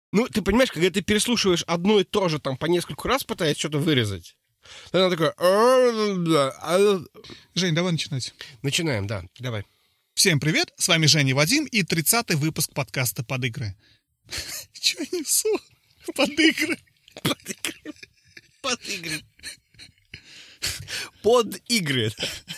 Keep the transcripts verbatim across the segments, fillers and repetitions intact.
Ну, ты понимаешь, когда ты переслушиваешь одно и то же, там, по нескольку раз пытаясь что-то вырезать, то она такая... Жень, давай начинать. Начинаем, да, давай. Всем привет, с вами Женя и Вадим и тридцатый выпуск подкаста «Под игры». Чё я несу? Под игры. Под игры. Под игры. Под игры.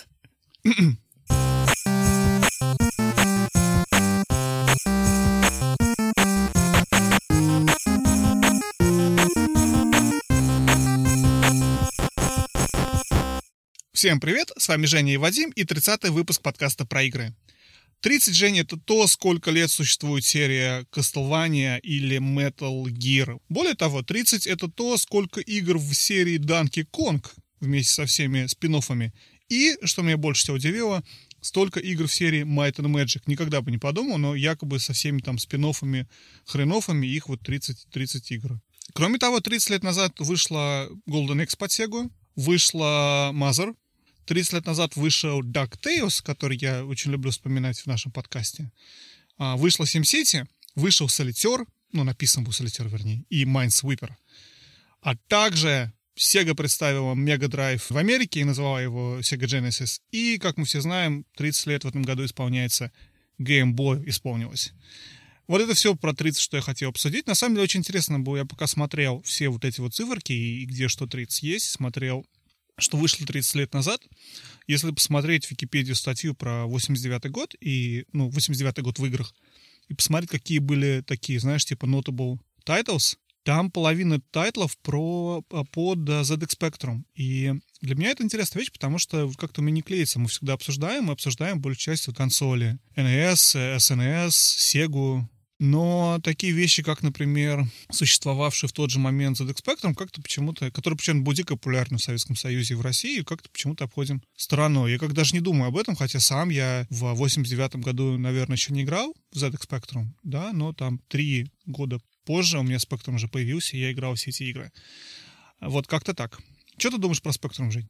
Всем привет, с вами Женя и Вадим и тридцатый выпуск подкаста про игры. тридцать, Женя, это то, сколько лет существует серия Castlevania или Metal Gear. Более того, тридцать это то, сколько игр в серии Donkey Kong вместе со всеми спин-оффами. И, что меня больше всего удивило, столько игр в серии Might and Magic. Никогда бы не подумал, но якобы со всеми там спин-оффами, хрен-оффами их вот тридцать, тридцать игр. Кроме того, тридцать лет назад вышла Golden Axe под Sega, вышла Mother. тридцать лет назад вышел DuckTales, который я очень люблю вспоминать в нашем подкасте. Вышла SimCity, вышел Solitaire, ну, написан был Solitaire, вернее, и Minesweeper. А также Sega представила Mega Drive в Америке и назвала его Sega Genesis. И, как мы все знаем, тридцать лет в этом году исполняется Game Boy исполнилось. Вот это все про тридцать, что я хотел обсудить. На самом деле, очень интересно было. Я пока смотрел все вот эти вот циферки и где что тридцать есть, смотрел, что вышло тридцать лет назад. Если посмотреть в Википедию статью про восемьдесят девятый год, и, ну, восемьдесят девятый год в играх, и посмотреть, какие были такие, знаешь, типа notable titles, там половина тайтлов про, под зет икс Spectrum. И для меня это интересная вещь, потому что как-то у меня не клеится. Мы всегда обсуждаем, мы обсуждаем большую часть консоли. эн эс, эс эн эс, Sega. Но такие вещи, как, например, существовавшие в тот же момент зет икс Spectrum, как-то почему-то, которые почему-то были дико популярны в Советском Союзе и в России, как-то почему-то обходим стороной. Я как даже не думаю об этом, хотя сам я в восемьдесят девятом году, наверное, еще не играл в зет икс Spectrum, да, но там три года позже у меня Spectrum уже появился, и я играл в все эти игры. Вот как-то так. Что ты думаешь про Spectrum, Жень?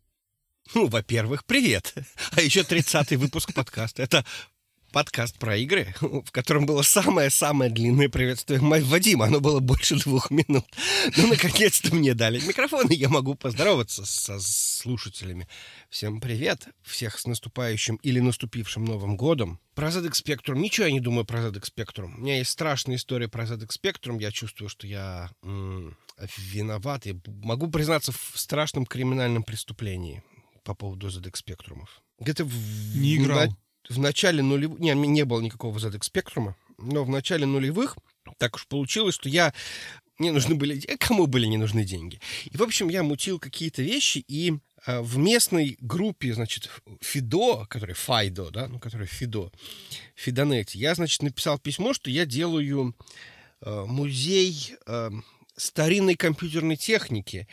Ну, во-первых, привет. А еще тридцатый выпуск подкаста. Это подкаст про игры, в котором было самое-самое длинное приветствие Вадима. Оно было больше двух минут. Ну, наконец-то мне дали микрофон, и я могу поздороваться со слушателями. Всем привет. Всех с наступающим или наступившим Новым годом. Про зет икс Spectrum. Ничего я не думаю про зет икс Spectrum. У меня есть страшная история про зет икс Spectrum. Я чувствую, что я м- виноват. И могу признаться в страшном криминальном преступлении по поводу зет икс Spectrum. Где-то в... Не играл. В начале нулевых... Не, не было никакого зет икс Spectrum, но в начале нулевых так уж получилось, что я... Мне нужны были... Кому были не нужны деньги? И, в общем, я мутил какие-то вещи, и э, в местной группе, значит, Фидо, который Файдо, да, ну, который Фидо, Фидонете, я, значит, написал письмо, что я делаю э, музей... Э, старинной компьютерной техники,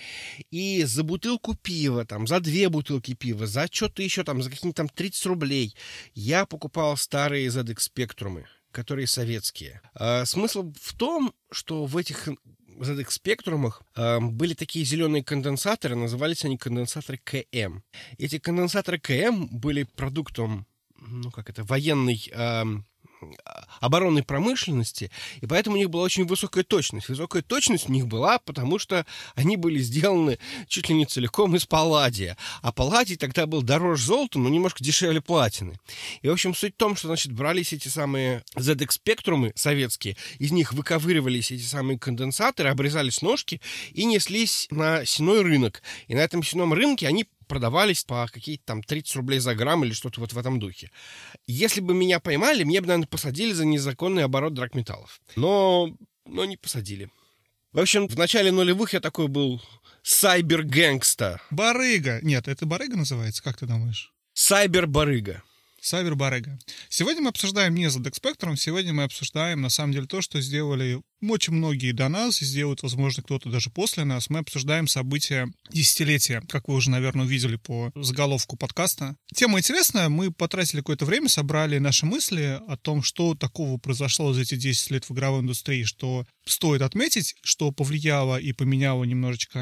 и за бутылку пива, там, за две бутылки пива, за что-то еще, там, за какие-нибудь там тридцать рублей я покупал старые зет икс Spectrum, которые советские. А, смысл в том, что в этих зет икс Spectrum а, были такие зеленые конденсаторы, назывались они конденсаторы КМ. Эти конденсаторы КМ были продуктом, ну, как это, военной... А, оборонной промышленности, и поэтому у них была очень высокая точность. Высокая точность у них была, потому что они были сделаны чуть ли не целиком из палладия. А палладий тогда был дороже золота, но немножко дешевле платины. И, в общем, суть в том, что, значит, брались эти самые зет икс Spectrum советские, из них выковыривались эти самые конденсаторы, обрезались ножки и неслись на сеной рынок. И на этом сеном рынке они продавались по какие-то там тридцать рублей за грамм или что-то вот в этом духе. Если бы меня поймали, мне бы, наверное, посадили за незаконный оборот драгметаллов. Но, но не посадили. В общем, в начале нулевых я такой был сайбер-гэнгста. Барыга. Нет, это барыга называется, как ты думаешь? Сайбер-барыга. Сайбер-барыга. Сегодня мы обсуждаем не зет икс Spectrum, сегодня мы обсуждаем, на самом деле, то, что сделали очень многие до нас, и сделают, возможно, кто-то даже после нас. Мы обсуждаем события десятилетия, как вы уже, наверное, увидели по заголовку подкаста. Тема интересная, мы потратили какое-то время, собрали наши мысли о том, что такого произошло за эти десять лет в игровой индустрии, что стоит отметить, что повлияло и поменяло немножечко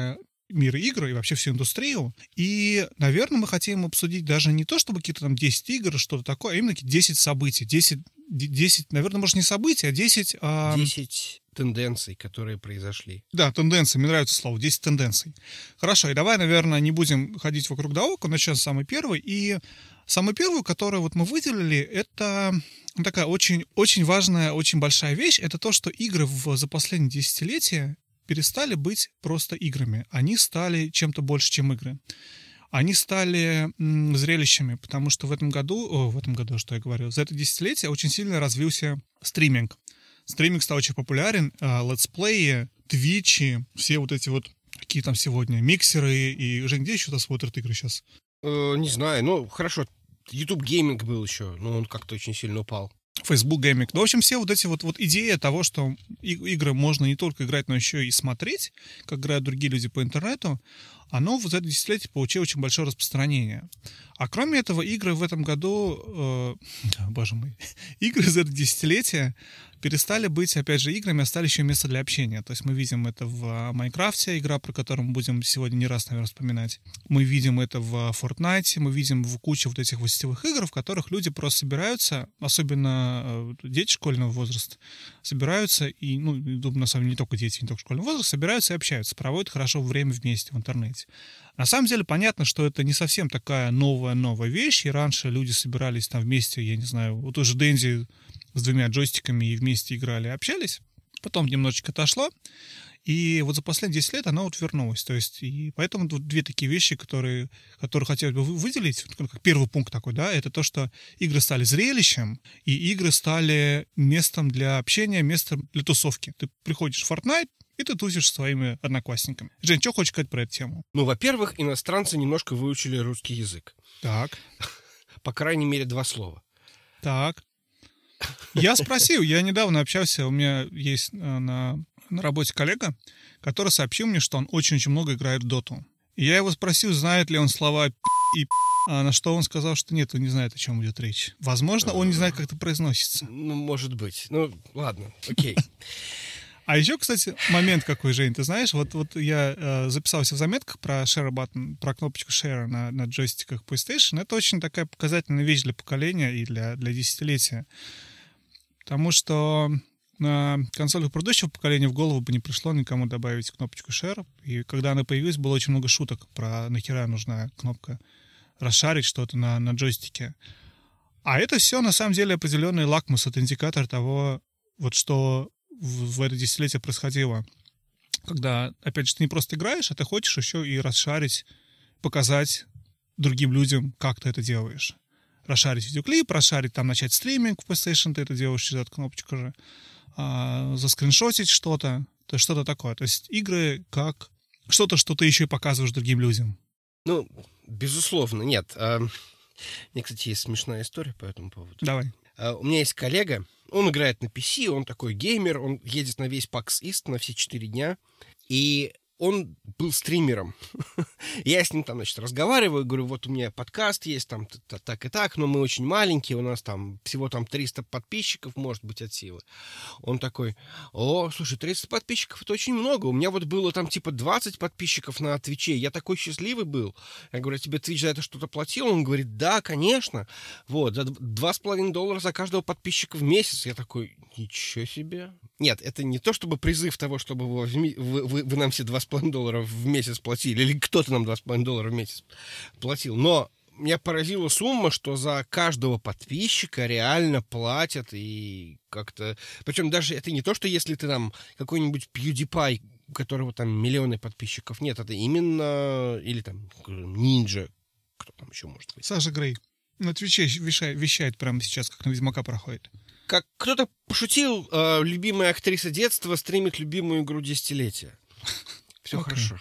мир игр и вообще всю индустрию. И, наверное, мы хотим обсудить даже не то, чтобы какие-то там десять игр, что-то такое, а именно десять событий. десять, десять, наверное, может, не событий, а десять... А... десять тенденций, которые произошли. Да, тенденции. Мне нравится слово. десять тенденций. Хорошо, и давай, наверное, не будем ходить вокруг да около. Начнем с самой первой. И самую первую, которую вот мы выделили, это такая очень, очень важная, очень большая вещь. Это то, что игры в, за последние десятилетия перестали быть просто играми. Они стали чем-то больше, чем игры. Они стали м, зрелищами, потому что в этом году, о, в этом году, что я говорю, за это десятилетие очень сильно развился стриминг. Стриминг стал очень популярен, летсплеи, твичи, все вот эти вот, какие там сегодня, миксеры, и, Жень, где еще-то смотрят игры сейчас? Э, не знаю, ну, хорошо, YouTube гейминг был еще, но он как-то очень сильно упал. Facebook гейминг. Ну, в общем, все вот эти вот, вот идеи того, что игры можно не только играть, но еще и смотреть, как играют другие люди по интернету, оно в это десятилетие получило очень большое распространение. А кроме этого, игры в этом году, э, боже мой, игры за это десятилетие перестали быть, опять же, играми, а стали еще место для общения. То есть мы видим это в Майнкрафте, игра, про которую мы будем сегодня не раз, наверное, вспоминать. Мы видим это в Fortnite, мы видим в куче вот этих вот сетевых игр, в которых люди просто собираются, особенно дети школьного возраста, собираются, и, ну, думаю, на самом деле не только дети, не только школьного возраста, собираются и общаются, проводят хорошо время вместе в интернете. На самом деле понятно, что это не совсем такая новая-новая вещь, и раньше люди собирались там вместе, я не знаю, вот уже Дэнди с двумя джойстиками и вместе играли, общались. Потом немножечко отошло, и вот за последние десять лет оно вот вернулось. То есть, и поэтому вот две такие вещи, которые, которые хотелось бы выделить, как первый пункт такой, да, это то, что игры стали зрелищем, и игры стали местом для общения, местом для тусовки. Ты приходишь в Fortnite, и ты тусишь со своими одноклассниками. Жень, что хочешь сказать про эту тему? Ну, во-первых, иностранцы немножко выучили русский язык. Так. По крайней мере, два слова. Так. Я спросил, я недавно общался, у меня есть на, на работе коллега, который сообщил мне, что он очень-очень много играет в доту. И я его спросил, знает ли он слова «п» и «п», а на что он сказал, что нет, он не знает, о чем идет речь. Возможно, он не знает, как это произносится. Ну, может быть. Ну, ладно, окей. А еще, кстати, момент какой, Жень, ты знаешь, вот, вот я э, записался в заметках про share button, про кнопочку share на, на джойстиках PlayStation. Это очень такая показательная вещь для поколения и для, для десятилетия. Потому что на консолях предыдущего поколения в голову бы не пришло никому добавить кнопочку share. И когда она появилась, было очень много шуток про нахера нужна кнопка расшарить что-то на, на джойстике. А это все, на самом деле, определенный лакмус, это индикатор того, вот что в, в это десятилетие происходило. Когда, опять же, ты не просто играешь, а ты хочешь еще и расшарить, показать другим людям, как ты это делаешь. Расшарить видеоклип, расшарить, там, начать стриминг в PlayStation, ты это делаешь через эту кнопочку же, а, заскриншотить что-то, то есть что-то такое. То есть игры как что-то, что ты еще и показываешь другим людям. Ну, безусловно, нет. А, у меня, кстати, есть смешная история по этому поводу. Давай. А, у меня есть коллега, он играет на пи си, он такой геймер, он едет на весь PAX East на все четыре дня, и он был стримером. Я с ним там, значит, разговариваю, говорю, вот у меня подкаст есть, там, так и так, но мы очень маленькие, у нас там всего там триста подписчиков, может быть, от силы. Он такой, о, слушай, триста подписчиков — это очень много, у меня вот было там типа двадцать подписчиков на Твиче, я такой счастливый был. Я говорю, тебе Твич за это что-то платил? Он говорит, да, конечно. Вот, за два с половиной доллара за каждого подписчика в месяц. Я такой, ничего себе. Нет, это не то, чтобы призыв того, чтобы вы, вы, вы, вы нам все два с половиной доллара в месяц платили, или кто-то нам два с половиной доллара в месяц платил, но меня поразила сумма, что за каждого подписчика реально платят, и как-то... Причем даже это не то, что если ты там какой-нибудь PewDiePie, у которого там миллионы подписчиков, нет, это именно... Или там Ninja, кто там еще может быть? Саша Грей на Твиче вещает, вещает прямо сейчас, как на Ведьмака проходит. Как кто-то пошутил, э, любимая актриса детства стримит любимую игру десятилетия. Все okay. Хорошо.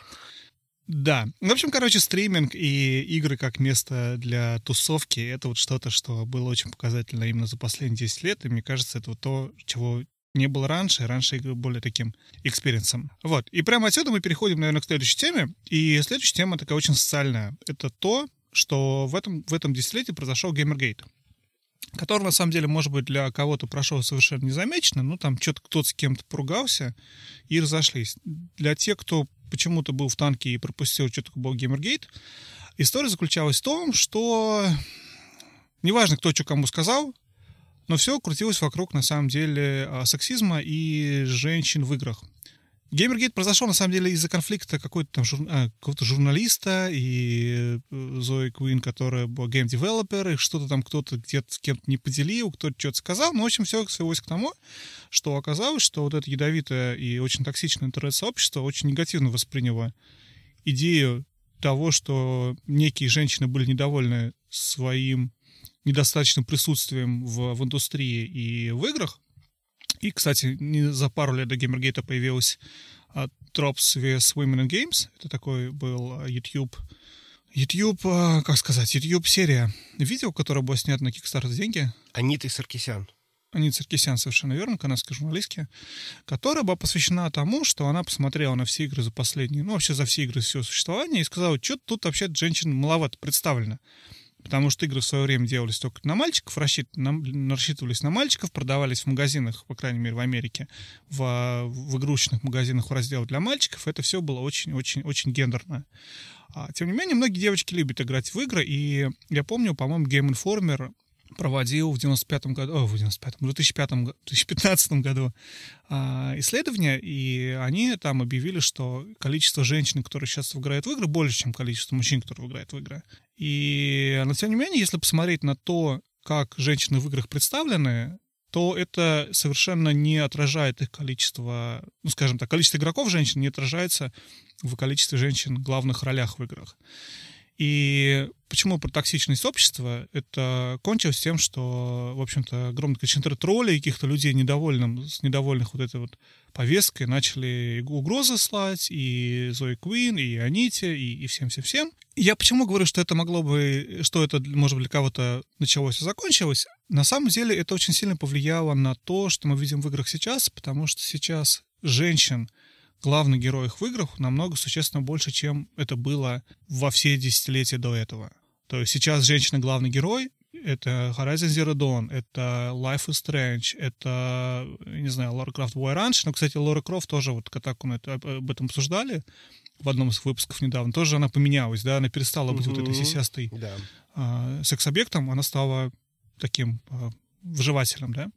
Да. В общем, короче, стриминг и игры как место для тусовки — это вот что-то, что было очень показательно именно за последние десять лет, и мне кажется, это вот то, чего не было раньше, раньше игры были таким экспириенсом. Вот. И прямо отсюда мы переходим, наверное, к следующей теме, и следующая тема такая очень социальная. Это то, что в этом, в этом десятилетии произошел Gamergate, который, на самом деле, может быть, для кого-то прошел совершенно незамеченно, но там что-то кто-то с кем-то поругался и разошлись. Для тех, кто почему-то был в танке и пропустил, что такое был Gamergate. История заключалась в том, что неважно, кто что кому сказал, но все крутилось вокруг, на самом деле, сексизма и женщин в играх. Gamergate произошел, на самом деле, из-за конфликта какой-то там жур... а, какого-то журналиста и Зои Куин, которая была гейм-девелопер, и что-то там кто-то где-то с кем-то не поделил, кто-то что-то сказал. Ну, в общем, все свелось к тому, что оказалось, что вот это ядовитое и очень токсичное интернет-сообщество очень негативно восприняло идею того, что некие женщины были недовольны своим недостаточным присутствием в, в индустрии и в играх. И, кстати, не за пару лет до Gamergate появилась uh, Tropes vs Women in Games. Это такой был uh, YouTube, YouTube, uh, как сказать, YouTube-серия видео, которое было снято на Kickstarter деньги. Анита Саркисян. Анита Саркисян, совершенно верно, канадская журналистка, которая была посвящена тому, что она посмотрела на все игры за последние, ну, вообще за все игры всего существования и сказала, что тут вообще женщин маловато представлено. Потому что игры в свое время делались только на мальчиков, рассчит... на... рассчитывались на мальчиков, продавались в магазинах, по крайней мере, в Америке, в, в игрушечных магазинах в разделе для мальчиков. Это все было очень-очень-очень гендерно. А, тем не менее, многие девочки любят играть в игры, и я помню, по-моему, Game Informer проводил в девяносто пятом году, о, в девяносто пятом, в две тысячи пятом, две тысячи пятнадцатом году а, исследования, и они там объявили, что количество женщин, которые сейчас играют в игры, больше, чем количество мужчин, которые играют в игры. И, но тем не менее, если посмотреть на то, как женщины в играх представлены, то это совершенно не отражает их количество, ну, скажем так, количество игроков женщин не отражается в количестве женщин в главных ролях в играх. И почему про токсичность общества? Это кончилось тем, что, в общем-то, огромное количество троллей, каких-то людей недовольным, с недовольных вот этой вот повесткой начали угрозы слать и Зои Куин, и Аните, и, и всем-всем-всем. Я почему говорю, что это могло бы, что это, может быть, для кого-то началось и закончилось? На самом деле это очень сильно повлияло на то, что мы видим в играх сейчас, потому что сейчас женщин, главных героев в играх намного существенно больше, чем это было во все десятилетия до этого. То есть сейчас женщина главный герой, это Horizon Zero Dawn, это Life is Strange, это, не знаю, Lara Croft Boy раньше, но, кстати, Лора Крофт тоже, вот как мы это, об этом обсуждали в одном из выпусков недавно, тоже она поменялась, да, она перестала быть mm-hmm. вот этой сисястой yeah. а, секс-объектом, она стала таким а, вживателем, да.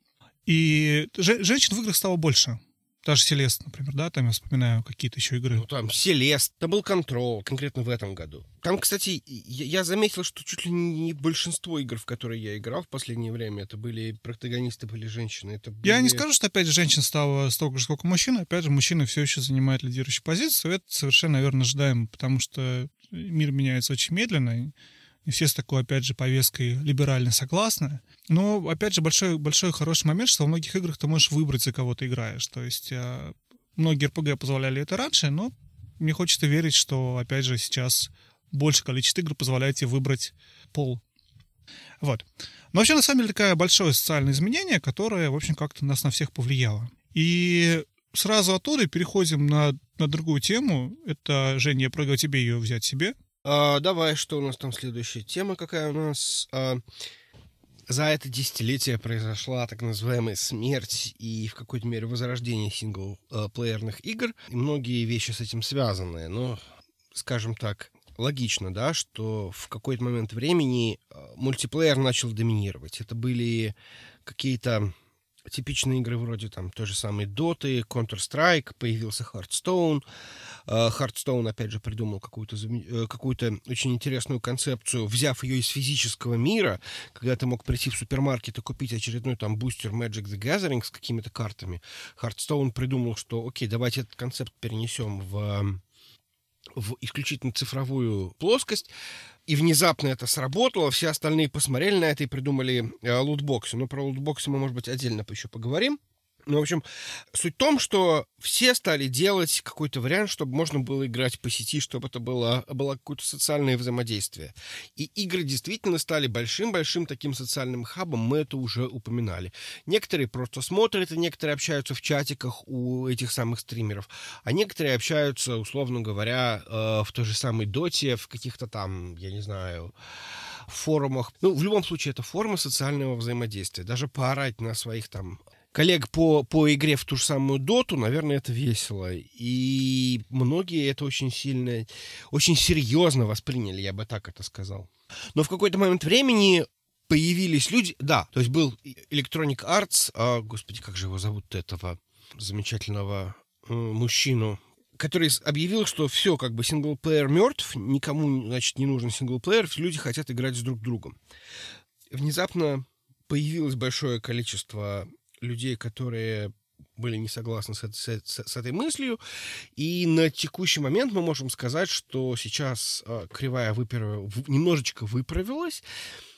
И же, женщин в играх стало больше. Даже Селест, например, да, там я вспоминаю какие-то еще игры. Ну, там Селест, там был Control, конкретно в этом году. Там, кстати, я, я заметил, что чуть ли не большинство игр, в которые я играл в последнее время, это были протагонисты, были женщины. Это были... Я не скажу, что, опять же, женщин стало столько же, сколько мужчин. Опять же, мужчины все еще занимают лидирующую позицию. Это совершенно, наверное, ожидаемо, потому что мир меняется очень медленно. И все с такой, опять же, повесткой либерально согласны. Но, опять же, большой, большой хороший момент, что во многих играх ты можешь выбрать, за кого ты играешь. То есть э, многие эр пи джи позволяли это раньше, но мне хочется верить, что, опять же, сейчас большее количество игр позволяет тебе выбрать пол. Вот. Но вообще, на самом деле, такое большое социальное изменение, которое, в общем, как-то нас на всех повлияло. И сразу оттуда переходим на, на другую тему. Это, Женя, я предлагаю тебе ее взять себе. А, давай, что у нас там следующая тема, какая у нас? А, за это десятилетие произошла так называемая смерть и в какой-то мере возрождение синглплеерных игр. И многие вещи с этим связаны, но, скажем так, логично, да, что в какой-то момент времени мультиплеер начал доминировать. Это были какие-то типичные игры вроде там той же самой Доты, Counter-Strike, появился Hearthstone. Hearthstone, опять же, придумал какую-то, какую-то очень интересную концепцию, взяв ее из физического мира, когда ты мог прийти в супермаркет и купить очередной там бустер Magic the Gathering с какими-то картами. Hearthstone придумал, что окей, давайте этот концепт перенесем в, в исключительно цифровую плоскость. И внезапно это сработало, все остальные посмотрели на это и придумали э, лутбоксы. Ну, про лутбоксы мы, может быть, отдельно еще поговорим. Ну, в общем, суть в том, что все стали делать какой-то вариант, чтобы можно было играть по сети, чтобы это было, было какое-то социальное взаимодействие. И игры действительно стали большим-большим таким социальным хабом, мы это уже упоминали. Некоторые просто смотрят, и некоторые общаются в чатиках у этих самых стримеров, а некоторые общаются, условно говоря, в той же самой доте, в каких-то там, я не знаю... в форумах. Ну, в любом случае, это форма социального взаимодействия. Даже поорать на своих там коллег по, по игре в ту же самую доту, наверное, это весело. И многие это очень сильно, очень серьезно восприняли, я бы так это сказал. Но в какой-то момент времени появились люди... Да, то есть был Electronic Arts, а, господи, как же его зовут, этого замечательного э, мужчину, который объявил, что все, как бы синглплеер мертв, никому, значит, не нужен синглплеер, люди хотят играть с друг другом. Внезапно появилось большое количество людей, которые были не согласны с, с, с этой мыслью, и на текущий момент мы можем сказать, что сейчас э, кривая выпер... немножечко выправилась,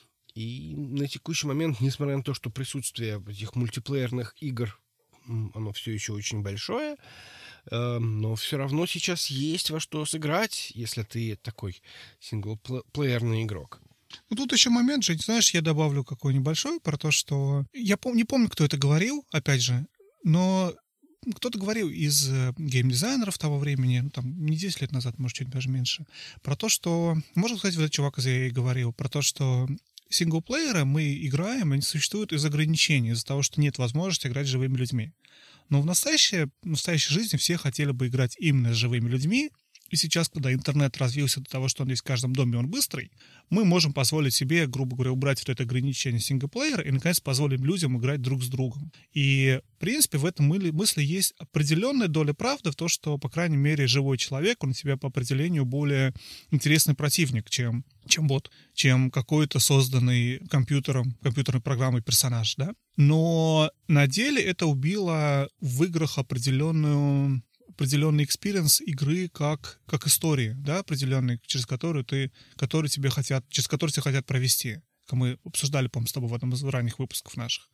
и на текущий момент, несмотря на то, что присутствие этих мультиплеерных игр, оно все еще очень большое, э, но все равно сейчас есть во что сыграть, если ты такой синглплеерный игрок. Ну, тут еще момент же, знаешь, я добавлю какой небольшой про то, что... Я пом- не помню, кто это говорил, опять же, но кто-то говорил из геймдизайнеров того времени, ну, там, не десять лет назад, может, чуть даже меньше, про то, что... Можно сказать, вот этот чувак из и эй говорил, про то, что синглплееры мы играем, они существуют из ограничений, из-за того, что нет возможности играть с живыми людьми. Но в настоящей, в настоящей жизни все хотели бы играть именно с живыми людьми, и сейчас, когда интернет развился до того, что он есть в каждом доме, он быстрый, мы можем позволить себе, грубо говоря, убрать вот это ограничение синглплеера и, наконец, позволим людям играть друг с другом. И, в принципе, в этом мысли есть определенная доля правды в том, что, по крайней мере, живой человек, он у тебя по определению более интересный противник, чем, чем бот, чем какой-то созданный компьютером, компьютерной программой персонаж, да? Но на деле это убило в играх определенную... определенный экспириенс игры как, как истории, да, определенный, через которую ты, который тебе хотят, через который тебя хотят провести. Как мы обсуждали, по-моему, с тобой в одном из ранних выпусков наших.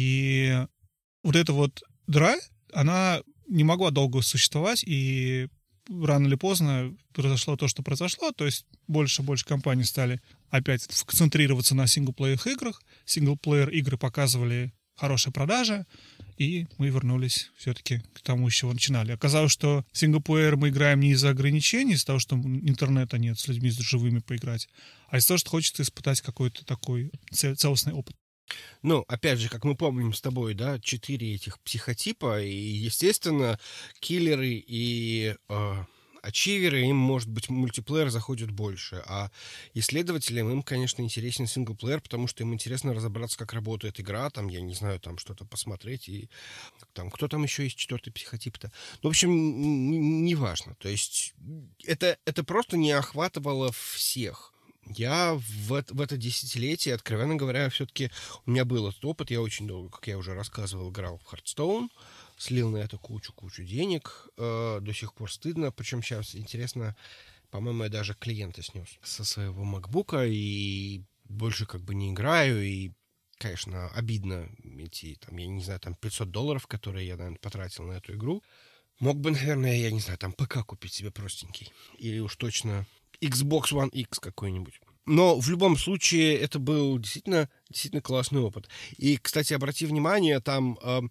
И вот эта вот дыра, она не могла долго существовать, и рано или поздно произошло то, что произошло, то есть больше и больше компаний стали опять концентрироваться на синглплеер играх, синглплеер игры показывали хорошие продажи, и мы вернулись все-таки к тому, с чего начинали. Оказалось, что в синглплеер мы играем не из-за ограничений, из-за того, что интернета нет, с людьми с живыми поиграть, а из-за того, что хочется испытать какой-то такой целостный опыт. Ну, опять же, как мы помним с тобой, да, четыре этих психотипа, и, естественно, киллеры и... Э... ачиверы, им, может быть, мультиплеер заходит больше, а исследователям им, конечно, интересен синглплеер, потому что им интересно разобраться, как работает игра, там, я не знаю, там что-то посмотреть, и там, кто там еще есть четвертый психотип-то. Ну, в общем, неважно. То есть это, это просто не охватывало всех. Я в, в это десятилетие, откровенно говоря, все-таки у меня был этот опыт, я очень долго, как я уже рассказывал, играл в Hearthstone, слил на это кучу-кучу денег, э, до сих пор стыдно, причем сейчас, интересно, по-моему, я даже клиента снес со своего макбука, и больше как бы не играю, и, конечно, обидно эти, там, я не знаю, там пятьсот долларов, которые я, наверное, потратил на эту игру. Мог бы, наверное, я не знаю, там ПК купить себе простенький, или уж точно Xbox One X какой-нибудь. Но в любом случае это был действительно, действительно классный опыт. И, кстати, обрати внимание, там э,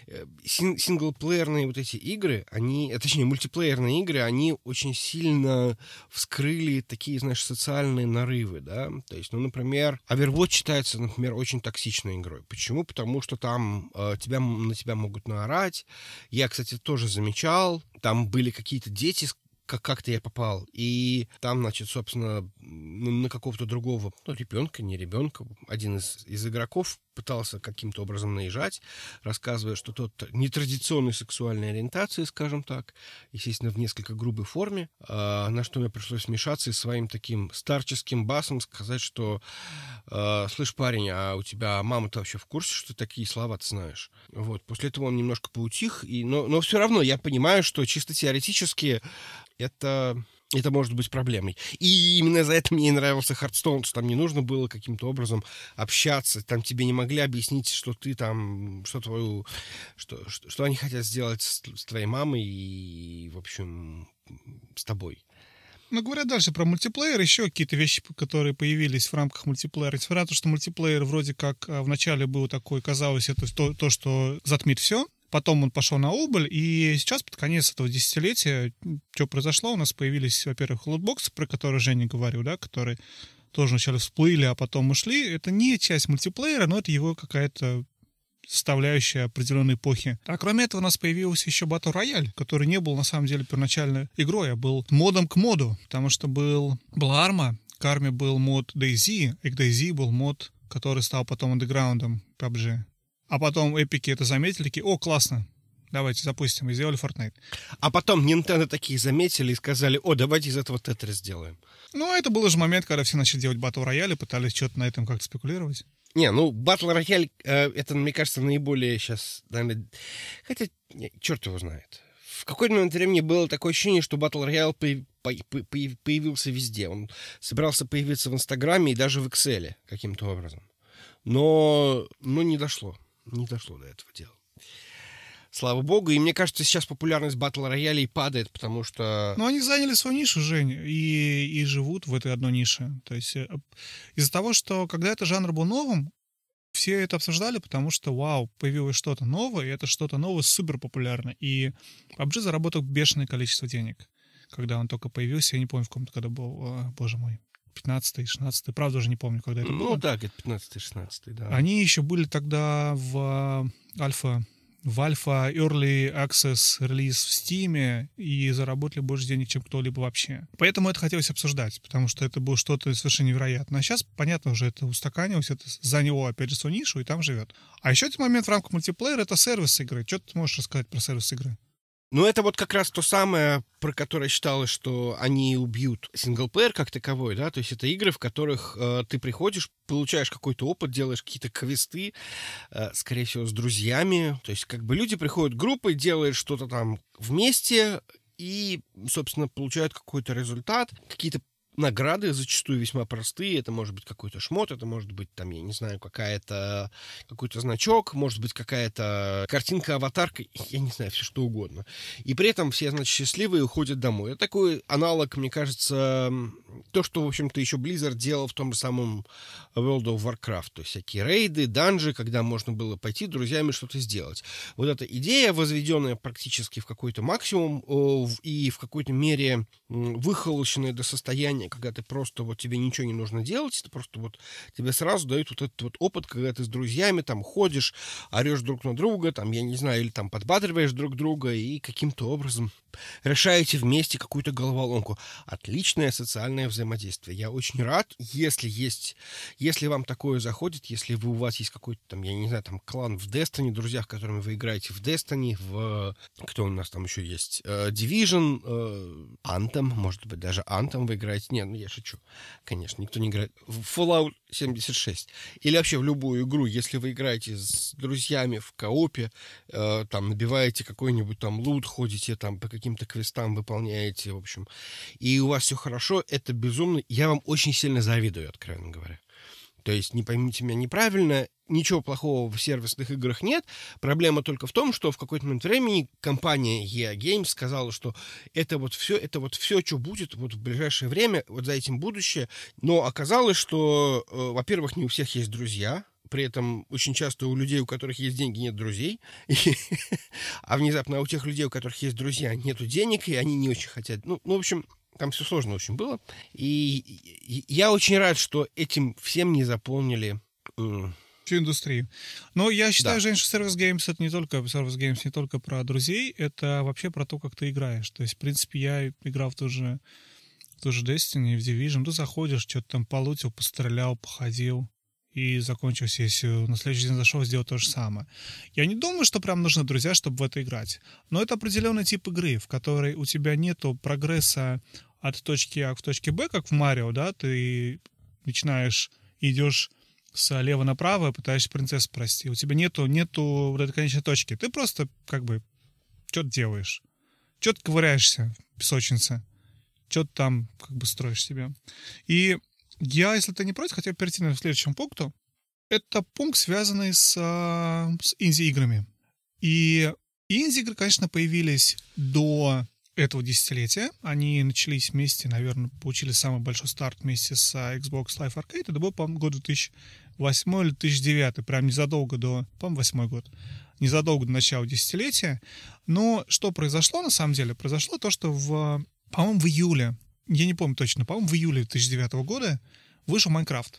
син- синглплеерные вот эти игры, они, точнее, мультиплеерные игры, они очень сильно вскрыли такие, знаешь, социальные нарывы, да. То есть, ну, например, Overwatch считается, например, очень токсичной игрой. Почему? Потому что там э, тебя, на тебя могут наорать. Я, кстати, тоже замечал, там были какие-то дети, как- как-то я попал, и там, значит, собственно, на какого-то другого, ну, ребенка, не ребенка, один из, из игроков пытался каким-то образом наезжать, рассказывая, что тот нетрадиционной сексуальной ориентации, скажем так, естественно, в несколько грубой форме, а, на что мне пришлось вмешаться и своим таким старческим басом сказать, что а, «Слышь, парень, а у тебя мама-то вообще в курсе, что ты такие слова-то знаешь?» Вот, после этого он немножко поутих, и, но, но все равно я понимаю, что чисто теоретически это... Это может быть проблемой. И именно за это мне и нравился Hearthstone, что там не нужно было каким-то образом общаться, там тебе не могли объяснить, что ты там, что твою, что, что, что они хотят сделать с, с твоей мамой и, в общем, с тобой. Ну, говоря дальше про мультиплеер, еще какие-то вещи, которые появились в рамках мультиплеера. Несмотря на то, что мультиплеер вроде как вначале был такой, казалось, это то, то что затмит все. Потом он пошел на убыль, и сейчас, под конец этого десятилетия, что произошло? У нас появились, во-первых, лутбоксы, про которые Женя говорил, да, которые тоже вначале всплыли, а потом ушли. Это не часть мультиплеера, но это его какая-то составляющая определенной эпохи. А кроме этого у нас появился еще Battle Royale, который не был на самом деле первоначально игрой, а был модом к моду, потому что был, была Арма, к Арме был мод DayZ, и к DayZ был мод, который стал потом андеграундом пи ю би джи. А потом эпики это заметили, такие, о, классно, давайте запустим, и сделали Fortnite. А потом Nintendo такие заметили и сказали, о, давайте из этого Тетрис сделаем. Ну, это был же момент, когда все начали делать Battle Royale и пытались что-то на этом как-то спекулировать. Не, ну, Battle Royale, э, это, мне кажется, наиболее сейчас, наверное... Хотя, не, черт его знает. В какой-то момент времени было такое ощущение, что Battle Royale по- по- по- появился везде. Он собирался появиться в Инстаграме и даже в Excel каким-то образом. Но, но не дошло. Не дошло до этого дела. Слава богу. И мне кажется, сейчас популярность Battle Royale падает, потому что... Ну, они заняли свою нишу, Жень, и, и живут в этой одной нише. То есть из-за того, что когда этот жанр был новым, все это обсуждали, потому что, вау, появилось что-то новое, и это что-то новое супер популярно. И пи ю би джи заработал бешеное количество денег, когда он только появился. Я не помню, в каком-то году был, о, боже мой, пятнадцатый, шестнадцатый, правда уже не помню, когда это ну, было. Ну да, где-то пятнадцатый-шестнадцатый, да. Они еще были тогда в альфа, в альфа Early Access релиз в Steam и заработали больше денег, чем кто-либо вообще. Поэтому это хотелось обсуждать, потому что это было что-то совершенно невероятное. А сейчас, понятно, уже это устаканилось, это заняло, опять же, свою нишу и там живет. А еще один момент в рамках мультиплеера — это сервис игры. Что ты можешь рассказать про сервис игры? Ну, это вот как раз то самое, про которое считалось, что они убьют синглплеер как таковой, да, то есть это игры, в которых э, ты приходишь, получаешь какой-то опыт, делаешь какие-то квесты, э, скорее всего, с друзьями, то есть как бы люди приходят группой, делают что-то там вместе и, собственно, получают какой-то результат, какие-то награды зачастую весьма простые. Это может быть какой-то шмот, это может быть, там, я не знаю, какая-то, какой-то значок, может быть, какая-то картинка, аватарка, я не знаю, все что угодно. И при этом все, значит, счастливые уходят домой. Это такой аналог, мне кажется, то, что, в общем-то, еще Blizzard делал в том же самом World of Warcraft. То есть всякие рейды, данжи, когда можно было пойти друзьями что-то сделать. Вот эта идея, возведенная практически в какой-то максимум и в какой-то мере выхолощенная до состояния, когда ты просто, вот тебе ничего не нужно делать, это просто вот тебе сразу дают вот этот вот опыт, когда ты с друзьями там ходишь, орешь друг на друга, там, я не знаю, или там подбадриваешь друг друга и каким-то образом решаете вместе какую-то головоломку. Отличное социальное взаимодействие. Я очень рад, если есть, если вам такое заходит, если вы, у вас есть какой-то там, я не знаю, там клан в Destiny, друзья, с которыми вы играете в Destiny, в... Кто у нас там еще есть? Division, Anthem, может быть, даже Anthem вы играете. Нет, ну я шучу. Конечно, никто не играет. В Fallout семьдесят шесть. Или вообще в любую игру, если вы играете с друзьями в коопе, э, там, набиваете какой-нибудь там лут, ходите там по каким-то квестам, выполняете, в общем, и у вас все хорошо, это безумно. Я вам очень сильно завидую, откровенно говоря. То есть, не поймите меня неправильно, ничего плохого в сервисных играх нет. Проблема только в том, что в какой-то момент времени компания и эй Games сказала, что это вот все, это вот все, что будет вот в ближайшее время, вот за этим будущее. Но оказалось, что, э, во-первых, не у всех есть друзья. При этом очень часто у людей, у которых есть деньги, нет друзей. А внезапно у тех людей, у которых есть друзья, нету денег, и они не очень хотят. Ну, ну в общем... Там все сложно очень было. И я очень рад, что этим всем не заполнили... Всю индустрию. Но я считаю, Да. Жень, что Service Games — это не только Service Games, не только про друзей, это вообще про то, как ты играешь. То есть, в принципе, я играл в ту же, в ту же Destiny, в Division. Ты заходишь, что-то там полутил, пострелял, походил и закончил сессию. На следующий день зашел, сделал то же самое. Я не думаю, что прям нужны друзья, чтобы в это играть. Но это определенный тип игры, в которой у тебя нету прогресса от точки А к точке Б, как в Марио, да, ты начинаешь, идешь слева направо, пытаешься принцессу спасти. У тебя нету, нету вот этой конечной точки. Ты просто, как бы, что-то делаешь. Что-то ковыряешься в песочнице. Что-то там, как бы, строишь себе. И я, если ты не против, хотел перейти на следующему пункту. Это пункт, связанный с, с инди-играми. И инди-игры, конечно, появились до этого десятилетия. Они начались вместе, наверное, получили самый большой старт вместе с Xbox Live Arcade. Это был, по-моему, год две тысячи восьмой или две тысячи девятый, прям незадолго до, по-моему, восьмой год. Незадолго до начала десятилетия. Но что произошло, на самом деле? Произошло то, что, в, по-моему, в июле, я не помню точно, по-моему, в июле две тысячи девятого года вышел Майнкрафт.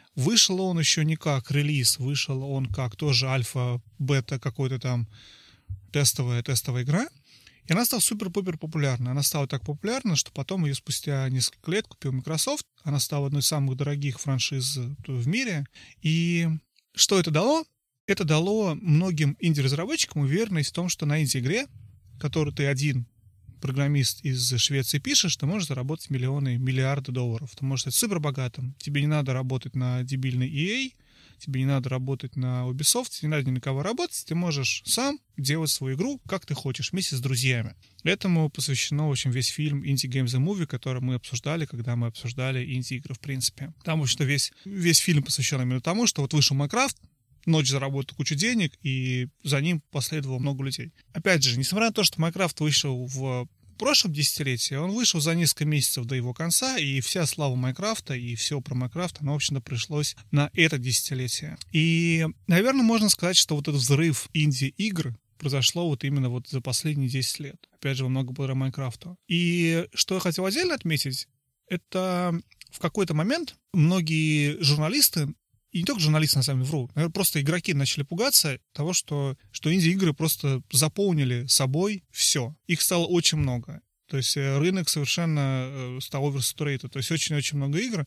Вышел он еще не как релиз, вышел он как тоже альфа, бета, какой-то там тестовая, тестовая игра. И она стала супер-пупер популярна. Она стала так популярна, что потом ее спустя несколько лет купил Microsoft. Она стала одной из самых дорогих франшиз в мире. И что это дало? Это дало многим инди-разработчикам уверенность в том, что на инди-игре, которую ты один программист из Швеции пишешь, ты можешь заработать миллионы, миллиарды долларов. Ты можешь стать супербогатым. Тебе не надо работать на дебильный и эй, тебе не надо работать на Ubisoft, тебе не надо ни на кого работать, ты можешь сам делать свою игру, как ты хочешь, вместе с друзьями. Этому посвящено, в общем, весь фильм Indie Game The Movie, который мы обсуждали, когда мы обсуждали инди-игры в принципе. Там, в общем-то, весь, весь фильм посвящен именно тому, что вот вышел Minecraft, ночь заработал кучу денег, и за ним последовало много людей. Опять же, несмотря на то, что Minecraft вышел в прошлом десятилетии, он вышел за несколько месяцев до его конца, и вся слава Майнкрафта и все про Майнкрафт, оно, в общем-то, пришлось на это десятилетие. И, наверное, можно сказать, что вот этот взрыв инди-игр произошло вот именно вот за последние десять лет. Опять же, во много благодаря Майнкрафту. И что я хотел отдельно отметить, это в какой-то момент многие журналисты, и не только журналисты, на самом деле, вру, наверное, просто игроки начали пугаться того, что, что инди-игры просто заполнили собой все. Их стало очень много. То есть рынок совершенно стал oversaturated. То есть очень-очень много игр,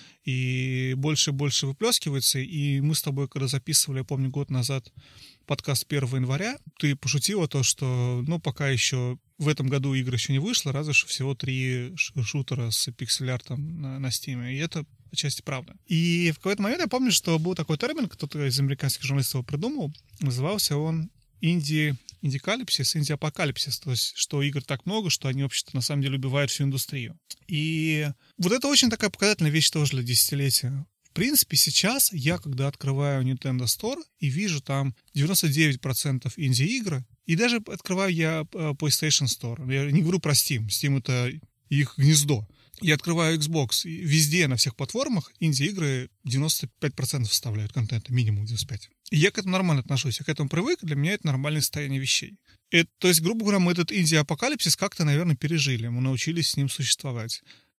и больше и больше выплескивается. И мы с тобой, когда записывали, я помню, год назад подкаст первого января, ты пошутила то, что, ну, пока еще в этом году игры еще не вышло, разве что всего три шутера с пиксель-артом на, на Steam. И это отчасти правда. И в какой-то момент я помню, что был такой термин, кто-то из американских журналистов его придумал, назывался он инди, индикалипсис, инди-апокалипсис, то есть что игр так много, что они, вообще-то, на самом деле убивают всю индустрию. И вот это очень такая показательная вещь тоже для десятилетия. В принципе, сейчас я, когда открываю Nintendo Store и вижу там девяносто девять процентов инди-игры, и даже открываю я PlayStation Store, я не говорю про Steam, Steam — это их гнездо. Я открываю Xbox, и везде, на всех платформах, инди-игры девяносто пять процентов вставляют контента, минимум девяносто пять процентов. И я к этому нормально отношусь, я к этому привык, для меня это нормальное состояние вещей. Это, то есть, грубо говоря, мы этот инди-апокалипсис как-то, наверное, пережили, мы научились с ним существовать.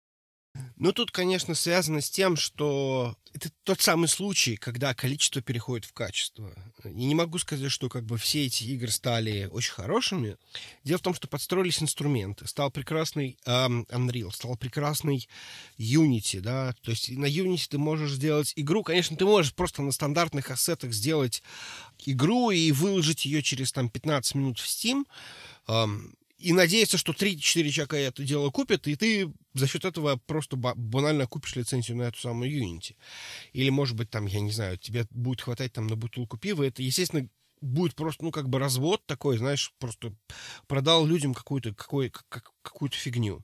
Ну, тут, конечно, связано с тем, что это тот самый случай, когда количество переходит в качество. И не могу сказать, что как бы все эти игры стали очень хорошими. Дело в том, что подстроились инструменты. Стал прекрасный эм, Unreal, стал прекрасный Unity, да. То есть на Unity ты можешь сделать игру. Конечно, ты можешь просто на стандартных ассетах сделать игру и выложить ее через там пятнадцать минут в Steam. Эм, И надеяться, что три-четыре человека это дело купят, и ты за счет этого просто банально купишь лицензию на эту самую Unity. Или, может быть, там, я не знаю, тебе будет хватать там на бутылку пива. Это, естественно, будет просто, ну, как бы развод такой, знаешь, просто продал людям какую-то, какую, какую-то фигню.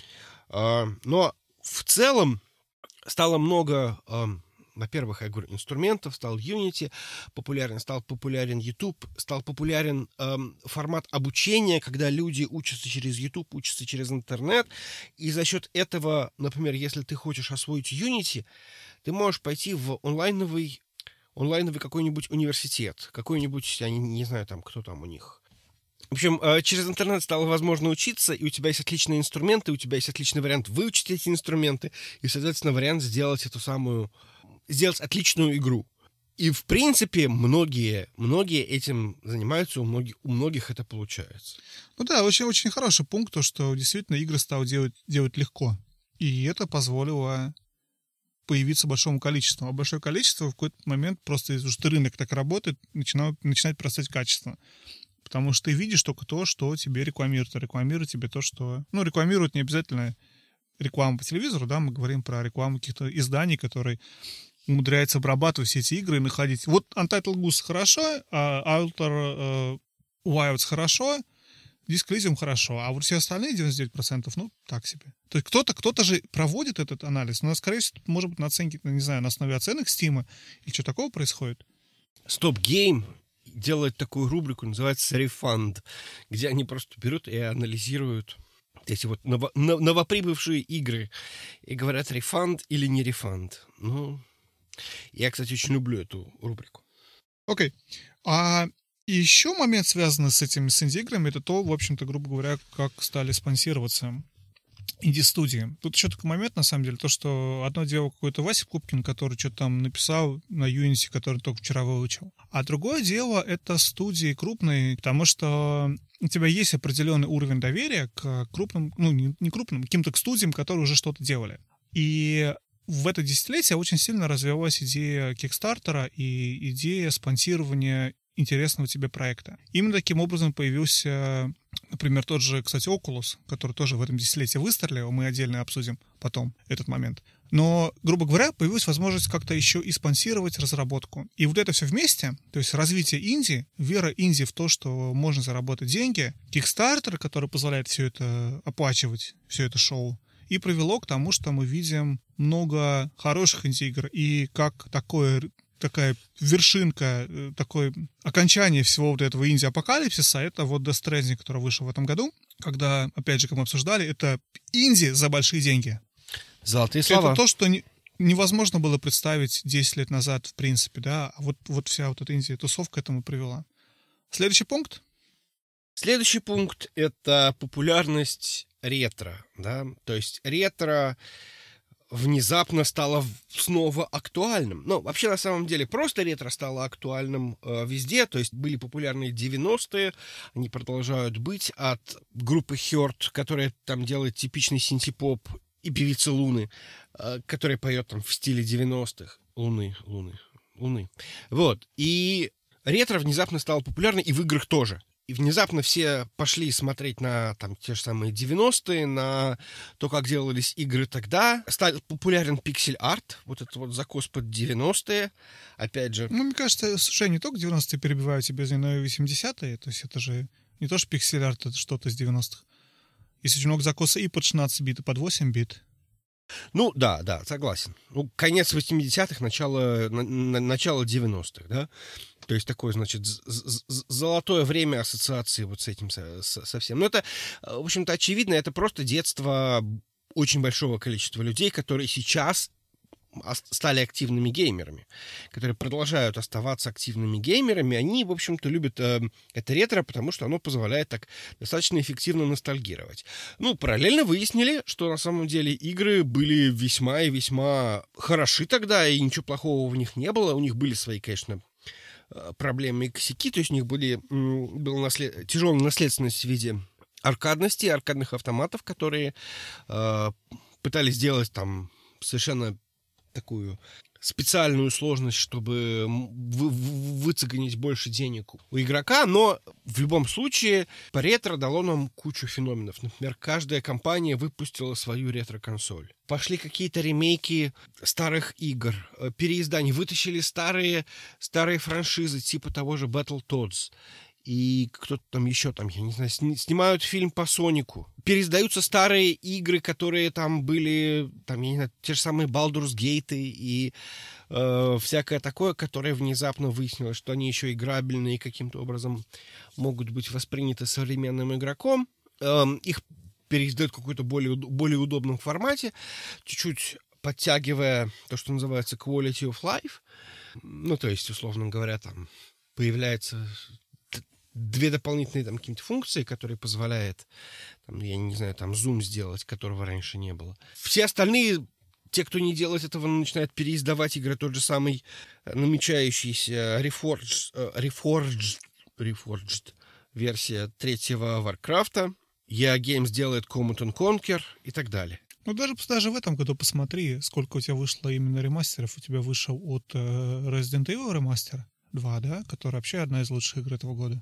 Но в целом стало много... Во-первых, я говорю, инструментов, стал Unity популярен, стал популярен YouTube, стал популярен эм, формат обучения, когда люди учатся через YouTube, учатся через интернет, и за счет этого, например, если ты хочешь освоить Unity, ты можешь пойти в онлайновый, онлайновый какой-нибудь университет, какой-нибудь, я не, не знаю, там, кто там у них. В общем, через интернет стало возможно учиться, и у тебя есть отличные инструменты, у тебя есть отличный вариант выучить эти инструменты, и, соответственно, вариант сделать эту самую... сделать отличную игру. И, в принципе, многие, многие этим занимаются, у многих, у многих это получается. Ну да, очень-очень хороший пункт, то, что действительно игры стало делать, делать легко. И это позволило появиться большому количеству. А большое количество в какой-то момент, просто из-за того, что рынок так работает, начинает, начинает просать качество. Потому что ты видишь только то, что тебе рекламируют. А рекламируют тебе то, что... Ну, рекламируют не обязательно рекламу по телевизору, да, мы говорим про рекламу каких-то изданий, которые умудряются обрабатывать все эти игры и находить. Вот Untitled Goose хорошо, а Outer Wilds хорошо, Disco Elysium хорошо, а вот все остальные девяносто девять процентов, ну, так себе. То есть кто-то, кто-то же проводит этот анализ, но, скорее всего, может быть, на оценке, не знаю, на основе оценок Steam или что такого происходит. Stop Game делает такую рубрику, называется Refund, где они просто берут и анализируют эти вот ново- новоприбывшие игры и говорят, рефанд или не рефанд. Ну, я, кстати, очень люблю эту рубрику. Окей. Okay. А еще момент, связанный с этими с инди-играми, это то, в общем-то, грубо говоря, как стали спонсироваться инди-студии. Тут еще такой момент, на самом деле, то, что одно дело какой-то Вася Пупкин, который что-то там написал на Unity, который только вчера выучил. А другое дело — это студии крупные, потому что у тебя есть определенный уровень доверия к крупным, ну, не, не крупным, каким-то к студиям, которые уже что-то делали. И в это десятилетие очень сильно развивалась идея Кикстартера и идея спонсирования интересного тебе проекта. Именно таким образом появился, например, тот же, кстати, Oculus, который тоже в этом десятилетии выстрелил, мы отдельно обсудим потом этот момент. Но, грубо говоря, появилась возможность как-то еще и спонсировать разработку. И вот это все вместе, то есть развитие инди, вера инди в то, что можно заработать деньги, Kickstarter, который позволяет все это оплачивать, все это шоу, и привело к тому, что мы видим много хороших инди-игр, и как такое... такая вершинка, такое окончание всего вот этого инди-апокалипсиса, это вот Death Stranding, который вышел в этом году, когда, опять же, как мы обсуждали, это инди за большие деньги. Золотые слова. Это то, что не, невозможно было представить десять лет назад, в принципе, да, а вот, вот вся вот эта инди-тусовка к этому привела. Следующий пункт? Следующий пункт — это популярность ретро, да, то есть ретро внезапно стало снова актуальным. Ну, вообще, на самом деле, просто ретро стало актуальным э, везде, то есть были популярные девяностые, они продолжают быть, от группы Hurt, которая там делает типичный синти-поп, и певицы Луны, э, которая поет там в стиле девяностых. Луны, Луны, Луны. Вот. И ретро внезапно стало популярным, и в играх тоже. И внезапно все пошли смотреть на там те же самые девяностые, на то, как делались игры тогда. Стал популярен пиксель-арт, вот этот вот закос под девяностые, опять же. Ну, мне кажется, слушай, не только девяностые перебивают тебя, но и восьмидесятые, то есть это же не то, что пиксель-арт, это что-то из девяностых. Есть очень много закоса и под шестнадцать бит, и под восемь бит. Ну, да, да, согласен. Ну, конец восьмидесятых, начало, на, на, начало девяностых, да? То есть такое, значит, з- з- золотое время ассоциации вот с этим со, со, совсем. Но это, в общем-то, очевидно, это просто детство очень большого количества людей, которые сейчас стали активными геймерами, которые продолжают оставаться активными геймерами. Они, в общем-то, любят э, это ретро, потому что оно позволяет так достаточно эффективно ностальгировать. Ну, параллельно выяснили, что на самом деле игры были весьма и весьма хороши тогда, и ничего плохого в них не было. У них были свои, конечно, проблемы и косяки, то есть у них были, была наслед... тяжелая наследственность в виде аркадности, аркадных автоматов, которые э, пытались сделать там совершенно такую специальную сложность, чтобы вы, выцегонить больше денег у игрока, но в любом случае по ретро дало нам кучу феноменов. Например, каждая компания выпустила свою ретро-консоль. Пошли какие-то ремейки старых игр, переиздания, вытащили старые, старые франшизы типа того же Battletoads. И кто-то там еще, там, я не знаю, снимают фильм по Сонику. Переиздаются старые игры, которые там были, там, я не знаю, те же самые Baldur's Gate и э, всякое такое, которое внезапно выяснилось, что они еще играбельные и каким-то образом могут быть восприняты современным игроком. Э, их переиздают в какой-то более, более удобном формате, чуть-чуть подтягивая то, что называется quality of life. Ну, то есть, условно говоря, там появляется две дополнительные там какие-то функции, которые позволяют, там, я не знаю, там зум сделать, которого раньше не было. Все остальные, те, кто не делает этого, начинают переиздавать игры. Тот же самый намечающийся Reforged, Reforged, Reforged версия третьего Warcraft'а. и эй Games делает Command and Conquer и так далее. Ну, даже, даже в этом году посмотри, сколько у тебя вышло именно ремастеров. У тебя вышел от э, Resident Evil ремастер два, да, который вообще одна из лучших игр этого года,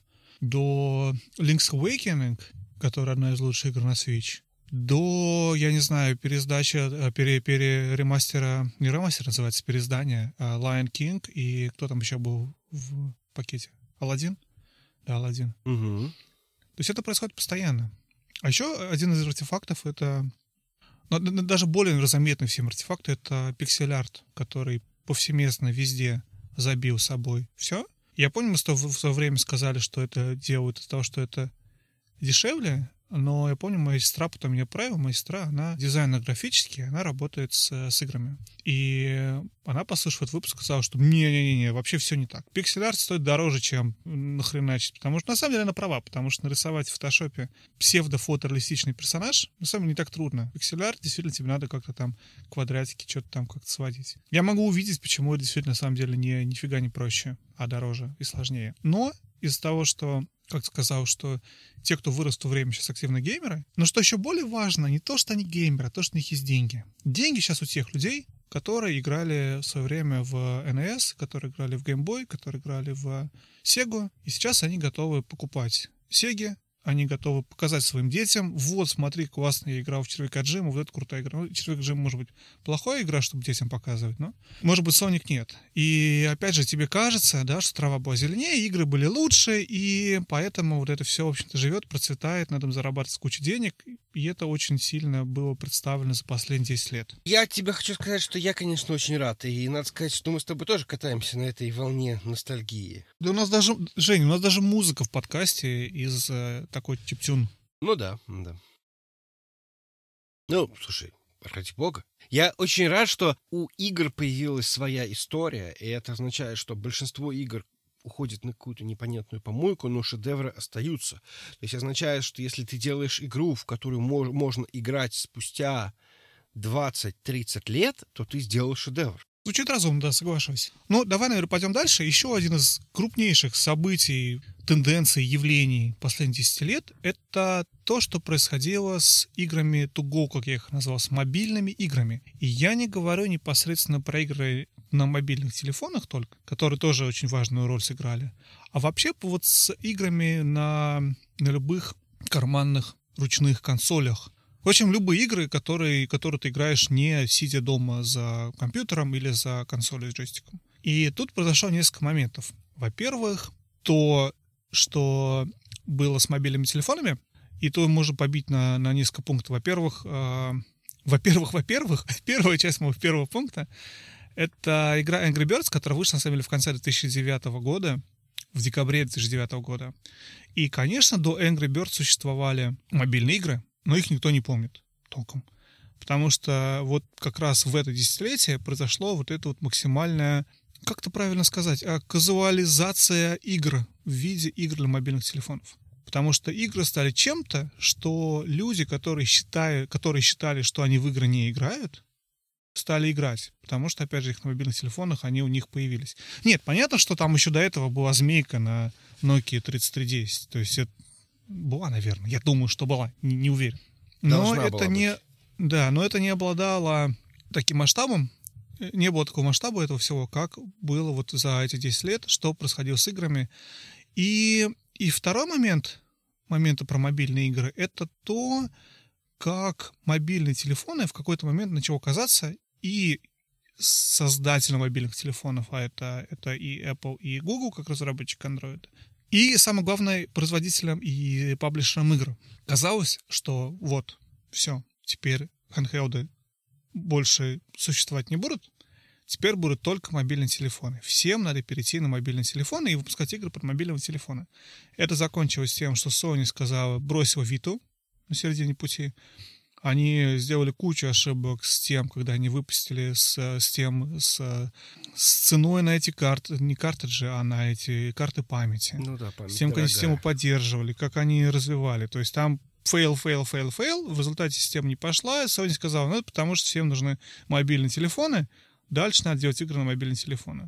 до Link's Awakening, которая одна из лучших игр на Switch, до, я не знаю, переиздача, пере, пере, ремастера, не ремастер называется, переиздание, а Lion King, и кто там еще был в пакете? Аладдин? Да, Аладдин. Угу. То есть это происходит постоянно. А еще один из артефактов — это, ну, даже более заметный всем артефакт — это пиксель-арт, который повсеместно везде забил собой все. Я помню, мы в то время сказали, что это делают из-за того, что это дешевле, но я помню, моя сестра потом меня отправила, моя сестра, она дизайнер графический, она работает с, с играми. И она, послушав этот выпуск, сказала, что не-не-не, вообще все не так. Пиксель-арт стоит дороже, чем нахреначить, потому что, на самом деле, она права, потому что нарисовать в фотошопе псевдо-фотореалистичный персонаж, на самом деле, не так трудно. Пиксель-арт, действительно, тебе надо как-то там квадратики, что-то там как-то сводить. Я могу увидеть, почему это действительно, на самом деле, не, нифига не проще, а дороже и сложнее. Но из-за того, что, как сказал, что те, кто вырос в то время, сейчас активно геймеры, но что еще более важно, не то, что они геймеры, а то, что у них есть деньги. Деньги сейчас у тех людей, которые играли в свое время в эн эс, которые играли в Game Boy, которые играли в Sega, и сейчас они готовы покупать Sega, они готовы показать своим детям, вот, смотри, классно, я играл в Червяка Джима, вот это крутая игра. Ну, Червяк Джим, может быть, плохая игра, чтобы детям показывать, но, может быть, Sonic нет. И, опять же, тебе кажется, да, что трава была зеленее, игры были лучше, и поэтому вот это все, в общем-то, живет, процветает, надо им зарабатывать кучу денег, и это очень сильно было представлено за последние десять лет. Я тебе хочу сказать, что я, конечно, очень рад, и надо сказать, что мы с тобой тоже катаемся на этой волне ностальгии. Да у нас даже, Жень, у нас даже музыка в подкасте из э, такой чиптюн. Ну да, да. Ну, слушай, ради бога. Я очень рад, что у игр появилась своя история, и это означает, что большинство игр уходит на какую-то непонятную помойку, но шедевры остаются. То есть означает, что если ты делаешь игру, в которую мож- можно играть спустя двадцать-тридцать лет, то ты сделал шедевр. Звучит разумно, да, соглашусь. Ну, давай, наверное, пойдем дальше. Еще один из крупнейших событий, тенденций, явлений последних десяти лет — это то, что происходило с играми to go, как я их назвал, с мобильными играми. И я не говорю непосредственно про игры на мобильных телефонах только, которые тоже очень важную роль сыграли, а вообще вот с играми на, на любых карманных ручных консолях. В общем, любые игры, которые, которые ты играешь, не сидя дома за компьютером или за консолью с джойстиком. И тут произошло несколько моментов. Во-первых, то, что было с мобильными телефонами, и то можно побить на, на несколько пунктов. Во-первых, э, во-первых, во-первых, первая часть моего первого пункта — это игра Angry Birds, которая вышла, на самом деле, в конце две тысячи девятого года, в декабре две тысячи девятого года. И, конечно, до Angry Birds существовали мобильные игры, но их никто не помнит толком. Потому что вот как раз в это десятилетие произошло вот это вот максимальная, как это правильно сказать, казуализация игр в виде игр для мобильных телефонов. Потому что игры стали чем-то, что люди, которые считали, которые считали, что они в игры не играют, стали играть. Потому что, опять же, их на мобильных телефонах, они у них появились. Нет, понятно, что там еще до этого была змейка на Nokia тридцать три десять. То есть это была, наверное. Я думаю, что была. Не, не уверен. Но Должна это была не... быть. Да, но это не обладало таким масштабом. Не было такого масштаба этого всего, как было вот за эти десять лет, что происходило с играми. И, и второй момент, момента про мобильные игры, это то, как мобильные телефоны в какой-то момент начало казаться и создателям мобильных телефонов, а это, это и Apple, и Google, как разработчик Android, и, самое главное, производителям и паблишерам игр. Казалось, что вот, все, теперь handheld больше существовать не будут, теперь будут только мобильные телефоны. Всем надо перейти на мобильные телефоны и выпускать игры под мобильные телефоны. Это закончилось тем, что Sony сказала, бросила Vita на середине пути. Они сделали кучу ошибок с тем, когда они выпустили с, с тем, с, с ценой на эти карты, не картриджи, а на эти карты памяти. Ну да, память с тем, как они дорогая. систему поддерживали, как они развивали. То есть там фейл, фейл, фейл, фейл. В результате система не пошла. Sony сказала, ну это потому что всем нужны мобильные телефоны. Дальше надо делать игры на мобильные телефоны.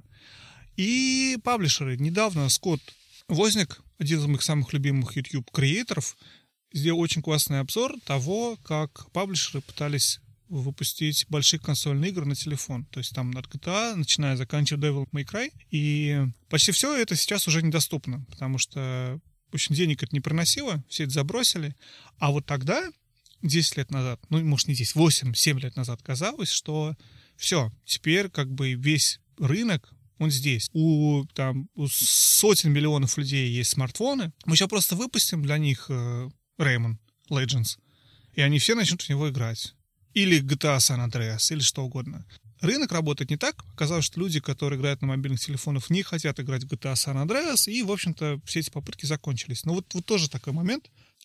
И паблишеры. Недавно Скотт Возник, один из моих самых любимых YouTube-креаторов, сделал очень классный обзор того, как паблишеры пытались выпустить большие консольные игры на телефон. То есть там от джи ти эй, начиная, заканчивая Devil May Cry. И почти все это сейчас уже недоступно, потому что, в общем, денег это не приносило, все это забросили. А вот тогда, десять лет назад, ну, может, не десять, восемь-семь лет назад казалось, что все, теперь как бы весь рынок, он здесь. У, там, у сотен миллионов людей есть смартфоны. Мы сейчас просто выпустим для них э, Rayman Legends, и они все начнут в него играть. Или джи ти эй San Andreas, или что угодно. Рынок работает не так. Оказалось, что люди, которые играют на мобильных телефонах, не хотят играть в джи ти эй San Andreas, и, в общем-то, все эти попытки закончились. Но вот, вот тоже такой момент,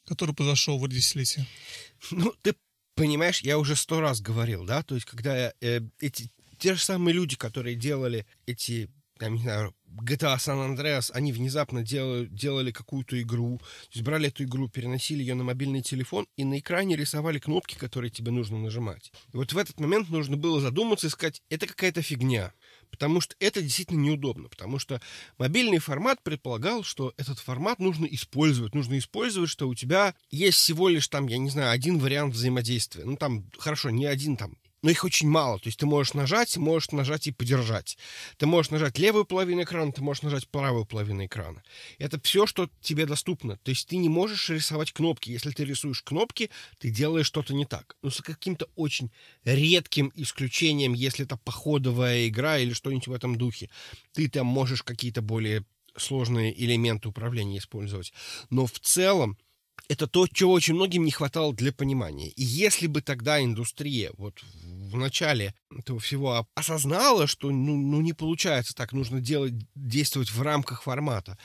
который произошел в десятилетие? Ну, ты понимаешь, я уже сто раз говорил, да, то есть когда э, эти, те же самые люди, которые делали эти, я не знаю, джи ти эй San Andreas, они внезапно делали, делали какую-то игру, то есть брали эту игру, переносили ее на мобильный телефон и на экране рисовали кнопки, которые тебе нужно нажимать. И вот в этот момент нужно было задуматься и сказать, это какая-то фигня. Потому что это действительно неудобно, потому что мобильный формат предполагал, что этот формат нужно использовать. Нужно использовать, что у тебя есть всего лишь там, я не знаю, один вариант взаимодействия. Ну там, хорошо, не один там, но их очень мало. То есть ты можешь нажать, можешь нажать и подержать. Ты можешь нажать левую половину экрана, ты можешь нажать правую половину экрана. Это все, что тебе доступно. То есть ты не можешь рисовать кнопки. Если ты рисуешь кнопки, ты делаешь что-то не так. Ну, с каким-то очень редким исключением, если это походовая игра или что-нибудь в этом духе. Ты там можешь какие-то более сложные элементы управления использовать. Но в целом это то, чего очень многим не хватало для понимания. И если бы тогда индустрия вот в начале этого всего осознала, что ну, ну не получается так, нужно делать, действовать в рамках формата,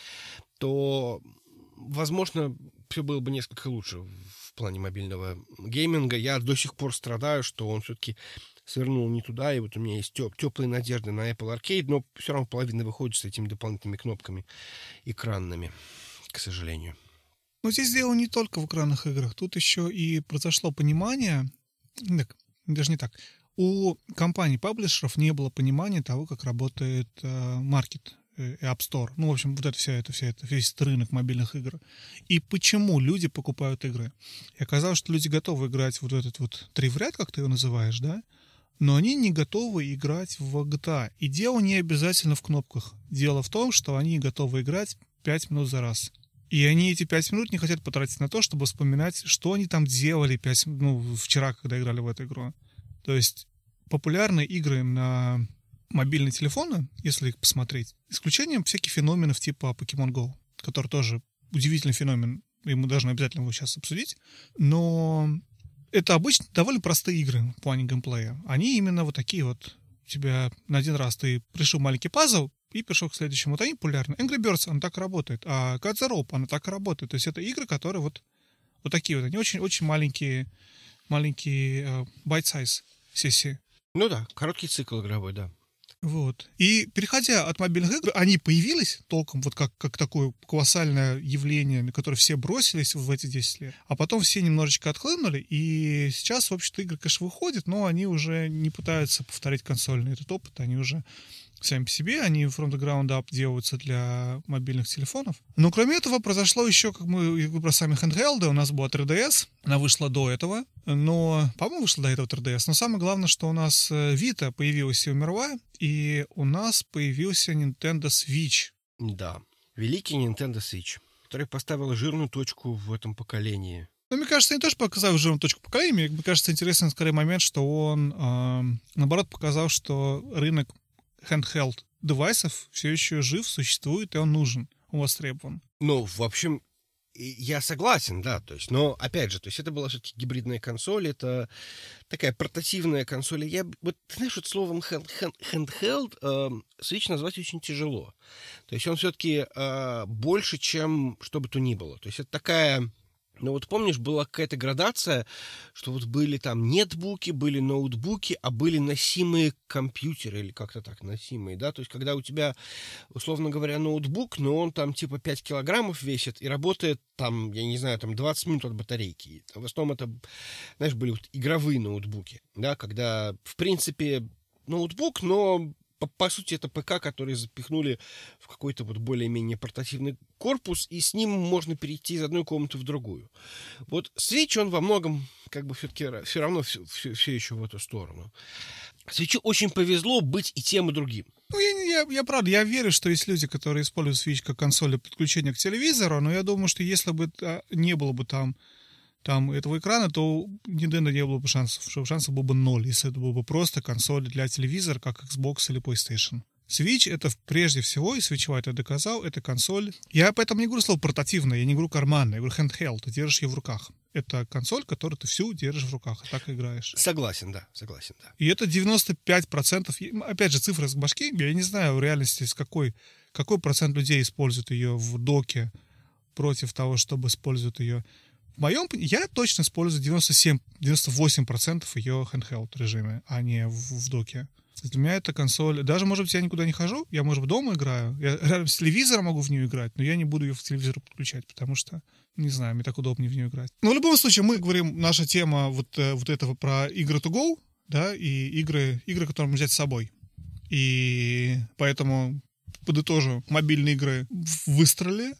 то, возможно, все было бы несколько лучше в плане мобильного гейминга. Я до сих пор страдаю, что он все-таки свернул не туда, и вот у меня есть теп- теплые надежды на Apple Arcade, но все равно половина выходит с этими дополнительными кнопками экранными, к сожалению. Но здесь дело не только в экранных играх. Тут еще и произошло понимание, так, даже не так, у компаний-паблишеров не было понимания того, как работает э, маркет, э, App Store. Ну, в общем, вот это вся это, вся это, весь этот рынок мобильных игр. И почему люди покупают игры. И оказалось, что люди готовы играть вот в этот вот три в ряд, как ты его называешь, да? Но они не готовы играть в джи ти эй. И дело не обязательно в кнопках. Дело в том, что они готовы играть пять минут за раз. И они эти пять минут не хотят потратить на то, чтобы вспоминать, что они там делали пять, ну, вчера, когда играли в эту игру. То есть популярные игры на мобильные телефоны, если их посмотреть, исключением всяких феноменов типа Pokemon Go, который тоже удивительный феномен, и мы должны обязательно его сейчас обсудить. Но это обычно довольно простые игры в плане геймплея. Они именно вот такие вот. У тебя на один раз ты решил маленький пазл, и перешел к следующему. Вот они популярны. Angry Birds, она так и работает. А Cut the Rope, она так и работает. То есть это игры, которые вот, вот такие вот. Они очень-очень маленькие, маленькие uh, bite-size сессии. Ну да, короткий цикл игровой, да. Вот. И переходя от мобильных игр, они появились толком вот как, как такое колоссальное явление, на которое все бросились в эти десять лет. А потом все немножечко отхлынули, и сейчас, в общем-то, игры, конечно, выходят, но они уже не пытаются повторять консольный этот опыт, они уже сами по себе, они from the ground up делаются для мобильных телефонов. Но кроме этого произошло еще, как мы про сами handheld, у нас была три ди эс, она вышла до этого, но, по-моему, вышла до этого три ди эс, но самое главное, что у нас Vita появилась и умерла, и у нас появился Nintendo Switch. Да, великий Nintendo Switch, который поставил жирную точку в этом поколении. Ну, мне кажется, не то, что показал жирную точку поколения, мне кажется, интересный скорее момент, что он, э, наоборот, показал, что рынок handheld девайсов все еще жив, существует, и он нужен, он востребован. Ну, в общем, я согласен, да, то есть, но, опять же, то есть это была все-таки гибридная консоль, это такая портативная консоль. Я, вот, ты знаешь, вот словом hand, hand, handheld э, Switch назвать очень тяжело. То есть он все-таки э, больше, чем что бы то ни было. То есть это такая... Ну вот помнишь, была какая-то градация, что вот были там нетбуки, были ноутбуки, а были носимые компьютеры или как-то так, носимые, да, то есть когда у тебя, условно говоря, ноутбук, но он там типа пять килограммов весит и работает там, я не знаю, там двадцать минут от батарейки. В основном это, знаешь, были вот игровые ноутбуки, да, когда, в принципе, ноутбук, но... По, по сути, это ПК, который запихнули в какой-то вот более-менее портативный корпус, и с ним можно перейти из одной комнаты в другую. Вот Switch, он во многом, как бы, все-таки все равно все, все, все еще в эту сторону. Switch очень повезло быть и тем, и другим. Ну, я, я, я правда, я верю, что есть люди, которые используют Switch как консоль для подключения к телевизору, но я думаю, что если бы не было бы там там этого экрана, то у Nintendo не было бы шансов, что шансов было бы ноль, если это была бы просто консоль для телевизора, как Xbox или PlayStation. Switch — это прежде всего, и Switch это доказал, это консоль. Я поэтому не говорю слово портативная, я не говорю карманная, я говорю handheld, ты держишь ее в руках. Это консоль, которую ты всю держишь в руках, и так играешь. Согласен, да, согласен, да. И это девяносто пять процентов, опять же, цифры с башки, я не знаю в реальности, с какой, какой процент людей использует ее в доке против того, чтобы использовать ее В моем... Я точно использую девяносто семь - девяносто восемь процентов ее в handheld режиме, а не в, в доке. Для меня эта консоль... Даже, может быть, я никуда не хожу, я, может быть, дома играю, я рядом с телевизором могу в нее играть, но я не буду ее в телевизор подключать, потому что, не знаю, мне так удобнее в нее играть. Но в любом случае, мы говорим, наша тема вот, вот этого про игры to go, да, и игры, игры, которые можно взять с собой. И поэтому, подытожу, мобильные игры выстрелили.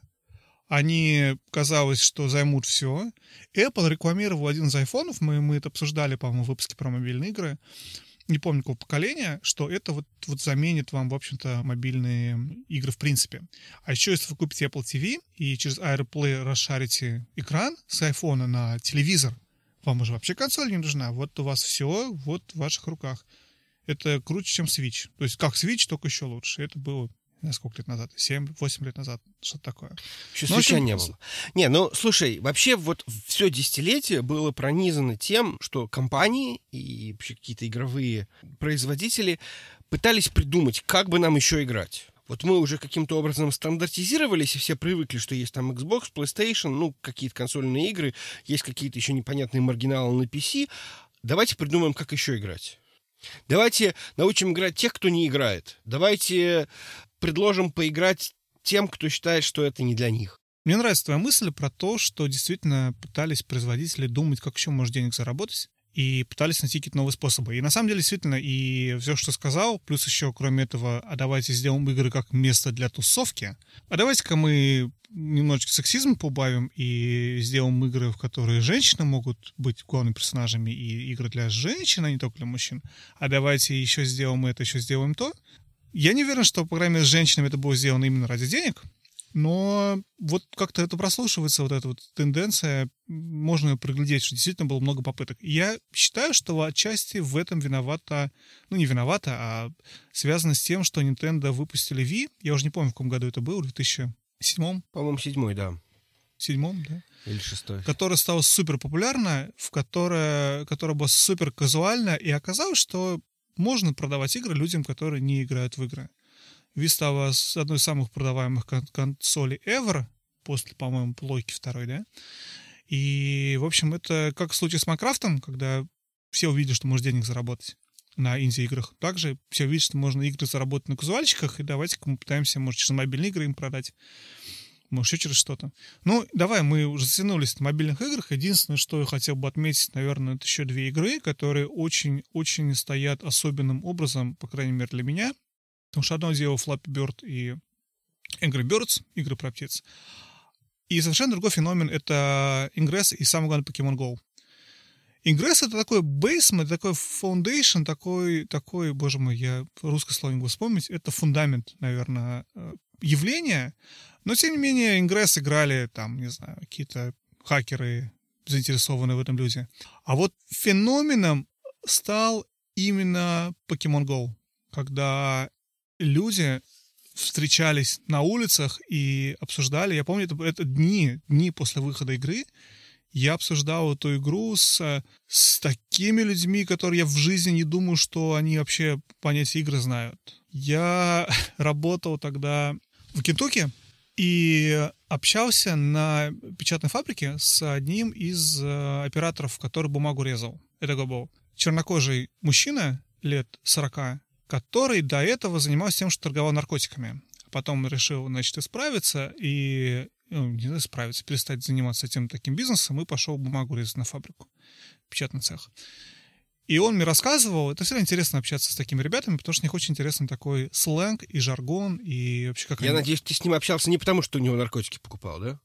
Они, казалось, что займут все. Apple рекламировал один из айфонов, мы, мы это обсуждали, по-моему, в выпуске про мобильные игры, не помню какого поколения, что это вот, вот заменит вам, в общем-то, мобильные игры в принципе. А еще, если вы купите Apple ти ви и через AirPlay расшарите экран с айфона на телевизор, вам уже вообще консоль не нужна. Вот у вас все вот в ваших руках. Это круче, чем Switch. То есть как Switch, только еще лучше. Это было... Сколько лет назад? семь-восемь лет назад. Что-то такое. Еще Switch'а не было. Не, ну, слушай, вообще вот все десятилетие было пронизано тем, что компании и вообще какие-то игровые производители пытались придумать, как бы нам еще играть. Вот мы уже каким-то образом стандартизировались, и все привыкли, что есть там Xbox, PlayStation, ну, какие-то консольные игры, есть какие-то еще непонятные маргиналы на пи си. Давайте придумаем, как еще играть. Давайте научим играть тех, кто не играет. Давайте предложим поиграть тем, кто считает, что это не для них. Мне нравится твоя мысль про то, что действительно пытались производители думать, как еще можно денег заработать, и пытались найти какие-то новые способы. И на самом деле, действительно, и все, что сказал, плюс еще, кроме этого, а давайте сделаем игры как место для тусовки, а давайте-ка мы немножечко сексизм поубавим и сделаем игры, в которые женщины могут быть главными персонажами, и игры для женщин, а не только для мужчин. А давайте еще сделаем это, еще сделаем то. Я не уверен, что, по крайней мере, с женщинами это было сделано именно ради денег, но вот как-то это прослушивается, вот эта вот тенденция, можно ее проглядеть, что действительно было много попыток. И я считаю, что отчасти в этом виновата, ну не виновата, а связано с тем, что Nintendo выпустили Wii, я уже не помню, в каком году это было, в две тысячи седьмом? По-моему, седьмой, да. Седьмом, да? Или шестой. Которая стала супер популярна, в которой, которая была супер казуальна, и оказалось, что можно продавать игры людям, которые не играют в игры. Wii стала одной из самых продаваемых кон- консолей ever, после, по-моему, плойки второй, да? И, в общем, это как в случае с Майнкрафтом, когда все увидели, что можно денег заработать на инди-играх. Также все видят, что можно игры заработать на казуальщиках, и давайте-ка мы пытаемся, может, через мобильные игры им продать. Может, еще через что-то. Ну, давай, мы уже затянулись на мобильных играх. Единственное, что я хотел бы отметить, наверное, это еще две игры, которые очень-очень стоят особенным образом, по крайней мере, для меня. Потому что одно дело Flappy Bird и Angry Birds, игры про птиц. И совершенно другой феномен — это Ingress и, самое главное, Pokemon Go. Ingress — это такой basement, такой foundation, такой, такой, боже мой, я русское слово не могу вспомнить, это фундамент, наверное, явления. Но, тем не менее, Ingress играли, там, не знаю, какие-то хакеры, заинтересованные в этом люди. А вот феноменом стал именно Pokemon Go, когда люди встречались на улицах и обсуждали. Я помню, это, это дни, дни после выхода игры. Я обсуждал эту игру с, с такими людьми, которые я в жизни не думаю, что они вообще понятие игры знают. Я работал тогда в Кентукки и общался на печатной фабрике с одним из э, операторов, который бумагу резал. Это был чернокожий мужчина лет сорока, который до этого занимался тем, что торговал наркотиками. Потом решил, значит, исправиться и, ну, не знаю, исправиться, перестать заниматься этим таким бизнесом и пошел бумагу резать на фабрику, печатный цех. И он мне рассказывал, это всегда интересно общаться с такими ребятами, потому что у них очень интересный такой сленг и жаргон, и вообще как Я они... надеюсь, ты с ним общался не потому, что у него наркотики покупал, да?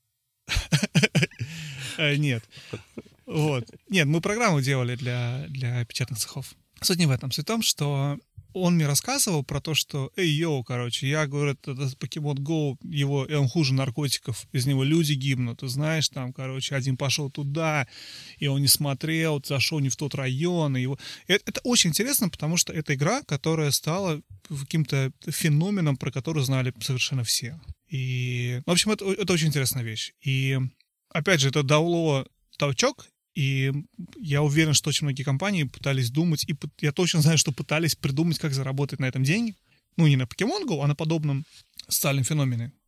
Нет. Вот. Нет, мы программу делали для, для печатных цехов. Суть не в этом. Суть в том, что он мне рассказывал про то, что эй, йоу, короче, я, говорю, этот Pokemon Go, его, он хуже наркотиков, из него люди гибнут, ты знаешь, там, короче, один пошел туда, и он не смотрел, зашел не в тот район, и его... Это, это очень интересно, потому что это игра, которая стала каким-то феноменом, про который знали совершенно все. И, в общем, это, это очень интересная вещь. И, опять же, это дало толчок. И я уверен, что очень многие компании пытались думать, и я точно знаю, что пытались придумать, как заработать на этом деньги. Ну, не на Pokemon Go, а на подобном социальном феномене.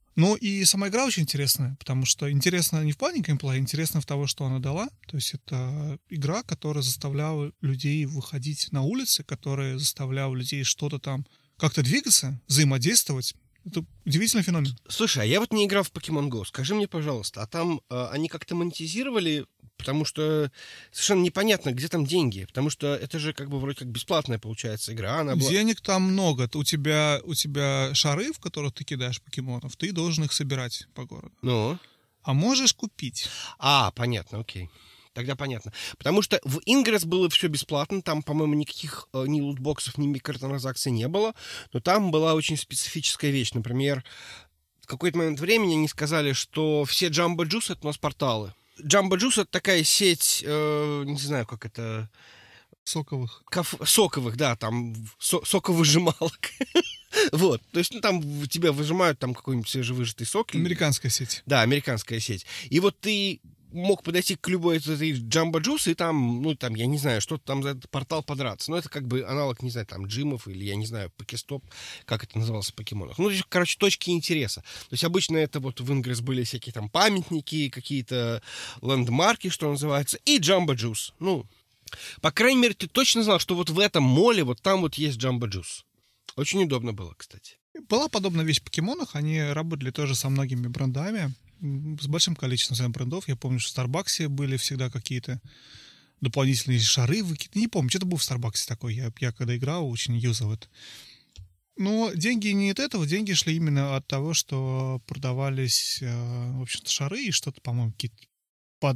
Ну и сама игра очень интересная, потому что интересно не в плане геймплея, интересно в того, что она дала. То есть это игра, которая заставляла людей выходить на улицы, которая заставляла людей что-то там как-то двигаться, взаимодействовать. Это удивительный феномен. Слушай, а я вот не играл в Pokemon Go. Скажи мне, пожалуйста, а там э, они как-то монетизировали? Потому что совершенно непонятно, где там деньги. Потому что это же как бы вроде как бесплатная, получается, игра. Она была... Денег там много. У тебя, у тебя шары, в которых ты кидаешь покемонов, ты должен их собирать по городу. Ну? А можешь купить. А, понятно, окей. Тогда понятно. Потому что в Ingress было все бесплатно, там, по-моему, никаких э, ни лутбоксов, ни микротранзакций не было, но там была очень специфическая вещь. Например, в какой-то момент времени они сказали, что все Jumbo Juice — это у нас порталы. Jumbo Juice — это такая сеть, э, не знаю, как это... Соковых. Каф... Соковых, да, там со- соковыжималок. Вот, то есть, ну, там в тебя выжимают там какой-нибудь свежевыжатый сок. Американская сеть. Да, американская сеть. И вот ты мог подойти к любой этой Jumbo Juice и там, ну, там, я не знаю, что-то там за этот портал подраться. Ну, это как бы аналог, не знаю, там, джимов или, я не знаю, покестоп, как это называлось в покемонах. Ну, короче, точки интереса. То есть обычно это вот в Ingress были всякие там памятники, какие-то лендмарки, что называется, и Jumbo Juice. Ну, по крайней мере, ты точно знал, что вот в этом моле вот там вот есть Jumbo Juice. Очень удобно было, кстати. Была подобная вещь в покемонах. Они работали тоже со многими брендами, с большим количеством брендов. Я помню, что в Старбаксе были всегда какие-то дополнительные шары выкиды. Не помню, что-то был в Старбаксе такой. Я, я когда играл, очень юзал это. Но деньги не от этого. Деньги шли именно от того, что продавались, в общем-то, шары и что-то, по-моему, какие-то под,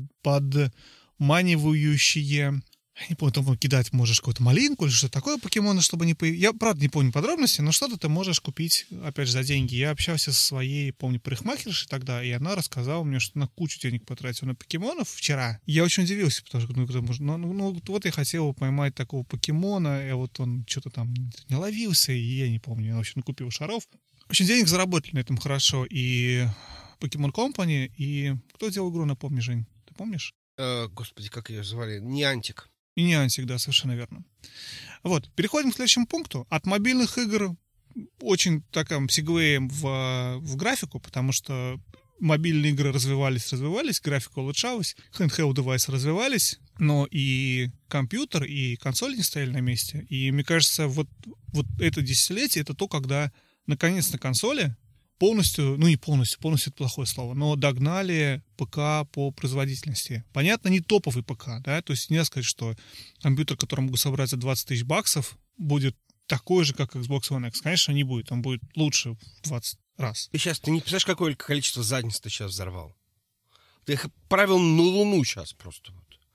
подманивающие... Я не помню, там кидать можешь какую-то малинку или что-то такое покемона, чтобы не появилось. Я, правда, не помню подробности, но что-то ты можешь купить, опять же, за деньги. Я общался со своей, помню, парикмахершей тогда, и она рассказала мне, что она кучу денег потратила на покемонов вчера. Я очень удивился, потому что, ну, ну, ну вот я хотел поймать такого покемона, и вот он что-то там не ловился, и я не помню, я, в общем, купил шаров. В общем, денег заработали на этом хорошо и Pokemon Company, и кто делал игру, напомни, Жень, ты помнишь? Э, господи, как ее звали? Niantic. И Niantic, да, совершенно верно. Вот, переходим к следующему пункту. От мобильных игр очень таким сегвеем в, в графику, потому что мобильные игры развивались, развивались, графика улучшалась, handheld девайсы развивались, но и компьютер, и консоль не стояли на месте. И мне кажется, вот, вот это десятилетие, это то, когда наконец-то консоли полностью, ну не полностью, полностью это плохое слово, но догнали ПК по производительности. Понятно, не топовый ПК, да, то есть нельзя сказать, что компьютер, который могу собрать за двадцать тысяч баксов, будет такой же, как Xbox One X. Конечно, не будет, он будет лучше в двадцать раз. Ты сейчас, ты не представляешь, какое количество задниц ты сейчас взорвал? Ты их отправил на Луну сейчас просто.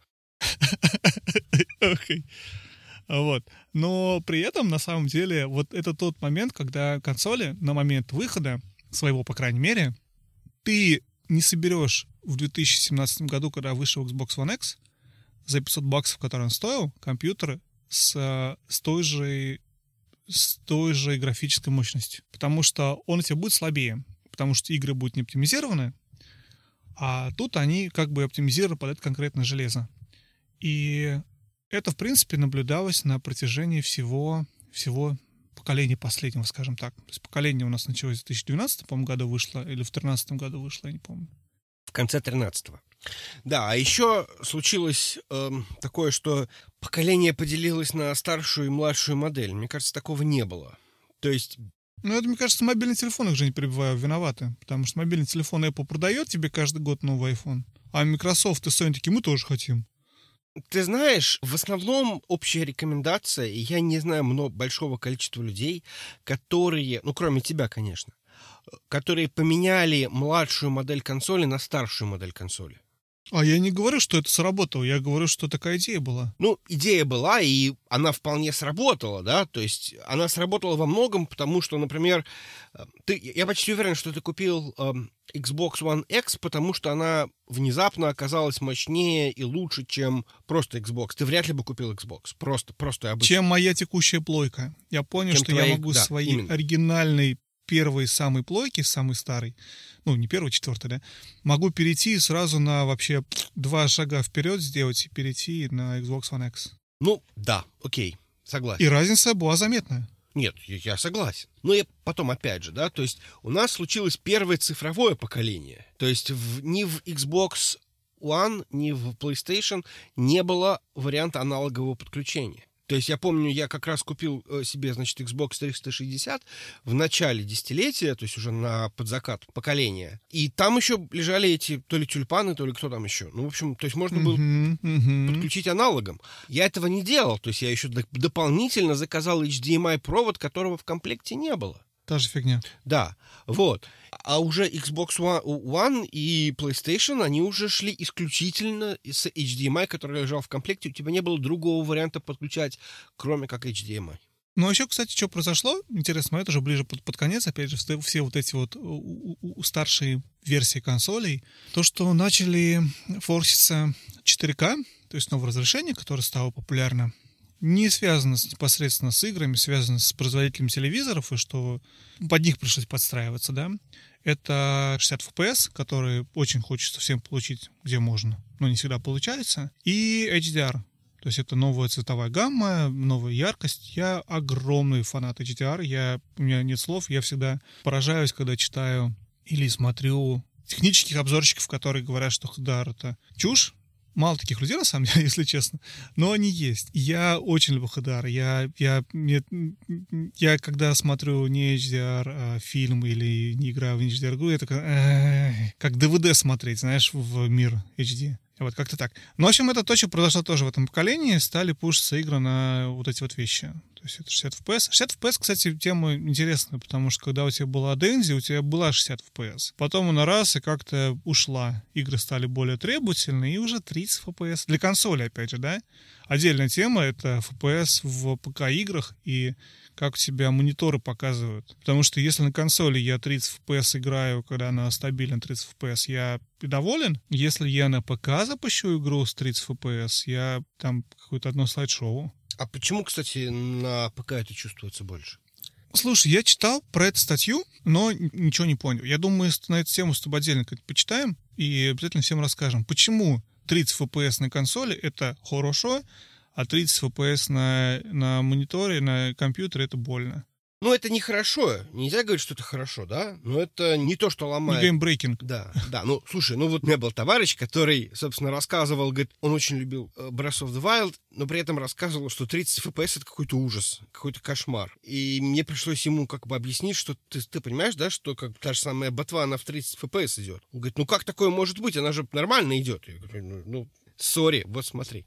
Окей. Вот. Но при этом, на самом деле, вот это тот момент, когда консоли на момент выхода своего, по крайней мере, ты не соберешь в две тысячи семнадцатом году, когда вышел Xbox One X, за пятьсот баксов, который он стоил, компьютер с, с, той же, с той же графической мощностью. Потому что он у тебя будет слабее, потому что игры будут не оптимизированы, а тут они как бы оптимизированы под это конкретное железо. И это, в принципе, наблюдалось на протяжении всего, всего поколения последнего, скажем так. То есть поколение у нас началось в две тысячи двенадцатом, по-моему, году вышло, или в две тысячи тринадцатом году вышло, я не помню. В конце тринадцатого. Да, а еще случилось э, такое, что поколение поделилось на старшую и младшую модель. Мне кажется, такого не было. То есть... Ну, это, мне кажется, мобильный телефон, их же не перебиваю, виноваты. Потому что мобильный телефон Apple продает тебе каждый год новый iPhone, а Microsoft и Sony такие, мы тоже хотим. Ты знаешь, в основном общая рекомендация, и я не знаю много, большого количества людей, которые, ну, кроме тебя, конечно, которые поменяли младшую модель консоли на старшую модель консоли. А я не говорю, что это сработало, я говорю, что такая идея была. Ну, идея была, и она вполне сработала, да, то есть она сработала во многом, потому что, например, ты, я почти уверен, что ты купил э, Xbox One X, потому что она внезапно оказалась мощнее и лучше, чем просто Xbox. Ты вряд ли бы купил Xbox, просто, просто обычно. Чем моя текущая плойка. Я понял, чем что твои... я могу да, своей именно. оригинальной первой самой плойки, самой старой, ну, не первой, четвертой, да, могу перейти сразу на вообще два шага вперед сделать и перейти на Xbox One X. Ну, да, окей, согласен. И разница была заметная. Нет, я, я согласен. Но я потом опять же, да, то есть у нас случилось первое цифровое поколение. То есть в, ни в Xbox One, ни в PlayStation не было варианта аналогового подключения. То есть я помню, я как раз купил себе, значит, Xbox триста шестьдесят в начале десятилетия, то есть уже на подзакат поколения. И там еще лежали эти то ли тюльпаны, то ли кто там еще. Ну, в общем, то есть можно было uh-huh, uh-huh. подключить аналогом. Я этого не делал. То есть я еще дополнительно заказал эйч ди эм ай-провод, которого в комплекте не было. Та же фигня. Да, вот. А уже Xbox One и PlayStation, они уже шли исключительно с эйч ди эм ай, который лежал в комплекте. У тебя не было другого варианта подключать, кроме как эйч ди эм ай. Ну, а еще, кстати, что произошло, интересно, это же ближе под, под конец, опять же, все вот эти вот у, у, у старшие версии консолей, то, что начали форситься четыре ка, то есть новое разрешение, которое стало популярно, не связано с, непосредственно с играми, связано с производителем телевизоров, и что под них пришлось подстраиваться, да, это шестьдесят эф пи эс, которые очень хочется всем получить, где можно, но не всегда получается, и эйч ди ар. То есть это новая цветовая гамма, новая яркость. Я огромный фанат эйч ди ар, я, у меня нет слов, я всегда поражаюсь, когда читаю или смотрю технических обзорщиков, которые говорят, что эйч ди ар — это чушь. Мало таких людей, на самом деле, если честно, но они есть. Я очень люблю эйч ди ар. Я, я, я, я когда смотрю не эйч ди ар, а фильм или не играю в эйч ди ар-игру, я такой, как ди ви ди смотреть, знаешь, в мир эйч ди. Вот как-то так. Ну, в общем, это то, что произошло тоже в этом поколении. Стали пушиться игры на вот эти вот вещи. То есть это шестьдесят эф пи эс. шестьдесят эф пи эс, кстати, тема интересная, потому что когда у тебя была Дензи, у тебя была шестьдесят эф пи эс. Потом она раз и как-то ушла. Игры стали более требовательные, и уже тридцать эф пи эс. Для консоли, опять же, да? Отдельная тема — это эф пи эс в ПК-играх и как у тебя мониторы показывают. Потому что если на консоли я тридцать эф пи эс играю, когда она стабильна тридцать эф пи эс, я доволен. Если я на ПК запущу игру с тридцать эф пи эс, я там какое-то одно слайд-шоу. А почему, кстати, на ПК это чувствуется больше? Слушай, я читал про эту статью, но ничего не понял. Я думаю, на эту тему с тобой отдельно как-то почитаем и обязательно всем расскажем, почему тридцать эф пи эс на консоли — это хорошо, а тридцать эф пи эс на, на мониторе, на компьютере — это больно. Ну, это нехорошо. Нельзя говорить, что это хорошо, да? Но это не то, что ломает... Не геймбрейкинг. Да, да. Ну, слушай, ну вот у меня был товарищ, который, собственно, рассказывал, говорит, он очень любил Breath of the Wild, но при этом рассказывал, что тридцать эф пи эс — это какой-то ужас, какой-то кошмар. И мне пришлось ему как бы объяснить, что ты, ты понимаешь, да, что как та же самая ботва, она в тридцать эф пи эс идет. Он говорит, ну как такое может быть? Она же нормально идет. Я говорю, ну, ну сори, вот смотри.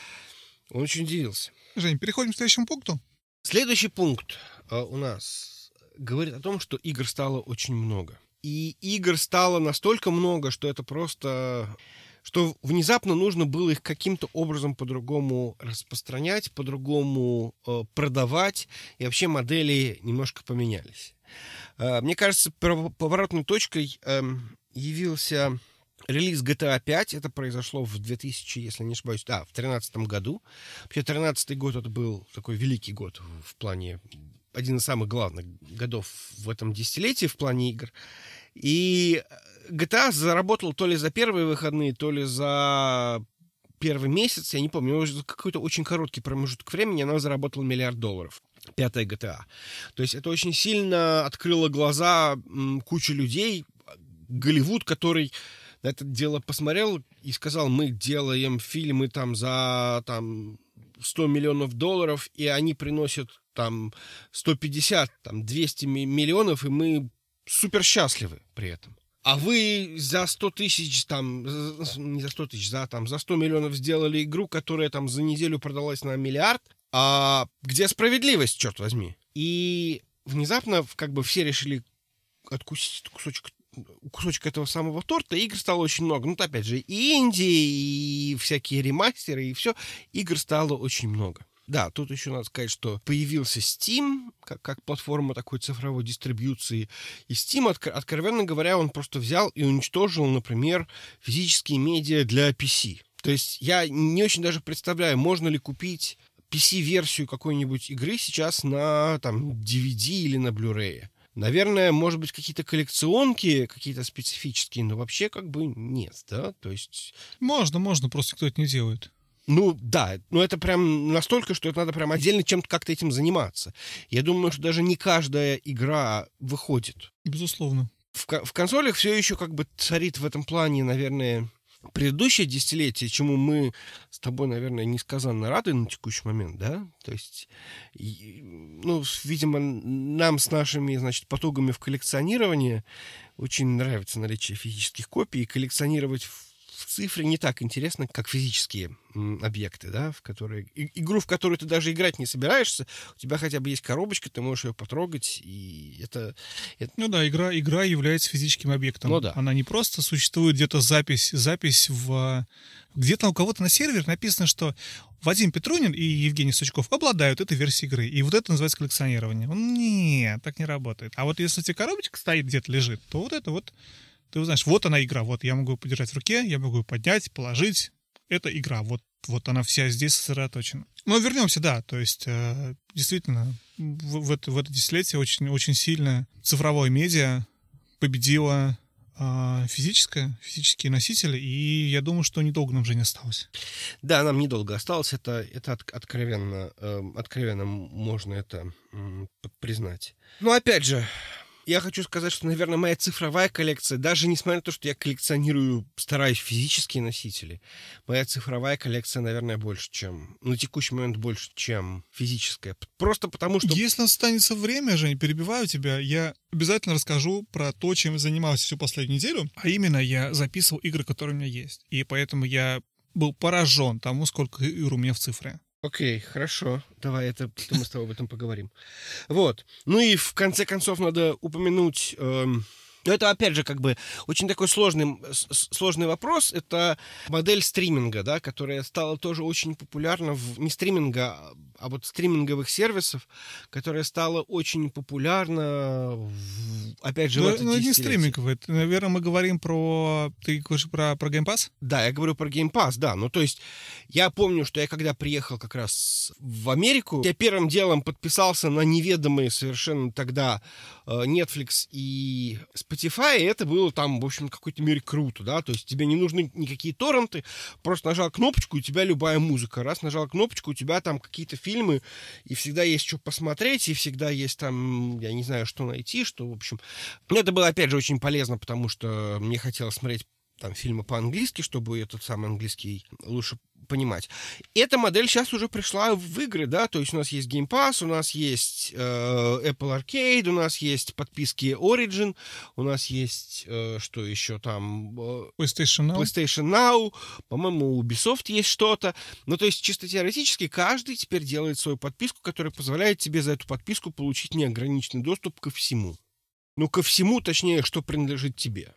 Он очень удивился. Жень, переходим к следующему пункту. Следующий пункт uh, у нас говорит о том, что игр стало очень много. И игр стало настолько много, что это просто... что внезапно нужно было их каким-то образом по-другому распространять, по-другому uh, продавать, и вообще модели немножко поменялись. Uh, мне кажется, поворотной точкой uh, явился... релиз джи ти эй пять, это произошло в две тысячи, если не ошибаюсь, да, в тринадцатом году. Вообще, тринадцатый год это был такой великий год в плане, один из самых главных годов в этом десятилетии в плане игр. И джи ти эй заработал то ли за первые выходные, то ли за первый месяц, я не помню, за какой-то очень короткий промежуток времени она заработала миллиард долларов. Пятая джи ти эй. То есть это очень сильно открыло глаза м, куче людей. Голливуд, который на это дело посмотрел и сказал, мы делаем фильмы там за там, сто миллионов долларов, и они приносят там сто пятьдесят, там, двести миллионов, и мы супер счастливы при этом. А вы за сто тысяч, там, не за сто тысяч, за, там, за сто миллионов сделали игру, которая там за неделю продалась на миллиард, а где справедливость, черт возьми? И внезапно как бы все решили откусить кусочек кусочек этого самого торта, игр стало очень много. Ну, опять же, и инди, и всякие ремастеры, и все. Игр стало очень много. Да, тут еще надо сказать, что появился Steam, как, как платформа такой цифровой дистрибьюции. И Steam, отк- откровенно говоря, он просто взял и уничтожил, например, физические медиа для пи си. То есть я не очень даже представляю, можно ли купить пи си-версию какой-нибудь игры сейчас на там, ди ви ди или на Blu-ray. Наверное, может быть, какие-то коллекционки, какие-то специфические, но вообще как бы нет, да, то есть... Можно, можно, просто кто это не делает. Ну, да, но это прям настолько, что это надо прям отдельно чем-то как-то этим заниматься. Я думаю, что даже не каждая игра выходит. Безусловно. В, в консолях все еще как бы царит в этом плане, наверное, предыдущее десятилетие, чему мы с тобой, наверное, несказанно рады на текущий момент, да? То есть, и, ну, видимо, нам с нашими, значит, потугами в коллекционировании очень нравится наличие физических копий, и коллекционировать в в цифре не так интересно, как физические м, объекты, да, в которые, и, игру, в которую ты даже играть не собираешься, у тебя хотя бы есть коробочка, ты можешь ее потрогать, и это... это... Ну да, игра, игра является физическим объектом. Ну да. Она не просто существует где-то запись, запись в... Где-то у кого-то на сервере написано, что Вадим Петрунин и Евгений Сучков обладают этой версией игры, и вот это называется коллекционирование. Нет, так не работает. А вот если у тебя коробочка стоит, где-то лежит, то вот это вот... Ты знаешь, вот она игра, вот я могу подержать в руке, я могу ее поднять, положить. Это игра, вот, вот она вся здесь сосредоточена. Но вернемся, да, то есть э, действительно в, в, это, в это десятилетие очень, очень сильно цифровое медиа победило э, физическое, физические носители, и я думаю, что недолго нам уже не осталось. Да, нам недолго осталось, это, это от, откровенно, э, откровенно можно это э, признать. Но опять же, я хочу сказать, что, наверное, моя цифровая коллекция, даже несмотря на то, что я коллекционирую, стараюсь физические носители, моя цифровая коллекция, наверное, больше, чем... На текущий момент больше, чем физическая. Просто потому, что... Если останется время, Жень, перебиваю тебя, я обязательно расскажу про то, чем я занимался всю последнюю неделю. А именно, я записывал игры, которые у меня есть. И поэтому я был поражен тому, сколько игр у меня в цифре. Окей, хорошо. Давай, это мы с тобой об этом поговорим. Вот. Ну и в конце концов надо упомянуть... Эм, ну это, опять же, как бы очень такой сложный, сложный вопрос. Это модель стриминга, да, которая стала тоже очень популярна, в, не стриминга, а вот стриминговых сервисов, которая стала очень популярна, в, опять же, да, в это ну, не десятилетие. стриминговый. Наверное, мы говорим про... Ты говоришь про, про Game Pass? Да, я говорю про Game Pass, да. Ну, то есть, я помню, что я когда приехал как раз в Америку, я первым делом подписался на неведомые совершенно тогда Netflix и Spotify, и это было там, в общем, в какой-то мере круто, да, то есть тебе не нужны никакие торренты, просто нажал кнопочку, и у тебя любая музыка, раз нажал кнопочку, у тебя там какие-то фильмы, и всегда есть что посмотреть, и всегда есть там, я не знаю, что найти, что, в общем... Но это было, опять же, очень полезно, потому что мне хотелось смотреть там фильмы по-английски, чтобы этот самый английский лучше понимать. Эта модель сейчас уже пришла в игры, да, то есть у нас есть Game Pass, у нас есть э, Apple Arcade, у нас есть подписки Origin, у нас есть, э, что еще там? Э, PlayStation Now. PlayStation Now, по-моему, у Ubisoft есть что-то. Ну, то есть, чисто теоретически, каждый теперь делает свою подписку, которая позволяет тебе за эту подписку получить неограниченный доступ ко всему. Ну, ко всему, точнее, что принадлежит тебе.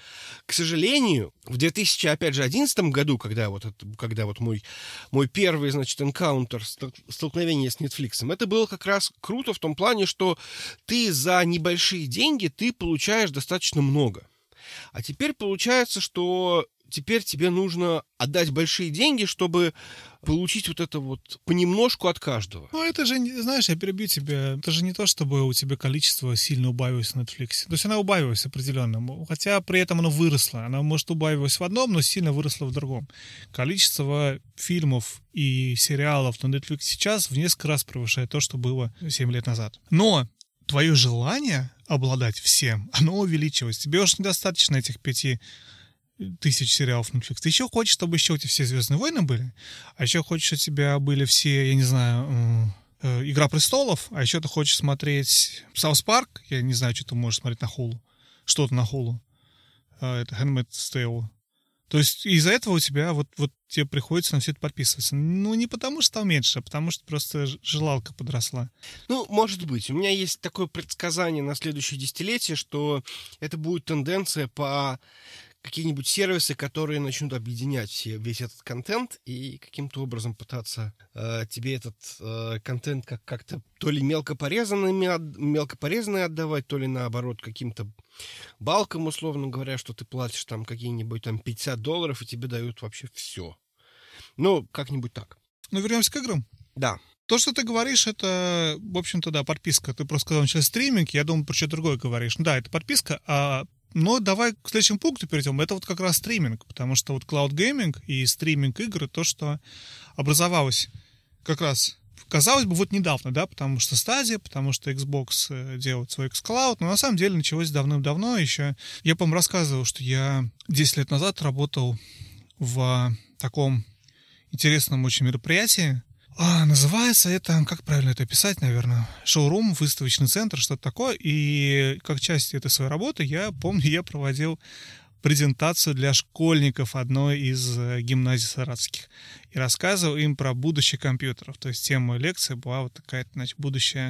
К сожалению, в две тысячи одиннадцатом году, когда вот, это, когда вот мой, мой первый, значит, энкаунтер, столкновение с Netflix, это было как раз круто в том плане, что ты за небольшие деньги ты получаешь достаточно много. А теперь получается, что теперь тебе нужно отдать большие деньги, чтобы получить вот это вот понемножку от каждого. Ну, это же, знаешь, я перебью тебя, это же не то, чтобы у тебя количество сильно убавилось на Netflix. То есть она убавилась определенно, хотя при этом оно выросло. Она, может, убавилась в одном, но сильно выросла в другом. Количество фильмов и сериалов на Netflix сейчас в несколько раз превышает то, что было семь лет назад. Но твое желание обладать всем, оно увеличилось. Тебе уж недостаточно этих пяти тысяч сериалов Netflix. Ты еще хочешь, чтобы еще у тебя все «Звездные войны» были, а еще хочешь, чтобы у тебя были все, я не знаю, э, э, «Игра престолов», а еще ты хочешь смотреть «Саус Парк», я не знаю, что ты можешь смотреть на Hulu, что-то на Hulu, э, это «Handmaid's Tale». То есть из-за этого у тебя вот, вот тебе приходится на все это подписываться. Ну, не потому что там меньше, а потому что просто желалка подросла. Ну, может быть. У меня есть такое предсказание на следующее десятилетие, что это будет тенденция по какие-нибудь сервисы, которые начнут объединять все, весь этот контент и каким-то образом пытаться э, тебе этот э, контент как- как-то то ли мелко порезанными, от- мелко порезанный отдавать, то ли наоборот каким-то балкам, условно говоря, что ты платишь там какие-нибудь там пятьдесят долларов, и тебе дают вообще все. Ну, как-нибудь так. Ну, вернемся к играм. Да. То, что ты говоришь, это, в общем-то, да, подписка. Ты просто сказал, начали стриминг, я думаю, про что другое говоришь. Да, это подписка, а Но давай к следующему пункту перейдем. Это вот как раз стриминг, потому что вот Cloud Gaming и стриминг игр, то, что образовалось как раз, казалось бы, вот недавно, да, потому что Stadia, потому что Xbox делает свой xCloud, но на самом деле началось давным-давно еще. Я, по-моему, рассказывал, что я десять лет назад работал в таком интересном очень мероприятии. А, называется это, как правильно это описать, наверное, шоурум, выставочный центр, что-то такое. И как часть этой своей работы, я помню, я проводил презентацию для школьников одной из гимназий саратовских и рассказывал им про будущее компьютеров. То есть тема лекции была вот такая, значит, будущее,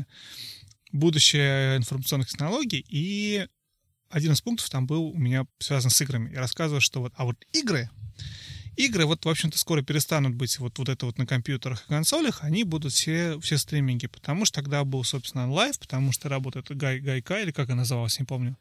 будущее информационных технологий. И один из пунктов там был у меня связан с играми. Я рассказывал, что вот, а вот игры... Игры, вот, в общем-то, скоро перестанут быть вот, вот это вот на компьютерах и консолях, они будут все, все стриминги, потому что тогда был, собственно, лайв, потому что работает Гай, Гайка, или как она называлась, не помню.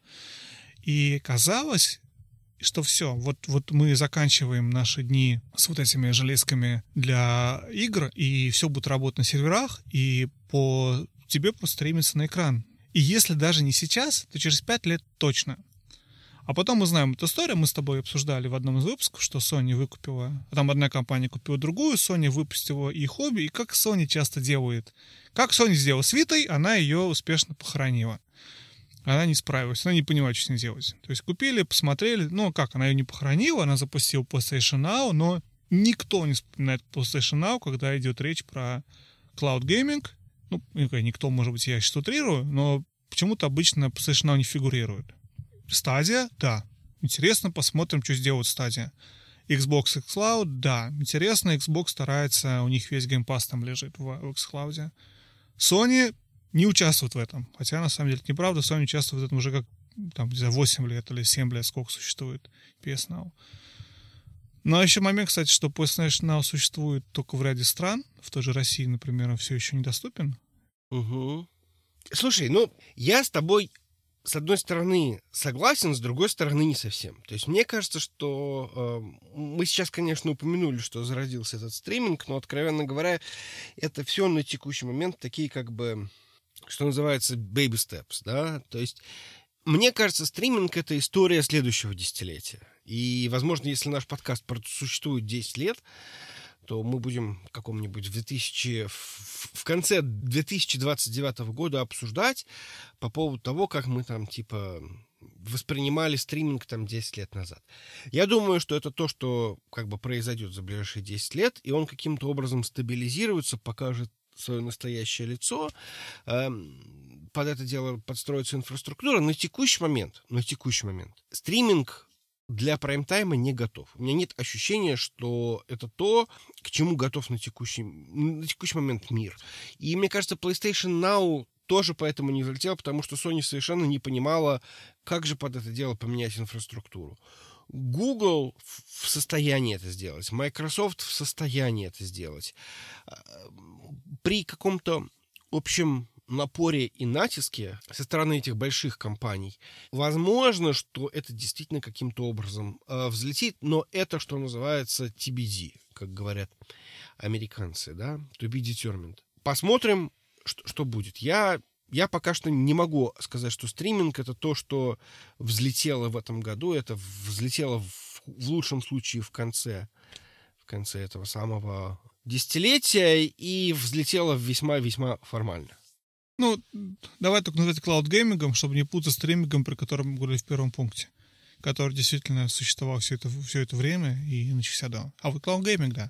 И казалось, что все, вот, вот мы заканчиваем наши дни с вот этими железками для игр, и все будет работать на серверах, и по тебе просто стримится на экран. И если даже не сейчас, то через пять лет точно. А потом мы знаем эту историю, мы с тобой обсуждали в одном из выпусков, что Sony выкупила, там одна компания купила другую, Sony выпустила и хобби, и как Sony часто делает. Как Sony сделала с Витой, она ее успешно похоронила. Она не справилась, она не понимает, что с ней делать. То есть купили, посмотрели, ну как, она ее не похоронила, она запустила PlayStation Now, но никто не вспоминает PlayStation Now, когда идет речь про Cloud Gaming. Ну, никто, может быть, я сейчас утрирую, но почему-то обычно PlayStation Now не фигурирует. Stadia, да. Интересно, посмотрим, что сделает Stadia. Xbox xCloud, да. Интересно, Xbox старается, у них весь Game Pass там лежит в xCloud. Sony не участвует в этом. Хотя, на самом деле, это неправда. Sony участвует в этом уже как, там, не знаю, восемь лет или семь лет, сколько существует пи эс Now. Но еще момент, кстати, что PlayStation Now существует только в ряде стран. В той же России, например, он все еще недоступен. Угу. Слушай, ну, я с тобой... с одной стороны, согласен, с другой стороны, не совсем. То есть мне кажется, что э, мы сейчас, конечно, упомянули, что зародился этот стриминг, но, откровенно говоря, это все на текущий момент такие, как бы, что называется, baby steps, да? То есть мне кажется, стриминг — это история следующего десятилетия. И, возможно, если наш подкаст существует десять лет, то мы будем в каком-нибудь в, двухтысячном, в конце две тысячи двадцать девятого года обсуждать по поводу того, как мы там, типа, воспринимали стриминг там десять лет назад. Я думаю, что это то, что как бы произойдет за ближайшие десять лет, и он каким-то образом стабилизируется, покажет свое настоящее лицо, э, под это дело подстроится инфраструктура. На текущий момент, на текущий момент стриминг для прайм-тайма не готов. У меня нет ощущения, что это то, к чему готов на текущий, на текущий момент мир. И мне кажется, PlayStation Now тоже поэтому не взлетел, потому что Sony совершенно не понимала, как же под это дело поменять инфраструктуру. Google в состоянии это сделать, Microsoft в состоянии это сделать. При каком-то общем напоре и натиске со стороны этих больших компаний, возможно, что это действительно каким-то образом э, взлетит, но это, что называется, ти би ди, как говорят американцы, да, to be determined. Посмотрим, что, что будет. Я, я пока что не могу сказать, что стриминг — это то, что взлетело в этом году, это взлетело в, в лучшем случае в конце, в конце этого самого десятилетия и взлетело весьма-весьма формально. Ну, давай только назвать клауд-геймингом, чтобы не путать с стримингом, про который мы говорили в первом пункте, который действительно существовал все это, все это время и начался давно. А вот клауд-гейминг, да.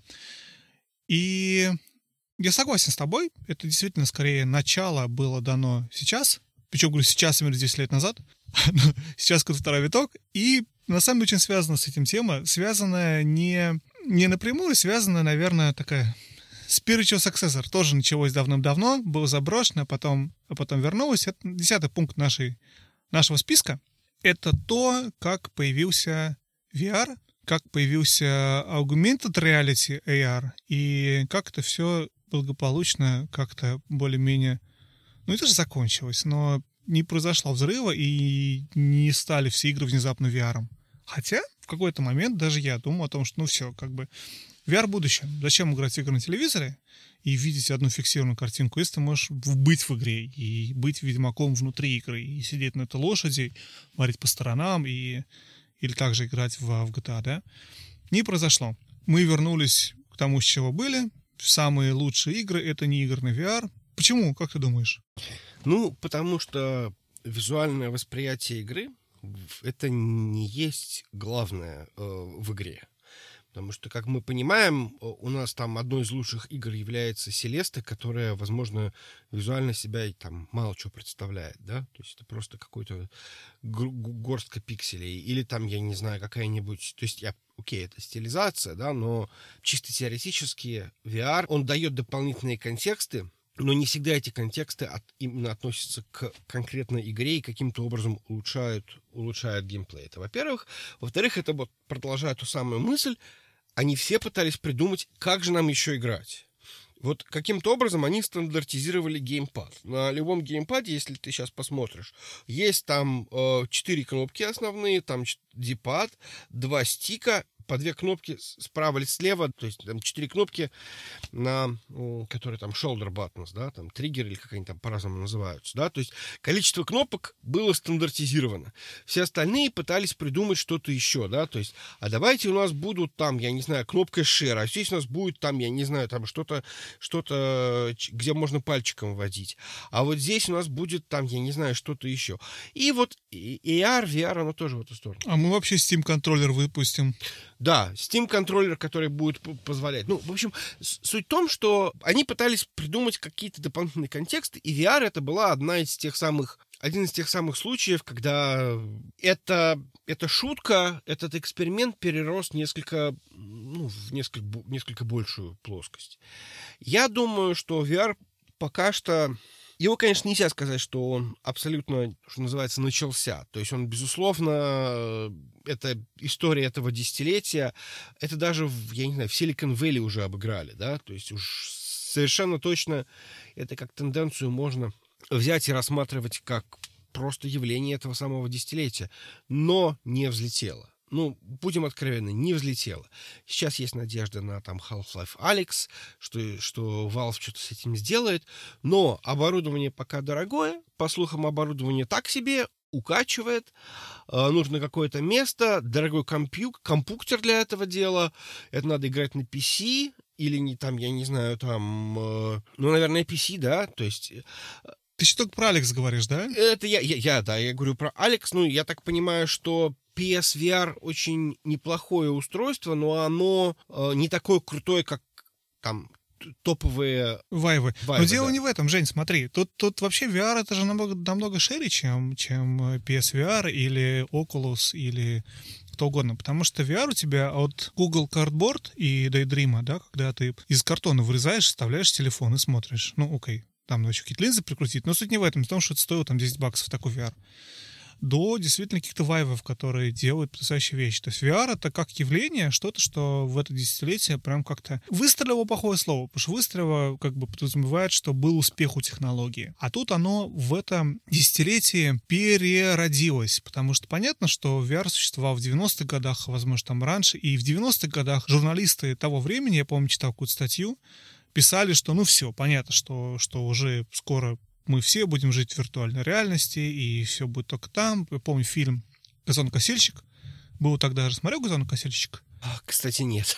И я согласен с тобой, это действительно скорее начало было дано сейчас, причем, говорю, сейчас, именно десять лет назад, сейчас какой-то второй виток, и на самом деле очень связана с этим тема, связанная не, не напрямую, связанная, наверное, такая... Spiritual Successor тоже началось давным-давно, было заброшено, а потом, а потом вернулось. Это десятый пункт нашей, нашего списка. Это то, как появился ви ар, как появился Augmented Reality эй ар, и как это все благополучно как-то более-менее... Ну, это же закончилось, но не произошло взрыва, и не стали все игры внезапно ви ар. Хотя в какой-то момент даже я думал о том, что ну все, как бы ви ар будущее. Зачем играть в игры на телевизоре и видеть одну фиксированную картинку, если ты можешь быть в игре и быть ведьмаком внутри игры, и сидеть на этой лошади, смотреть по сторонам, и... или также играть в, в джи ти эй, да? Не произошло. Мы вернулись к тому, с чего были. Самые лучшие игры — это не игры на ви ар. Почему? Как ты думаешь? Ну, потому что визуальное восприятие игры — это не есть главное э, в игре. Потому что, как мы понимаем, у нас там одной из лучших игр является Селеста, которая, возможно, визуально себя там мало чего представляет, да? То есть это просто какой-то горстка пикселей. Или там, я не знаю, какая-нибудь... То есть я... Окей, это стилизация, да, но чисто теоретически ви ар, он дает дополнительные контексты, но не всегда эти контексты от, именно относятся к конкретной игре и каким-то образом улучшают, улучшают геймплей. Это, во-первых. Во-вторых, это вот продолжает ту самую мысль. Они все пытались придумать, как же нам еще играть. Вот каким-то образом они стандартизировали геймпад. На любом геймпаде, если ты сейчас посмотришь, есть там четыре э, кнопки основные, там D-пад, два стика, по две кнопки справа или слева, то есть там четыре кнопки, на, которые там shoulder buttons, да, там триггер или как они там по-разному называются, да, то есть количество кнопок было стандартизировано. Все остальные пытались придумать что-то еще, да, то есть, а давайте у нас будут там, я не знаю, кнопка share, а здесь у нас будет там, я не знаю, там что-то, что-то, где можно пальчиком водить, а вот здесь у нас будет там, я не знаю, что-то еще. И вот эй ар, ви ар, оно тоже в эту сторону. А мы вообще Steam контроллер выпустим. Да, Steam контроллер, который будет позволять. Ну, в общем, суть в том, что они пытались придумать какие-то дополнительные контексты, и ви ар это была одна из тех самых, один из тех самых случаев, когда это, эта шутка, этот эксперимент перерос несколько, ну, в несколько, несколько большую плоскость. Я думаю, что ви ар пока что... Его, конечно, нельзя сказать, что он абсолютно, что называется, начался. То есть он, безусловно, это история этого десятилетия. Это даже, в, я не знаю, в Silicon Valley уже обыграли, да. То есть уж совершенно точно это как тенденцию можно взять и рассматривать как просто явление этого самого десятилетия. Но не взлетело. Ну, будем откровенны, не взлетело. Сейчас есть надежда на там Half-Life Alyx, что, что Valve что-то с этим сделает, но оборудование пока дорогое, по слухам, оборудование так себе, укачивает, э, нужно какое-то место, дорогой компью, компьютер для этого дела, это надо играть на пи си, или не там, я не знаю, там, э, ну, наверное, пи си, да, то есть... Ты еще только про Алекс говоришь, да? Это я, я, я, да, я говорю про Алекс, ну, я так понимаю, что пи эс ви ар очень неплохое устройство, но оно э, не такое крутое, как там топовые Вайвы. Вайвы, Но дело да. не в этом, Жень, смотри. Тут, тут вообще ви ар это же намного, намного шире, чем, чем пи эс ви ар или Oculus или кто угодно. Потому что ви ар у тебя от Google Cardboard и Daydream, да, когда ты из картона вырезаешь, вставляешь телефон и смотришь. Ну, окей. Там еще какие-то линзы прикрутить. Но суть не в этом, в том, что это стоило там десять баксов такой ви ар. До действительно каких-то вайвов, которые делают потрясающие вещи. То есть ви ар — это как явление, что-то, что в это десятилетие прям как-то выстрелило, плохое слово, потому что выстрелило как бы подразумевает, что был успех у технологии. А тут оно в этом десятилетии переродилось, потому что понятно, что ви ар существовал в девяностых годах, возможно, там раньше, и в девяностых годах журналисты того времени, я помню, читал какую-то статью, писали, что ну все, понятно, что, что уже скоро мы все будем жить в виртуальной реальности, и все будет только там. Я помню фильм «Газонокосильщик». Был тогда же, смотрел «Газонокосильщик»? Кстати, нет.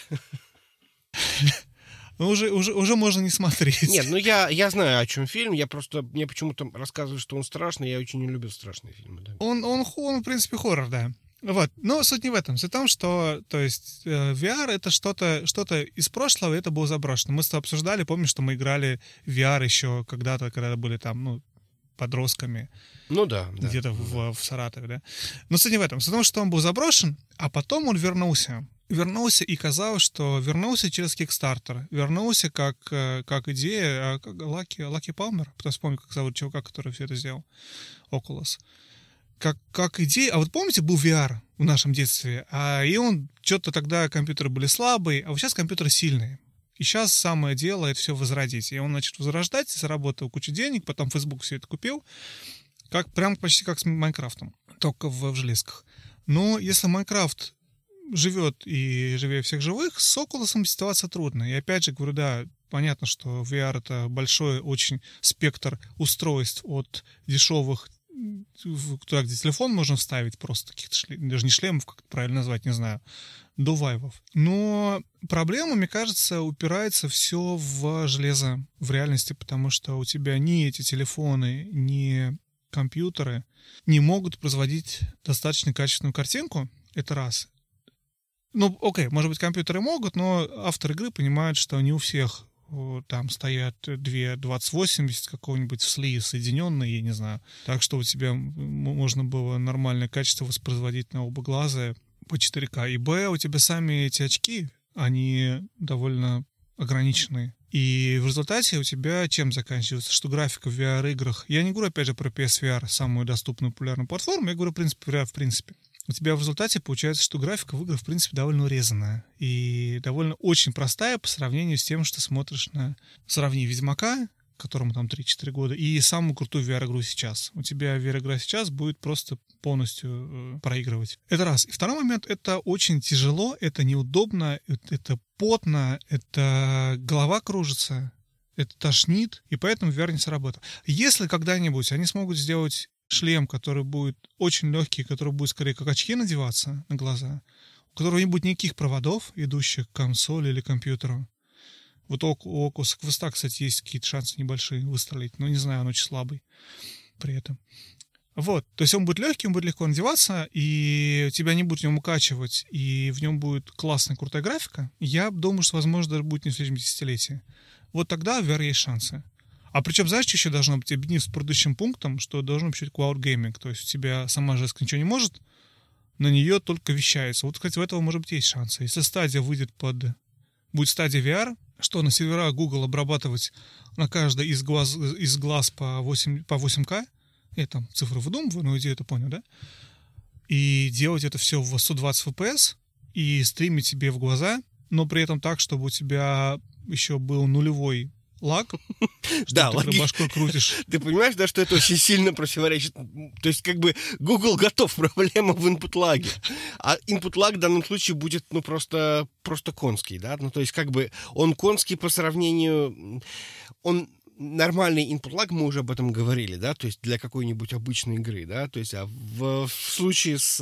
Ну, уже, уже, уже можно не смотреть. Нет, ну я, я знаю, о чем фильм. Я просто, мне почему-то рассказывали, что он страшный. Я очень не любил страшные фильмы. Да. Он, он, он, в принципе, хоррор, да. Вот. Но суть не в этом. Суть в том, что то есть, ви ар — это что-то, что-то из прошлого, и это было заброшено. Мы с тобой обсуждали, помнишь, что мы играли в ви ар еще когда-то, когда были там, ну, подростками. Ну да. да где-то да. В, в Саратове, да. Но суть не в этом. Суть в том, что он был заброшен, а потом он вернулся. Вернулся, и казалось, что вернулся через Kickstarter. Вернулся как, как идея, как Лаки, Лаки Палмер, потому что помню, как зовут чувака, который все это сделал. Oculus. Как, как идея. А вот помните, был ви ар в нашем детстве, а, и он, что-то тогда компьютеры были слабые, а вот сейчас компьютеры сильные. И сейчас самое дело это все возродить. И он начал возрождать, заработал кучу денег, потом Facebook все это купил, как, прям почти как с Майнкрафтом, только в, в железках. Но если Майнкрафт живет и живее всех живых, с Oculus'ом ситуация трудная. И опять же говорю, да, понятно, что ви ар — это большой очень спектр устройств от дешевых, туда, где телефон можно вставить, просто каких-то шлем, даже не шлемов, как это правильно назвать, не знаю, до вайвов. Но проблема, мне кажется, упирается все в железо в реальности, потому что у тебя ни эти телефоны, ни компьютеры не могут производить достаточно качественную картинку. Это раз. Ну, окей, может быть, компьютеры могут, но автор игры понимает, что не у всех там стоят две двадцать восемьдесят какого-нибудь в слие соединенные, я не знаю. Так что у тебя можно было нормальное качество воспроизводить на оба глаза по четыре ка. И б, у тебя сами эти очки, они довольно ограниченные. И в результате у тебя чем заканчивается? Что графика в ви ар-играх... Я не говорю, опять же, про пи эс ви ар, самую доступную популярную платформу, я говорю, в принципе, ви ар в принципе. У тебя в результате получается, что графика в играх, в принципе, довольно урезанная. И довольно очень простая по сравнению с тем, что смотришь на... Сравни Ведьмака, которому там три-четыре года, и самую крутую ви ар-игру сейчас. У тебя ви ар-игра сейчас будет просто полностью э, проигрывать. Это раз. И второй момент, это очень тяжело, это неудобно, это потно, это голова кружится, это тошнит, и поэтому ви ар не сработал. Если когда-нибудь они смогут сделать шлем, который будет очень легкий, который будет скорее как очки надеваться на глаза, у которого не будет никаких проводов, идущих к консоли или компьютеру. Вот у Oculus Quest, кстати, есть какие-то шансы небольшие выстрелить, но не знаю, он очень слабый при этом. Вот, то есть он будет легкий, он будет легко надеваться, и тебя не будет в нем укачивать, и в нем будет классная, крутая графика. Я думаю, что, возможно, даже будет не в следующем десятилетии. Вот тогда в ви ар есть шансы. А причем, знаешь, что еще должно быть объединить с предыдущим пунктом, что должно быть cloud gaming, то есть у тебя сама железка ничего не может, на нее только вещается. Вот, кстати, у этого, может быть, есть шансы. Если стадия выйдет под... Будет стадия ви ар, что на серверах Google обрабатывать на каждый из глаз, из глаз по, восемь, по восемь ка, я там цифры выдумываю, но идею ты понял, да? И делать это все в сто двадцать эф пи эс и стримить себе в глаза, но при этом так, чтобы у тебя еще был нулевой лаг, да, ты логи... башкой крутишь. Ты понимаешь, да, что это очень сильно противоречит. То есть, как бы, Google готов, проблема в input-лаге. А input-лаг в данном случае будет, ну, просто, просто конский, да? Ну, то есть, как бы, он конский по сравнению... Он... Нормальный input-lag, мы уже об этом говорили, да, то есть для какой-нибудь обычной игры, да, то есть а в, в случае с,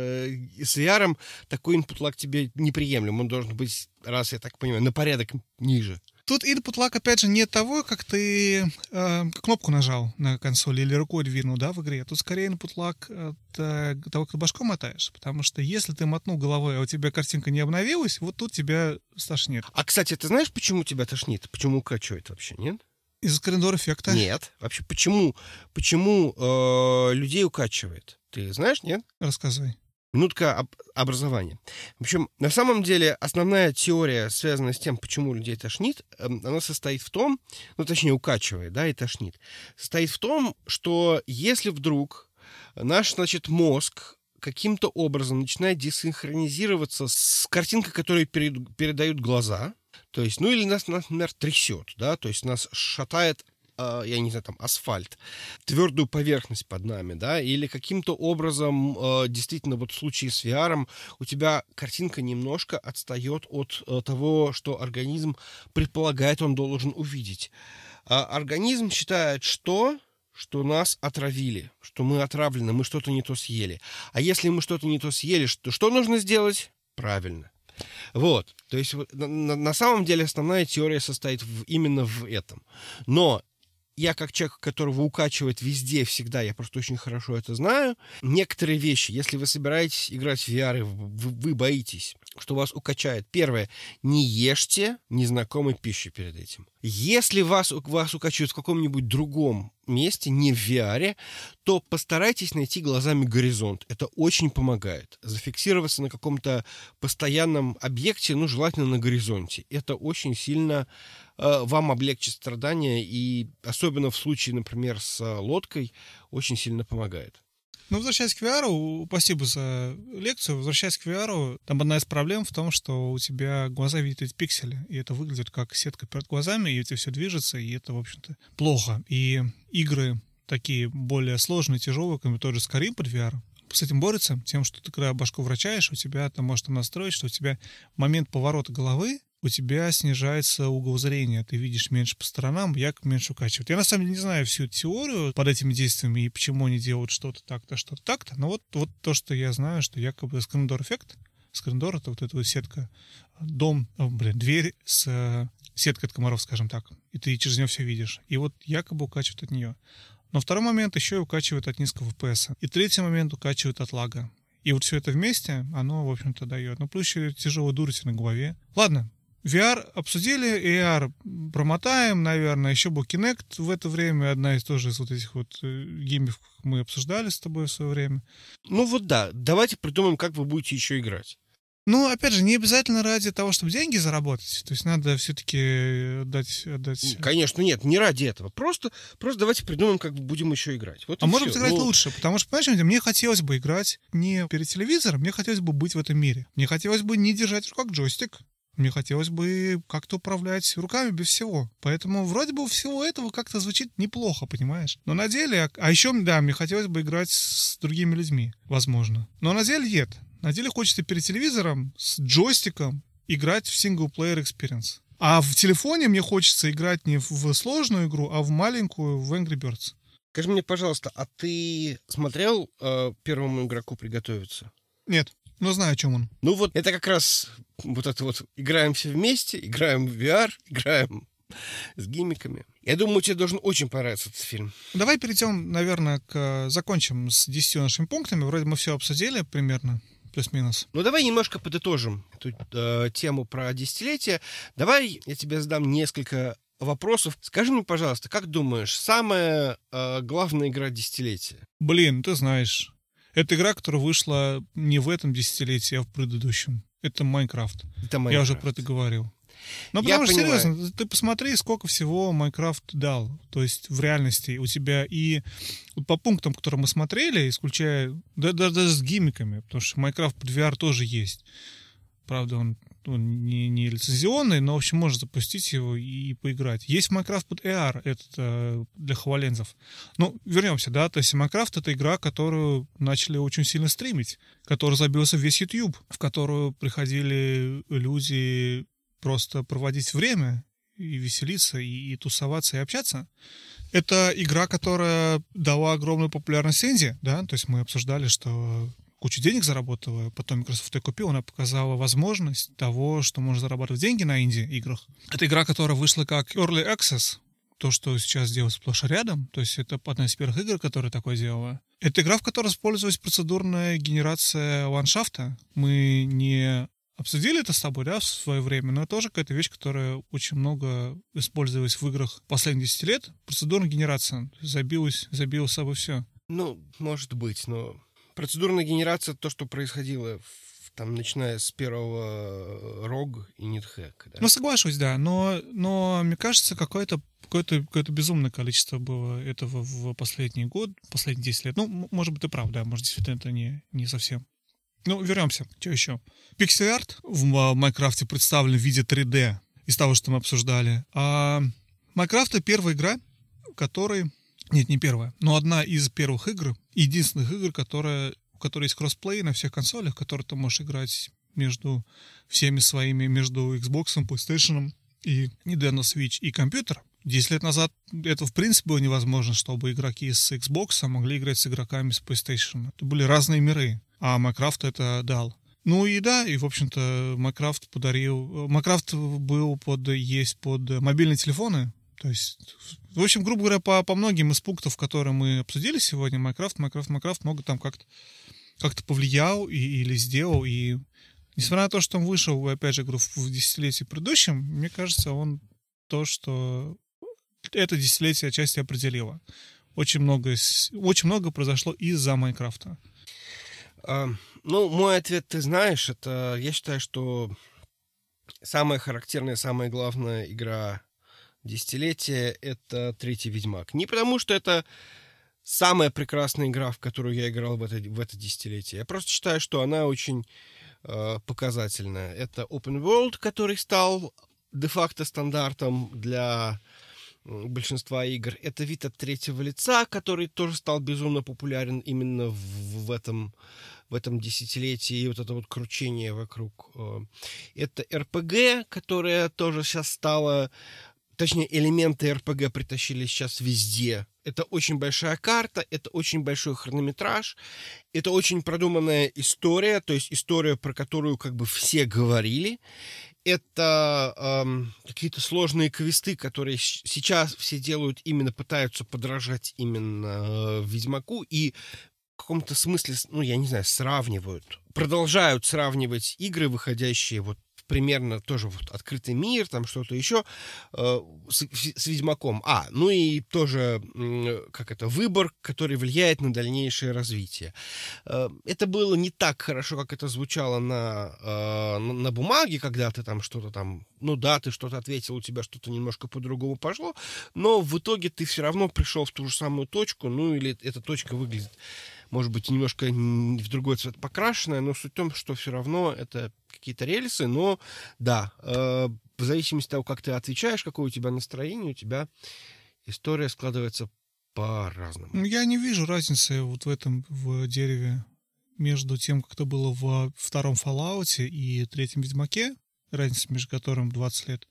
с ви ар такой input-lag тебе неприемлем, он должен быть, раз я так понимаю, на порядок ниже. Тут input-lag, опять же, не того, как ты э, кнопку нажал на консоли или рукой двинул, да, в игре. Тут скорее input-lag от того, как ты башком мотаешь. Потому что если ты мотнул головой, а у тебя картинка не обновилась, вот тут тебя стошнит. А, кстати, ты знаешь, почему тебя тошнит? Почему укачивает вообще, нет? Из-за коридор-эффекта? Нет. Вообще, почему, почему э, людей укачивает? Ты знаешь, нет? Рассказывай. Минутка об образования. В общем, на самом деле, основная теория, связанная с тем, почему людей тошнит, э, она состоит в том, ну, точнее, укачивает, да, и тошнит, состоит в том, что если вдруг наш, значит, мозг каким-то образом начинает десинхронизироваться с картинкой, которую перед, передают глаза, то есть, ну, или нас, нас, например, трясет, да, то есть нас шатает, э, я не знаю, там, асфальт, твердую поверхность под нами, да, или каким-то образом, э, действительно, вот в случае с ви ар, у тебя картинка немножко отстает от э, того, что организм предполагает, он должен увидеть. А организм считает, что... что нас отравили, что мы отравлены, мы что-то не то съели. А если мы что-то не то съели, то что нужно сделать? Правильно. Вот. То есть на, на самом деле основная теория состоит в, именно в этом. Но я, как человек, которого укачивает везде, всегда, я просто очень хорошо это знаю, некоторые вещи, если вы собираетесь играть в ви ар, вы, вы боитесь, что вас укачает. Первое, не ешьте незнакомой пищи перед этим. Если вас, вас укачивают в каком-нибудь другом месте, не в ви ар, то постарайтесь найти глазами горизонт. Это очень помогает. Зафиксироваться на каком-то постоянном объекте, ну, желательно на горизонте. Это очень сильно э, вам облегчит страдания, и особенно в случае, например, с лодкой, очень сильно помогает. Ну, возвращаясь к ви ар, спасибо за лекцию. Возвращаясь к ви ар, там одна из проблем в том, что у тебя глаза видят эти пиксели, и это выглядит как сетка перед глазами, и у тебя все движется, и это, в общем-то, плохо. И игры такие более сложные, тяжелые, как тот же Skyrim под ви ар, с этим борется тем, что ты, когда башку вращаешь, у тебя там может настроить, что у тебя в момент поворота головы у тебя снижается угол зрения, ты видишь меньше по сторонам, якобы меньше укачивает. Я на самом деле не знаю всю теорию под этими действиями и почему они делают что-то так-то, что-то так-то, но вот, вот то, что я знаю, что якобы скрин-дор-эффект, скрин-дор — это вот эта вот сетка, дом, о, блин, дверь с э, сеткой от комаров, скажем так, и ты через нее все видишь. И вот якобы укачивает от нее. Но второй момент еще и укачивает от низкого эф пи эс. И третий момент укачивает от лага. И вот все это вместе, оно, в общем-то, дает. Ну, плюс еще тяжелая дурость на голове. Ладно, ви ар обсудили, эй ар промотаем, наверное. Еще был Kinect в это время. Одна из тоже из вот этих вот геймов мы обсуждали с тобой в свое время. Ну вот да, давайте придумаем, как вы будете еще играть. Ну, опять же, не обязательно ради того, чтобы деньги заработать. То есть надо все-таки отдать... отдать... Конечно, нет, не ради этого. Просто, просто давайте придумаем, как будем еще играть. Вот а можем все. сыграть ну... лучше, потому что, понимаешь, мне хотелось бы играть не перед телевизором, мне хотелось бы быть в этом мире. Мне хотелось бы не держать в руках джойстик. Мне хотелось бы как-то управлять руками без всего. Поэтому вроде бы всего этого как-то звучит неплохо, понимаешь? Но на деле... А еще, да, мне хотелось бы играть с другими людьми, возможно. Но на деле нет. На деле хочется перед телевизором с джойстиком играть в синглплеер experience. А в телефоне мне хочется играть не в сложную игру, а в маленькую, в Angry Birds. Скажи мне, пожалуйста, а ты смотрел э, первому игроку приготовиться? Нет, но знаю, о чем он. Ну вот, это как раз вот это вот играем все вместе, играем в ви ар, играем с гиммиками. Я думаю, тебе должен очень понравиться этот фильм. Давай перейдем, наверное, к... закончим с десятью нашими пунктами. Вроде мы все обсудили примерно. Плюс-минус. Ну, давай немножко подытожим эту э, тему про десятилетие. Давай я тебе задам несколько вопросов. Скажи мне, пожалуйста, как думаешь, самая э, главная игра десятилетия? Блин, ты знаешь, это игра, которая вышла не в этом десятилетии, а в предыдущем. Это Майнкрафт. Это Майнкрафт. Я уже про это говорил. Ну, потому Я что, понимаю. серьезно, ты посмотри, сколько всего Майнкрафт дал. То есть в реальности у тебя и вот по пунктам, которые мы смотрели, исключая да, да, даже с гиммиками, потому что Майнкрафт под ви ар тоже есть. Правда, он, он не, не лицензионный, но, в общем, можно запустить его и поиграть. Есть Майнкрафт под эй ар, это э, для хвалензов. Ну, вернемся, да, то есть Майнкрафт — это игра, которую начали очень сильно стримить, которая забился в весь YouTube, в которую приходили люди просто проводить время и веселиться, и, и тусоваться, и общаться. Это игра, которая дала огромную популярность Инди, да, то есть мы обсуждали, что кучу денег заработала, потом Microsoft ее купил, она показала возможность того, что можно зарабатывать деньги на инди-играх. Это игра, которая вышла как Early Access, то, что сейчас делается сплошь и рядом, то есть это одна из первых игр, которая такое делала. Это игра, в которой использовалась процедурная генерация ландшафта. Мы не обсудили это с тобой, да, в свое время, но это тоже какая-то вещь, которая очень много использовалась в играх последних десять лет. Процедурная генерация. Забилась, забила с собой все. Ну, может быть, но процедурная генерация — то, что происходило в, там, начиная с первого рог и нитхэк. Да? Ну, соглашусь, да, но, но мне кажется, какое-то какое-то, какое-то безумное количество было этого в последний год, последние десять лет. Ну, может быть, ты прав, да, может, действительно это не, не совсем. Ну, вернемся. Что еще? Пиксель-арт в Майнкрафте представлен в виде три дэ из того, что мы обсуждали. А Майнкрафт — это первая игра, которой... Нет, не первая, но одна из первых игр, единственных игр, которая, у которой есть кроссплей на всех консолях, которые ты можешь играть между всеми своими, между Xbox, PlayStation и Nintendo Switch и компьютер. Десять лет назад это, в принципе, было невозможно, чтобы игроки с Xbox могли играть с игроками с PlayStation. Это были разные миры, а Майнкрафт это дал. Ну и да, и, в общем-то, Майнкрафт подарил... Майнкрафт был под... есть под мобильные телефоны. То есть, в общем, грубо говоря, по, по многим из пунктов, которые мы обсудили сегодня, Майнкрафт, Майнкрафт, Майнкрафт много там как-то, как-то повлиял и, или сделал. И несмотря на то, что он вышел, опять же, говорю, в десятилетии предыдущем, мне кажется, он то, что это десятилетие отчасти определило. Очень много, очень много произошло из-за Майнкрафта. А, ну, мой ответ, ты знаешь, это я считаю, что самая характерная, самая главная игра десятилетия — это третий Ведьмак. Не потому, что это самая прекрасная игра, в которую я играл в это, в это десятилетие. Я просто считаю, что она очень э, показательная. Это Open World, который стал де-факто стандартом для большинства игр. Это вид от третьего лица, который тоже стал безумно популярен именно в, в этом в этом десятилетии, и вот это вот кручение вокруг. Это эр пи джи, которое тоже сейчас стало... Точнее, элементы эр пи джи притащили сейчас везде. Это очень большая карта, это очень большой хронометраж, это очень продуманная история, то есть история, про которую как бы все говорили. Это эм, какие-то сложные квесты, которые сейчас все делают, именно пытаются подражать именно э, Ведьмаку и в каком-то смысле, ну, я не знаю, сравнивают, продолжают сравнивать игры, выходящие вот примерно тоже вот открытый мир, там что-то еще э, с, с Ведьмаком. А, ну и тоже, э, как это, выбор, который влияет на дальнейшее развитие. Э, это было не так хорошо, как это звучало на, э, на, на бумаге, когда ты там что-то там, ну да, ты что-то ответил, у тебя что-то немножко по-другому пошло, но в итоге ты все равно пришел в ту же самую точку, ну или эта точка выглядит, может быть, немножко в другой цвет покрашенная, но суть в том, что все равно это какие-то рельсы, но да, э, в зависимости от того, как ты отвечаешь, какое у тебя настроение, у тебя история складывается по-разному. Я не вижу разницы вот в этом, в дереве, между тем, как это было во втором Fallout и третьем Ведьмаке, разница между которым двадцать лет.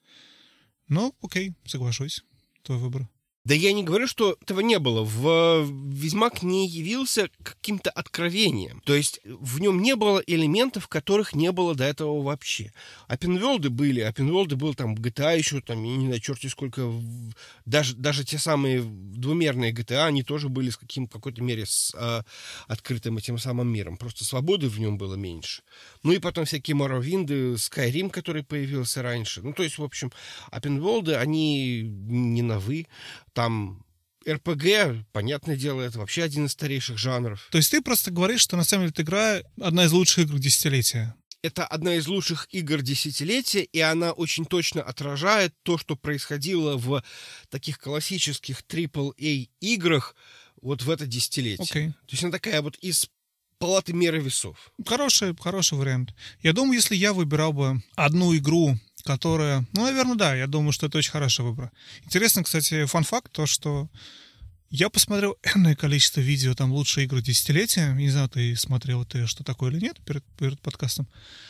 Но, окей, соглашусь, твой выбор. Да я не говорю, что этого не было. В Ведьмак не явился каким-то откровением. То есть в нем не было элементов, которых не было до этого вообще. Опенвёрлды были. Опенвёрлды был там джи ти эй еще, там, я не знаю, черти сколько. Даже, даже те самые двумерные джи ти эй, они тоже были с каким, в какой-то мере с а, открытым этим самым миром. Просто свободы в нем было меньше. Ну и потом всякие Моровинды, Skyrim, который появился раньше. Ну то есть, в общем, опенвёрлды, они не новы. Там эр пи джи, понятное дело, это вообще один из старейших жанров. То есть ты просто говоришь, что на самом деле эта игра одна из лучших игр десятилетия. Это одна из лучших игр десятилетия, и она очень точно отражает то, что происходило в таких классических трипл эй играх вот в это десятилетие. Okay. То есть она такая вот из палаты меры весов. Хороший, хороший вариант. Я думаю, если я выбирал бы одну игру, которая... Ну, наверное, да, я думаю, что это очень хороший выбор. Интересно, кстати, фан-факт, то, что я посмотрел энное количество видео, там, лучшие игры десятилетия. Не знаю, ты смотрел ты что такое или нет перед, перед подкастом.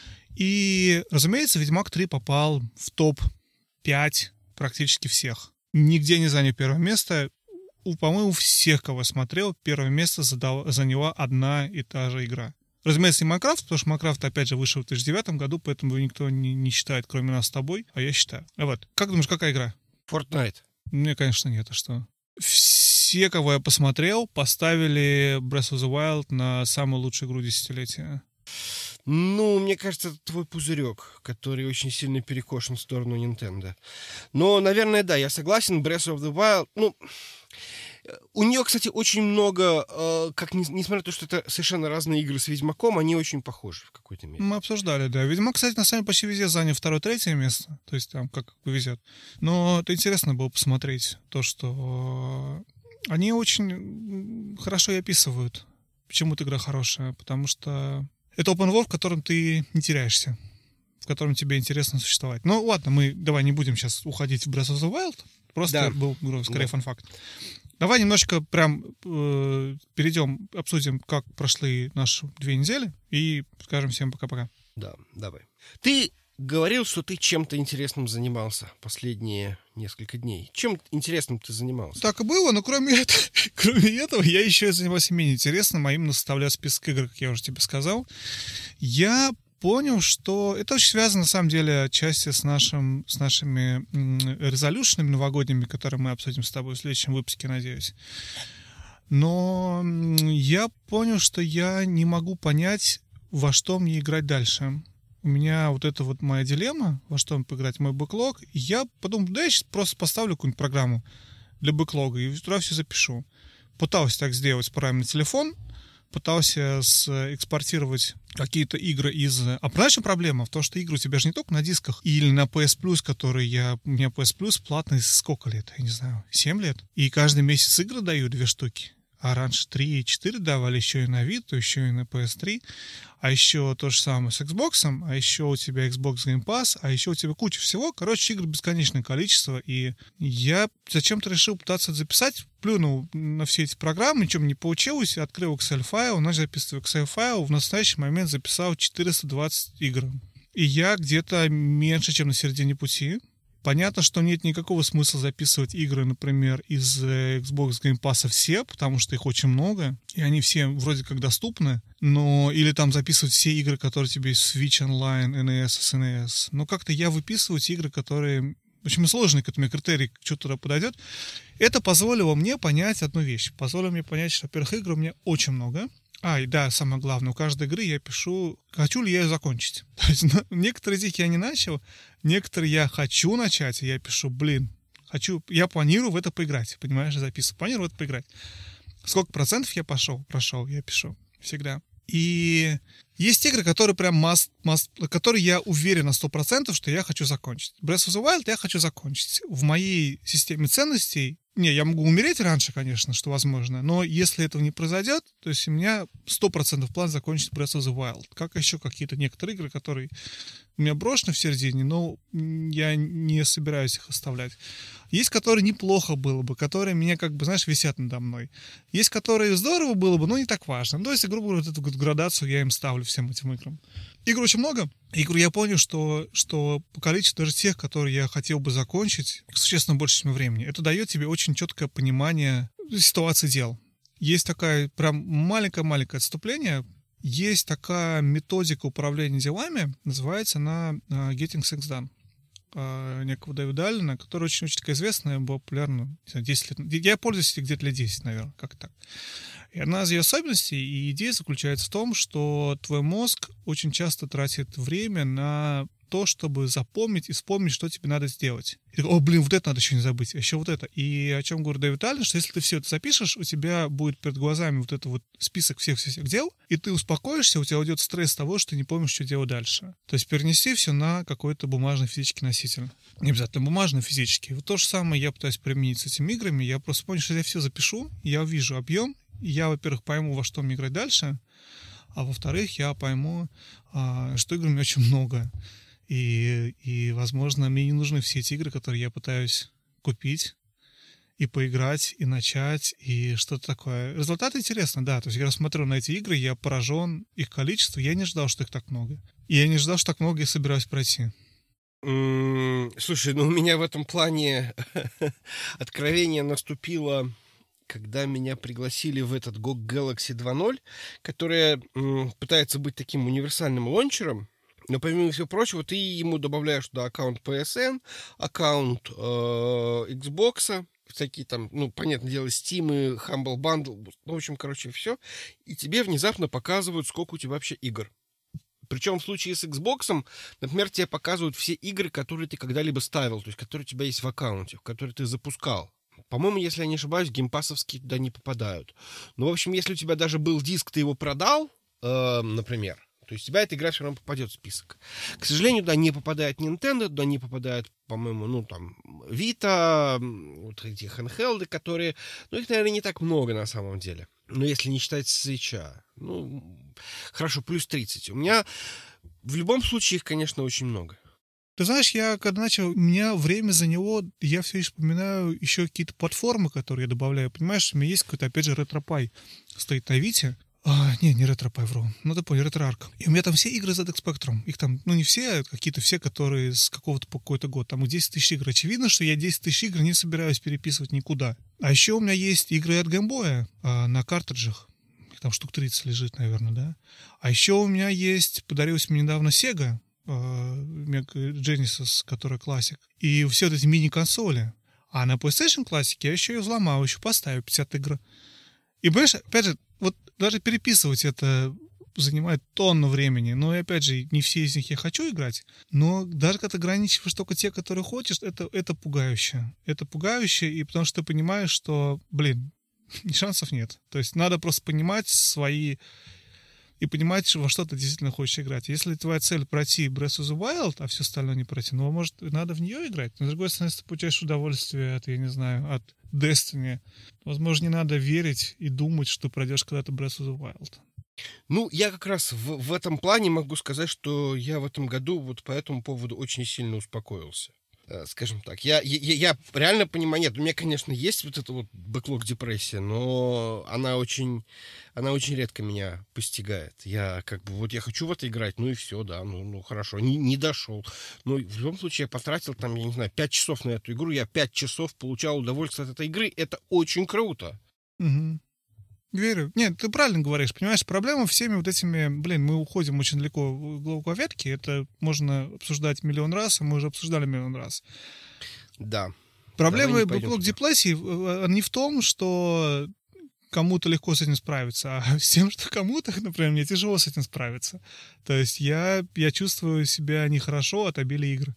И, разумеется, Ведьмак три попал в топ пять практически всех. Нигде не занял первое место. У, по-моему, у всех, кого смотрел, первое место задал, заняла одна и та же игра. Разумеется, и Майнкрафт, потому что Майнкрафт, опять же, вышел в две тысячи девятом году, поэтому его никто не, не считает, кроме нас с тобой, а я считаю. А вот, как думаешь, какая игра? Fortnite. Мне, конечно, нет, а что? Все, кого я посмотрел, поставили Breath of the Wild на самую лучшую игру десятилетия. Ну, мне кажется, это твой пузырек, который очень сильно перекошен в сторону Nintendo. Но, наверное, да, я согласен, Breath of the Wild, ну... У нее, кстати, очень много, э, как не, несмотря на то, что это совершенно разные игры с Ведьмаком, они очень похожи в какой-то мере. Мы обсуждали, да. Ведьмак, кстати, на самом деле почти везде занял второе-третье место. То есть там как повезет. Но это интересно было посмотреть то, что они очень хорошо и описывают, почему эта игра хорошая. Потому что это open world, в котором ты не теряешься, в котором тебе интересно существовать. Ну ладно, мы давай не будем сейчас уходить в Breath of the Wild. Просто да. был, скорее, да. фан-факт. Давай немножечко прям э, перейдем, обсудим, как прошли наши две недели, и скажем всем пока-пока. Да, давай. Ты говорил, что ты чем-то интересным занимался последние несколько дней. Чем интересным ты занимался? Так и было, но кроме этого, кроме этого я еще занимался менее интересным, а именно составлял список игр, как я уже тебе сказал. Я понял, что это очень связано, на самом деле, отчасти с, нашим, с нашими резолюшенами новогодними, которые мы обсудим с тобой в следующем выпуске, надеюсь. Но я понял, что я не могу понять, во что мне играть дальше. У меня вот это вот моя дилемма, во что мне поиграть, мой бэклог. И я подумал, да я сейчас просто поставлю какую-нибудь программу для бэклога и туда все запишу. Пытался так сделать, справим на телефон, пытался с, экспортировать какие-то игры из... А знаешь, проблема в том, что игры у тебя же не только на дисках или на пи эс Plus, который я... У меня пи эс Plus платный сколько лет? Я не знаю, семь лет. И каждый месяц игры даю две штуки. а раньше три и четыре давали еще и на Vita, еще и на пи эс три, а еще то же самое с Xbox, а еще у тебя Xbox Game Pass, а еще у тебя куча всего. Короче, игр бесконечное количество, и я зачем-то решил пытаться записать, плюнул на все эти программы, ничем не получилось, открыл Excel-файл, начал записывать Excel-файл, в настоящий момент записал четыреста двадцать игр. И я где-то меньше, чем на середине пути. Понятно, что нет никакого смысла записывать игры, например, из Xbox Game Pass все, потому что их очень много, и они все вроде как доступны, но или там записывать все игры, которые тебе есть в Switch Online, эн и эс, эс эн и эс. Но как-то я выписываю те игры, которые очень сложные, к этому критерий, что туда подойдет. Это позволило мне понять одну вещь. Позволило мне понять, что, во-первых, игр у меня очень много. А, и да, самое главное, у каждой игры я пишу, хочу ли я ее закончить. То есть, ну, некоторые из них я не начал, некоторые я хочу начать, и я пишу, блин, хочу, я планирую в это поиграть, понимаешь, записываю, планирую в это поиграть. Сколько процентов я пошел, прошел, я пишу всегда. И есть игры, которые прям must, must, которые я уверен на сто процентов, что я хочу закончить. Breath of the Wild я хочу закончить. В моей системе ценностей, не, я могу умереть раньше, конечно, что возможно, но если этого не произойдет, то есть у меня сто процентов план закончить Breath of the Wild. Как еще какие-то некоторые игры, которые у меня брошены в середине, но я не собираюсь их оставлять. Есть, которые неплохо было бы, которые меня, как бы, знаешь, висят надо мной. Есть, которые здорово было бы, но не так важно. Ну, то есть, грубо говоря, вот эту градацию я им ставлю всем этим играм. Игр очень много. Игр я понял, что, что по количеству даже тех, которые я хотел бы закончить, существенно больше, чем времени. Это дает тебе очень четкое понимание ситуации дел. Есть такая прям маленькое-маленькое отступление. Есть такая методика управления делами, называется она Getting Things Done. Некого Дэвида Аллена, который очень-очень такая известная, была популярна десять лет. Я пользуюсь где-то лет десять, наверное, как так. И одна из ее особенностей и идея заключается в том, что твой мозг очень часто тратит время на то, чтобы запомнить и вспомнить, что тебе надо сделать. И такой, о, блин, вот это надо еще не забыть, а еще вот это. И о чем говорит Дэвид Аллен, что если ты все это запишешь, у тебя будет перед глазами вот этот вот список всех-всех дел, и ты успокоишься, у тебя уйдет стресс того, что ты не помнишь, что делать дальше. То есть перенести все на какой-то бумажный физический носитель. Не обязательно бумажный, физический. Вот то же самое я пытаюсь применить с этими играми. Я просто понял, что я все запишу, я увижу объем, и я, во-первых, пойму, во что мне играть дальше, а во-вторых, я пойму, что игр у меня очень много. И, и, возможно, мне не нужны все эти игры, которые я пытаюсь купить и поиграть, и начать, и что-то такое. Результат интересный, да. То есть я смотрю на эти игры, я поражен их количеством. Я не ждал, что их так много. И я не ждал, что так много я собираюсь пройти. Mm, слушай, ну у меня в этом плане откровение наступило, когда меня пригласили в этот джи о джи Galaxy два ноль, которая м, пытается быть таким универсальным лончером. Но помимо всего прочего, ты ему добавляешь туда аккаунт пи эс эн, аккаунт э, Xbox, всякие там, ну, понятное дело, Steam, Humble Bundle, в общем, короче, все. И тебе внезапно показывают, сколько у тебя вообще игр. Причем в случае с Xbox, например, тебе показывают все игры, которые ты когда-либо ставил, то есть которые у тебя есть в аккаунте, которые ты запускал. По-моему, если я не ошибаюсь, геймпассовские туда не попадают. Ну, в общем, если у тебя даже был диск, ты его продал, э, например, то есть у тебя эта игра все равно попадет в список. К сожалению, туда не попадает Nintendo, туда не попадает, по-моему, ну, там, Vita, вот эти handheld, которые... Ну, их, наверное, не так много на самом деле. Но если не считать свеча. Ну, хорошо, плюс тридцать. У меня в любом случае их, конечно, очень много. Ты знаешь, я когда начал, у меня время заняло, я все еще вспоминаю еще какие-то платформы, которые я добавляю. Понимаешь, у меня есть какой-то, опять же, RetroPie стоит на Вите. А, не, не RetroPie, вру. Ну, ты понял, RetroArch. И у меня там все игры зет икс Spectrum. Их там, ну, не все, а какие-то все, которые с какого-то по какой-то год. Там десять тысяч игр. Очевидно, что я десять тысяч игр не собираюсь переписывать никуда. А еще у меня есть игры от Game Boy а, на картриджах. Их там штук тридцать лежит, наверное, да. А еще у меня есть, подарилась мне недавно Sega Genesis, которая классик. И все вот эти мини-консоли. А на PlayStation Classic я еще ее взломал, еще поставил пятьдесят игр. И, понимаешь, опять же, вот даже переписывать это занимает тонну времени. Но, опять же, не все из них я хочу играть. Но даже когда ты ограничиваешь только те, которые хочешь, это, это пугающе. Это пугающе, и потому что ты понимаешь, что, блин, шансов нет. То есть надо просто понимать свои... и понимать, во что ты действительно хочешь играть. Если твоя цель пройти Breath of the Wild, а все остальное не пройти, ну, может, надо в нее играть. Но, с другой стороны, если ты получаешь удовольствие от, я не знаю, от Destiny, возможно, не надо верить и думать, что пройдешь когда-то Breath of the Wild. Ну, я как раз в, в этом плане могу сказать, что я в этом году вот по этому поводу очень сильно успокоился. Скажем так, я, я, я реально понимаю, нет, у меня, конечно, есть вот эта вот бэклог-депрессия, но она очень, она очень редко меня постигает. Я как бы, вот я хочу в это играть, ну и все, да, ну, ну хорошо, не, не дошел. Но в любом случае я потратил там, я не знаю, пять часов на эту игру, я пять часов получал удовольствие от этой игры, это очень круто. Угу. Верю. Нет, ты правильно говоришь, понимаешь, проблема всеми вот этими, блин, мы уходим очень далеко в ветки, это можно обсуждать миллион раз, а мы уже обсуждали миллион раз. Да. Проблема бэклог-депрессии не в том, что кому-то легко с этим справиться, а с тем, что кому-то, например, мне тяжело с этим справиться. То есть я, я чувствую себя нехорошо от обилия игр.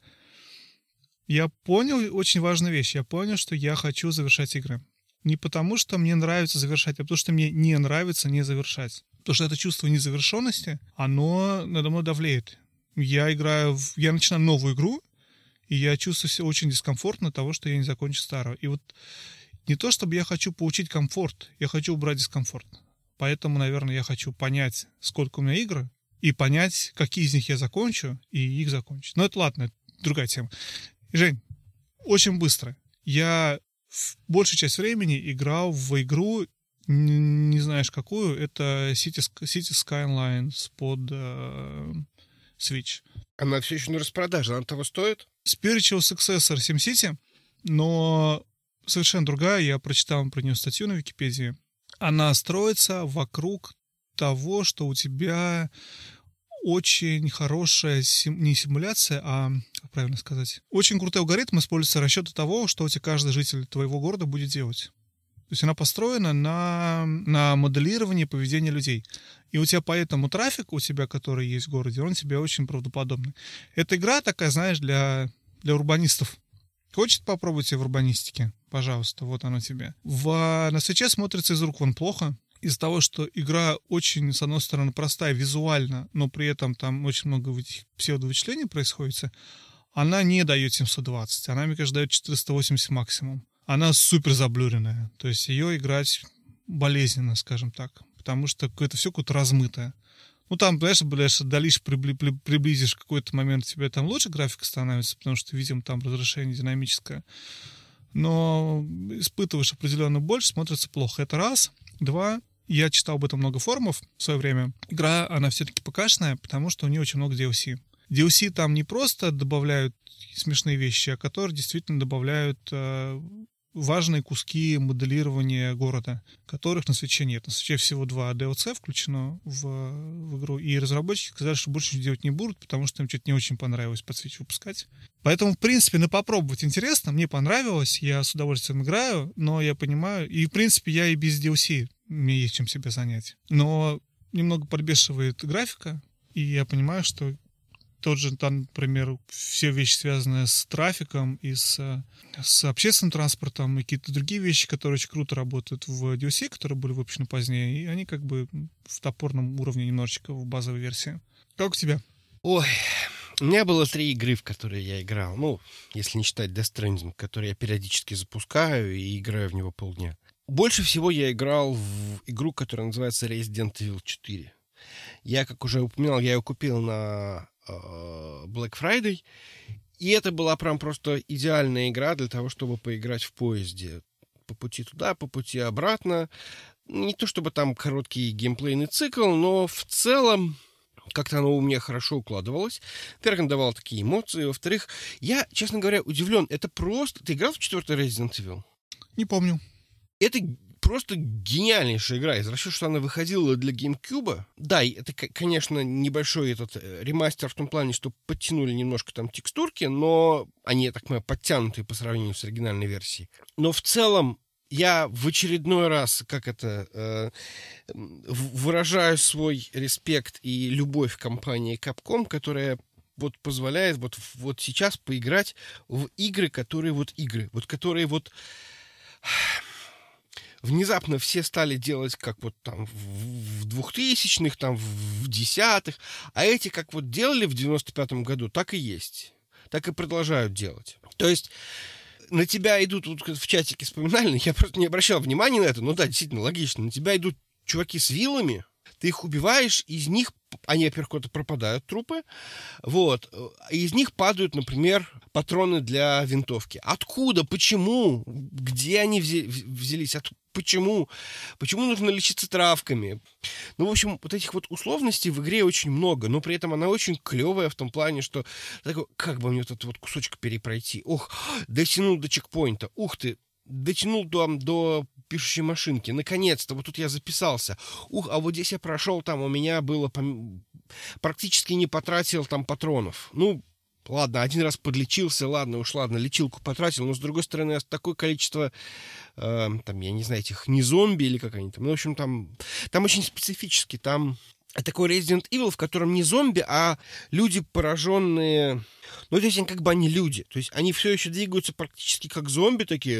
Я понял очень важную вещь, я понял, что я хочу завершать игры. Не потому, что мне нравится завершать, а потому, что мне не нравится не завершать. Потому что это чувство незавершенности, оно надо мной давлеет. Я играю, в... я начинаю новую игру, и я чувствую себя очень дискомфортно от того, что я не закончу старую. И вот не то, чтобы я хочу получить комфорт, я хочу убрать дискомфорт. Поэтому, наверное, я хочу понять, сколько у меня игр, и понять, какие из них я закончу, и их закончить. Но это ладно, это другая тема. Жень, очень быстро. Я в большую часть времени играл в игру, не, не знаешь какую, это Cities, Cities Skylines под э, Switch. Она все еще на распродаже, она того стоит? Spiritual Successor SimCity, но совершенно другая, я прочитал про нее статью на Википедии. Она строится вокруг того, что у тебя очень хорошая, сим... не симуляция, а, как правильно сказать, очень крутой алгоритм используется расчета того, что у тебя каждый житель твоего города будет делать. То есть она построена на, на моделировании поведения людей. И у тебя поэтому трафик у тебя, который есть в городе, он тебе очень правдоподобный. Эта игра такая, знаешь, для, для урбанистов. Хочешь попробовать в урбанистике? Пожалуйста, вот оно тебе. В, на свече смотрится из рук вон плохо. Из-за того, что игра очень, с одной стороны, простая визуально, но при этом там очень много псевдовычислений происходит, она не дает семьсот двадцать, она, мне кажется, дает четыреста восемьдесят максимум. Она супер заблюренная, то есть ее играть болезненно, скажем так, потому что это все какое-то размытое. Ну, там, знаешь, блядь, далишь, приблизишь какой-то момент, тебе там лучше графика становится, потому что, видим, там разрешение динамическое. Но испытываешь определенно больше, смотрится плохо. Это раз. Два. Я читал об этом много форумов в свое время. Игра, она все-таки ПК-шная, потому что у нее очень много ди эл си. ди эл си там не просто добавляют смешные вещи, а которые действительно добавляют э, важные куски моделирования города, которых на свече нет. На свече всего два ди эл си включено в, в игру, и разработчики сказали, что больше ничего делать не будут, потому что им что-то не очень понравилось под свеч выпускать. Поэтому, в принципе, на попробовать интересно, мне понравилось, я с удовольствием играю, но я понимаю, и, в принципе, я и без ди эл си, мне есть чем себя занять. Но немного подбешивает графика, и я понимаю, что тот же, там, например, все вещи, связанные с трафиком и с, с общественным транспортом, и какие-то другие вещи, которые очень круто работают в ди эл си, которые были выпущены позднее, и они как бы в топорном уровне немножечко в базовой версии. Как у тебя? Ой, у меня было три игры, в которые я играл. Ну, если не считать Death Stranding, который я периодически запускаю и играю в него полдня. Больше всего я играл в игру, которая называется Resident Evil четыре. Я, как уже упоминал, я ее купил на Black Friday, и это была прям просто идеальная игра для того, чтобы поиграть в поезде. По пути туда, по пути обратно. Не то чтобы там короткий геймплейный цикл, но в целом как-то оно у меня хорошо укладывалось. Во-первых, оно давало такие эмоции. Во-вторых, я, честно говоря, удивлен. Это просто... Ты играл в четвертый Resident Evil? Не помню. Это просто гениальнейшая игра. Из расчета, что она выходила для GameCube. Да, и это, конечно, небольшой этот ремастер в том плане, что подтянули немножко там текстурки, но они, я так понимаю, подтянутые по сравнению с оригинальной версией. Но в целом я в очередной раз, как это, э, выражаю свой респект и любовь к компании Capcom, которая вот позволяет вот, вот сейчас поиграть в игры, которые вот игры, вот которые вот... внезапно все стали делать как вот там в двухтысячных, там в десятых, а эти как вот делали в девяносто пятом году, так и есть. Так и продолжают делать. То есть на тебя идут, вот в чатике вспоминали, я просто не обращал внимания на это, но да, действительно логично, на тебя идут чуваки с вилами, ты их убиваешь, из них, они, во-первых, куда-то пропадают, трупы, вот, из них падают, например, патроны для винтовки. Откуда? Почему? Где они взялись? От... Почему? Почему нужно лечиться травками? Ну, в общем, вот этих вот условностей в игре очень много, но при этом она очень клевая в том плане, что такой, как бы мне вот этот вот кусочек перепройти? Ох, дотянул до чекпоинта, ух ты, дотянул до, до пишущей машинки, наконец-то, вот тут я записался. Ух, а вот здесь я прошел, там у меня было, пом... практически не потратил там патронов. Ну, ладно, один раз подлечился, ладно, уж ладно, лечилку потратил, но с другой стороны, такое количество, э, там, я не знаю, этих не зомби или как они там, ну, в общем, там, там очень специфически, там такой Resident Evil, в котором не зомби, а люди, пораженные... Ну, то есть они как бы они люди. То есть они все еще двигаются практически как зомби такие,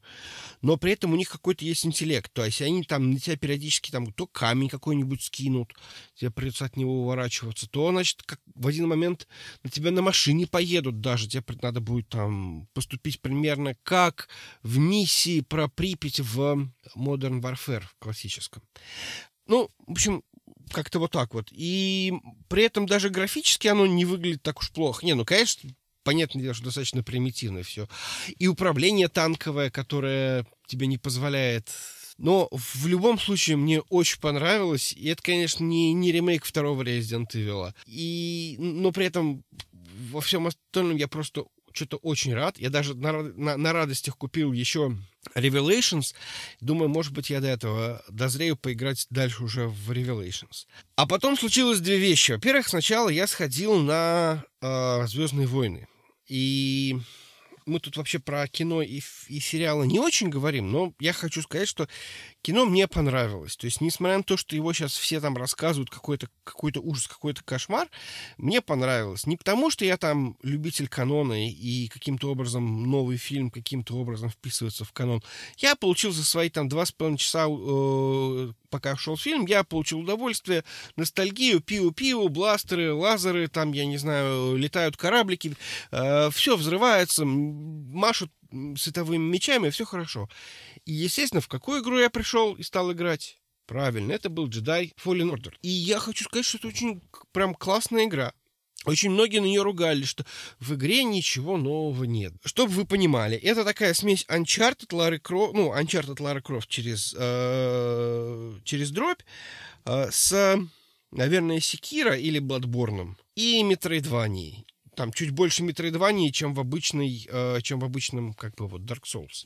но при этом у них какой-то есть интеллект. То есть они там на тебя периодически там то камень какой-нибудь скинут, тебе придется от него уворачиваться, то, значит, как в один момент на тебя на машине поедут даже. Тебе надо будет там поступить примерно как в миссии про Припять в Modern Warfare классическом. Ну, в общем... Как-то вот так вот. И при этом даже графически оно не выглядит так уж плохо. Не, ну, конечно, понятное дело, что достаточно примитивно все. И управление танковое, которое тебе не позволяет... Но в любом случае мне очень понравилось. И это, конечно, не, не ремейк второго Resident Evil. И... Но при этом во всем остальном я просто что-то очень рад. Я даже на, на, на радостях купил еще Revelations. Думаю, может быть, я до этого дозрею поиграть дальше уже в Revelations. А потом случилось две вещи. Во-первых, сначала я сходил на э, «Звездные войны». И мы тут вообще про кино и, и сериалы не очень говорим, но я хочу сказать, что кино мне понравилось. То есть, несмотря на то, что его сейчас все там рассказывают, какой-то, какой-то ужас, какой-то кошмар, мне понравилось. Не потому, что я там любитель канона и каким-то образом новый фильм каким-то образом вписывается в канон. Я получил за свои там два с половиной часа, э, пока шел фильм, я получил удовольствие, ностальгию, пиу-пиу, бластеры, лазеры, там, я не знаю, летают кораблики, э, все взрывается, машут световыми мечами, все хорошо. И, естественно, в какую игру я пришел и стал играть? Правильно, это был Jedi Fallen Order. И я хочу сказать, что это очень прям классная игра. Очень многие на нее ругали, что в игре ничего нового нет. Чтобы вы понимали, это такая смесь Uncharted, Lara Croft, ну, Uncharted, Lara Croft через, э, через дробь э, с, наверное, Sekiro или Bloodborne и Metroidvania. Там чуть больше Metroidvania, чем в обычной, э, чем в обычном, как бы, вот, Dark Souls.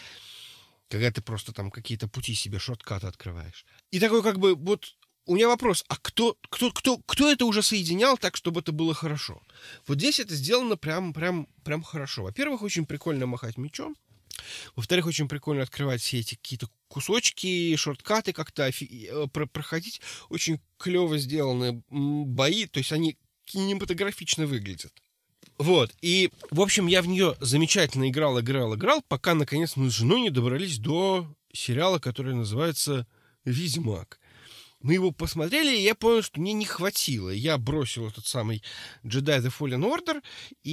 Когда ты просто там какие-то пути себе, шорткаты открываешь. И такой, как бы, вот, у меня вопрос, а кто, кто, кто, кто это уже соединял так, чтобы это было хорошо? Вот здесь это сделано прям, прям, прям хорошо. Во-первых, очень прикольно махать мечом. Во-вторых, очень прикольно открывать все эти какие-то кусочки, шорткаты как-то офи- проходить. Очень клево сделаны бои, то есть они кинематографично выглядят. Вот, и, в общем, я в нее замечательно играл, играл, играл, пока, наконец, мы с женой не добрались до сериала, который называется «Ведьмак». Мы его посмотрели, и я понял, что мне не хватило. Я бросил этот самый Jedi The Fallen Order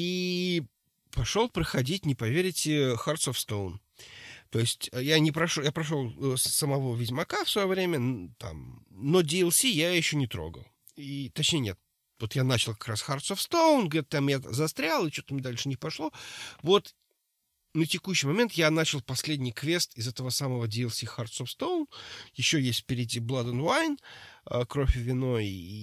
и пошел проходить, не поверите, Hearts of Stone. То есть я не прошел, я прошел самого Ведьмака в свое время, там, но ди эл си я еще не трогал. И, точнее, нет. Вот я начал как раз Hearts of Stone, где-то там я застрял, и что-то мне дальше не пошло. Вот на текущий момент я начал последний квест из этого самого ди эл си Hearts of Stone. Еще есть впереди Blood and Wine, Кровь и вино, и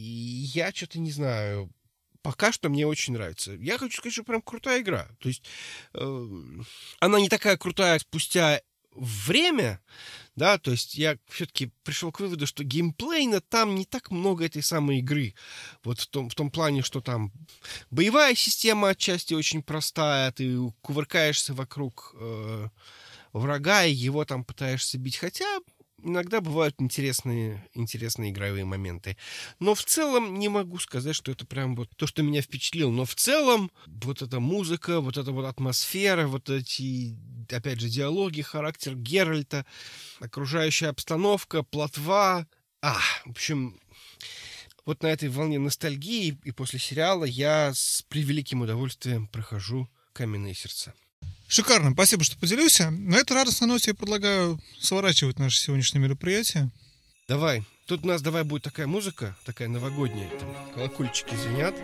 я что-то не знаю. Пока что мне очень нравится. Я хочу сказать, что прям крутая игра. То есть э, она не такая крутая спустя время, да, то есть я все-таки пришел к выводу, что геймплейно там не так много этой самой игры. Вот в том, в том плане, что там боевая система отчасти очень простая, ты кувыркаешься вокруг э, врага и его там пытаешься бить. Хотя иногда бывают интересные, интересные игровые моменты. Но в целом не могу сказать, что это прям вот то, что меня впечатлило. Но в целом вот эта музыка, вот эта вот атмосфера, вот эти, опять же, диалоги, характер Геральта, окружающая обстановка, плотва. А, в общем, вот на этой волне ностальгии и после сериала я с превеликим удовольствием прохожу «Каменные сердца». Шикарно, спасибо, что поделился. На этой радостной ноте я предлагаю сворачивать наше сегодняшнее мероприятие. Давай. Тут у нас давай будет такая музыка, такая новогодняя. Там колокольчики звенят.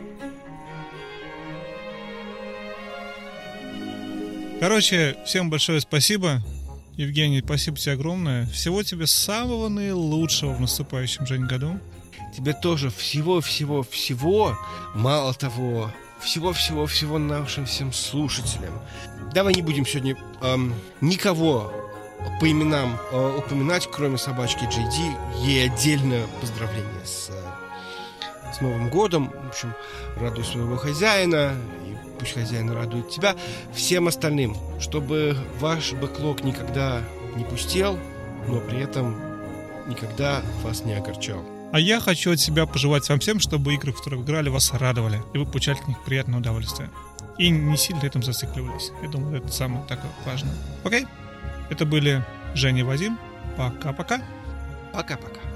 Короче, всем большое спасибо. Евгений, спасибо тебе огромное. Всего тебе самого наилучшего в наступающем, Жень, году. Тебе тоже всего-всего-всего, мало того, всего-всего-всего нашим всем слушателям. Давай не будем сегодня эм, никого по именам э, упоминать, кроме собачки Джей Ди. Ей отдельное поздравление с, э, с Новым годом. В общем, радуй своего хозяина, и пусть хозяин радует тебя. Всем остальным, чтобы ваш бэклог никогда не пустел, но при этом никогда вас не огорчал. А я хочу от себя пожелать вам всем, чтобы игры, в которые вы играли, вас радовали, и вы получали от них приятное удовольствие. И не сильно этим зацикливались. Я думаю, это самое такое важное. Окей? Это были Женя и Вадим. Пока-пока. Пока-пока.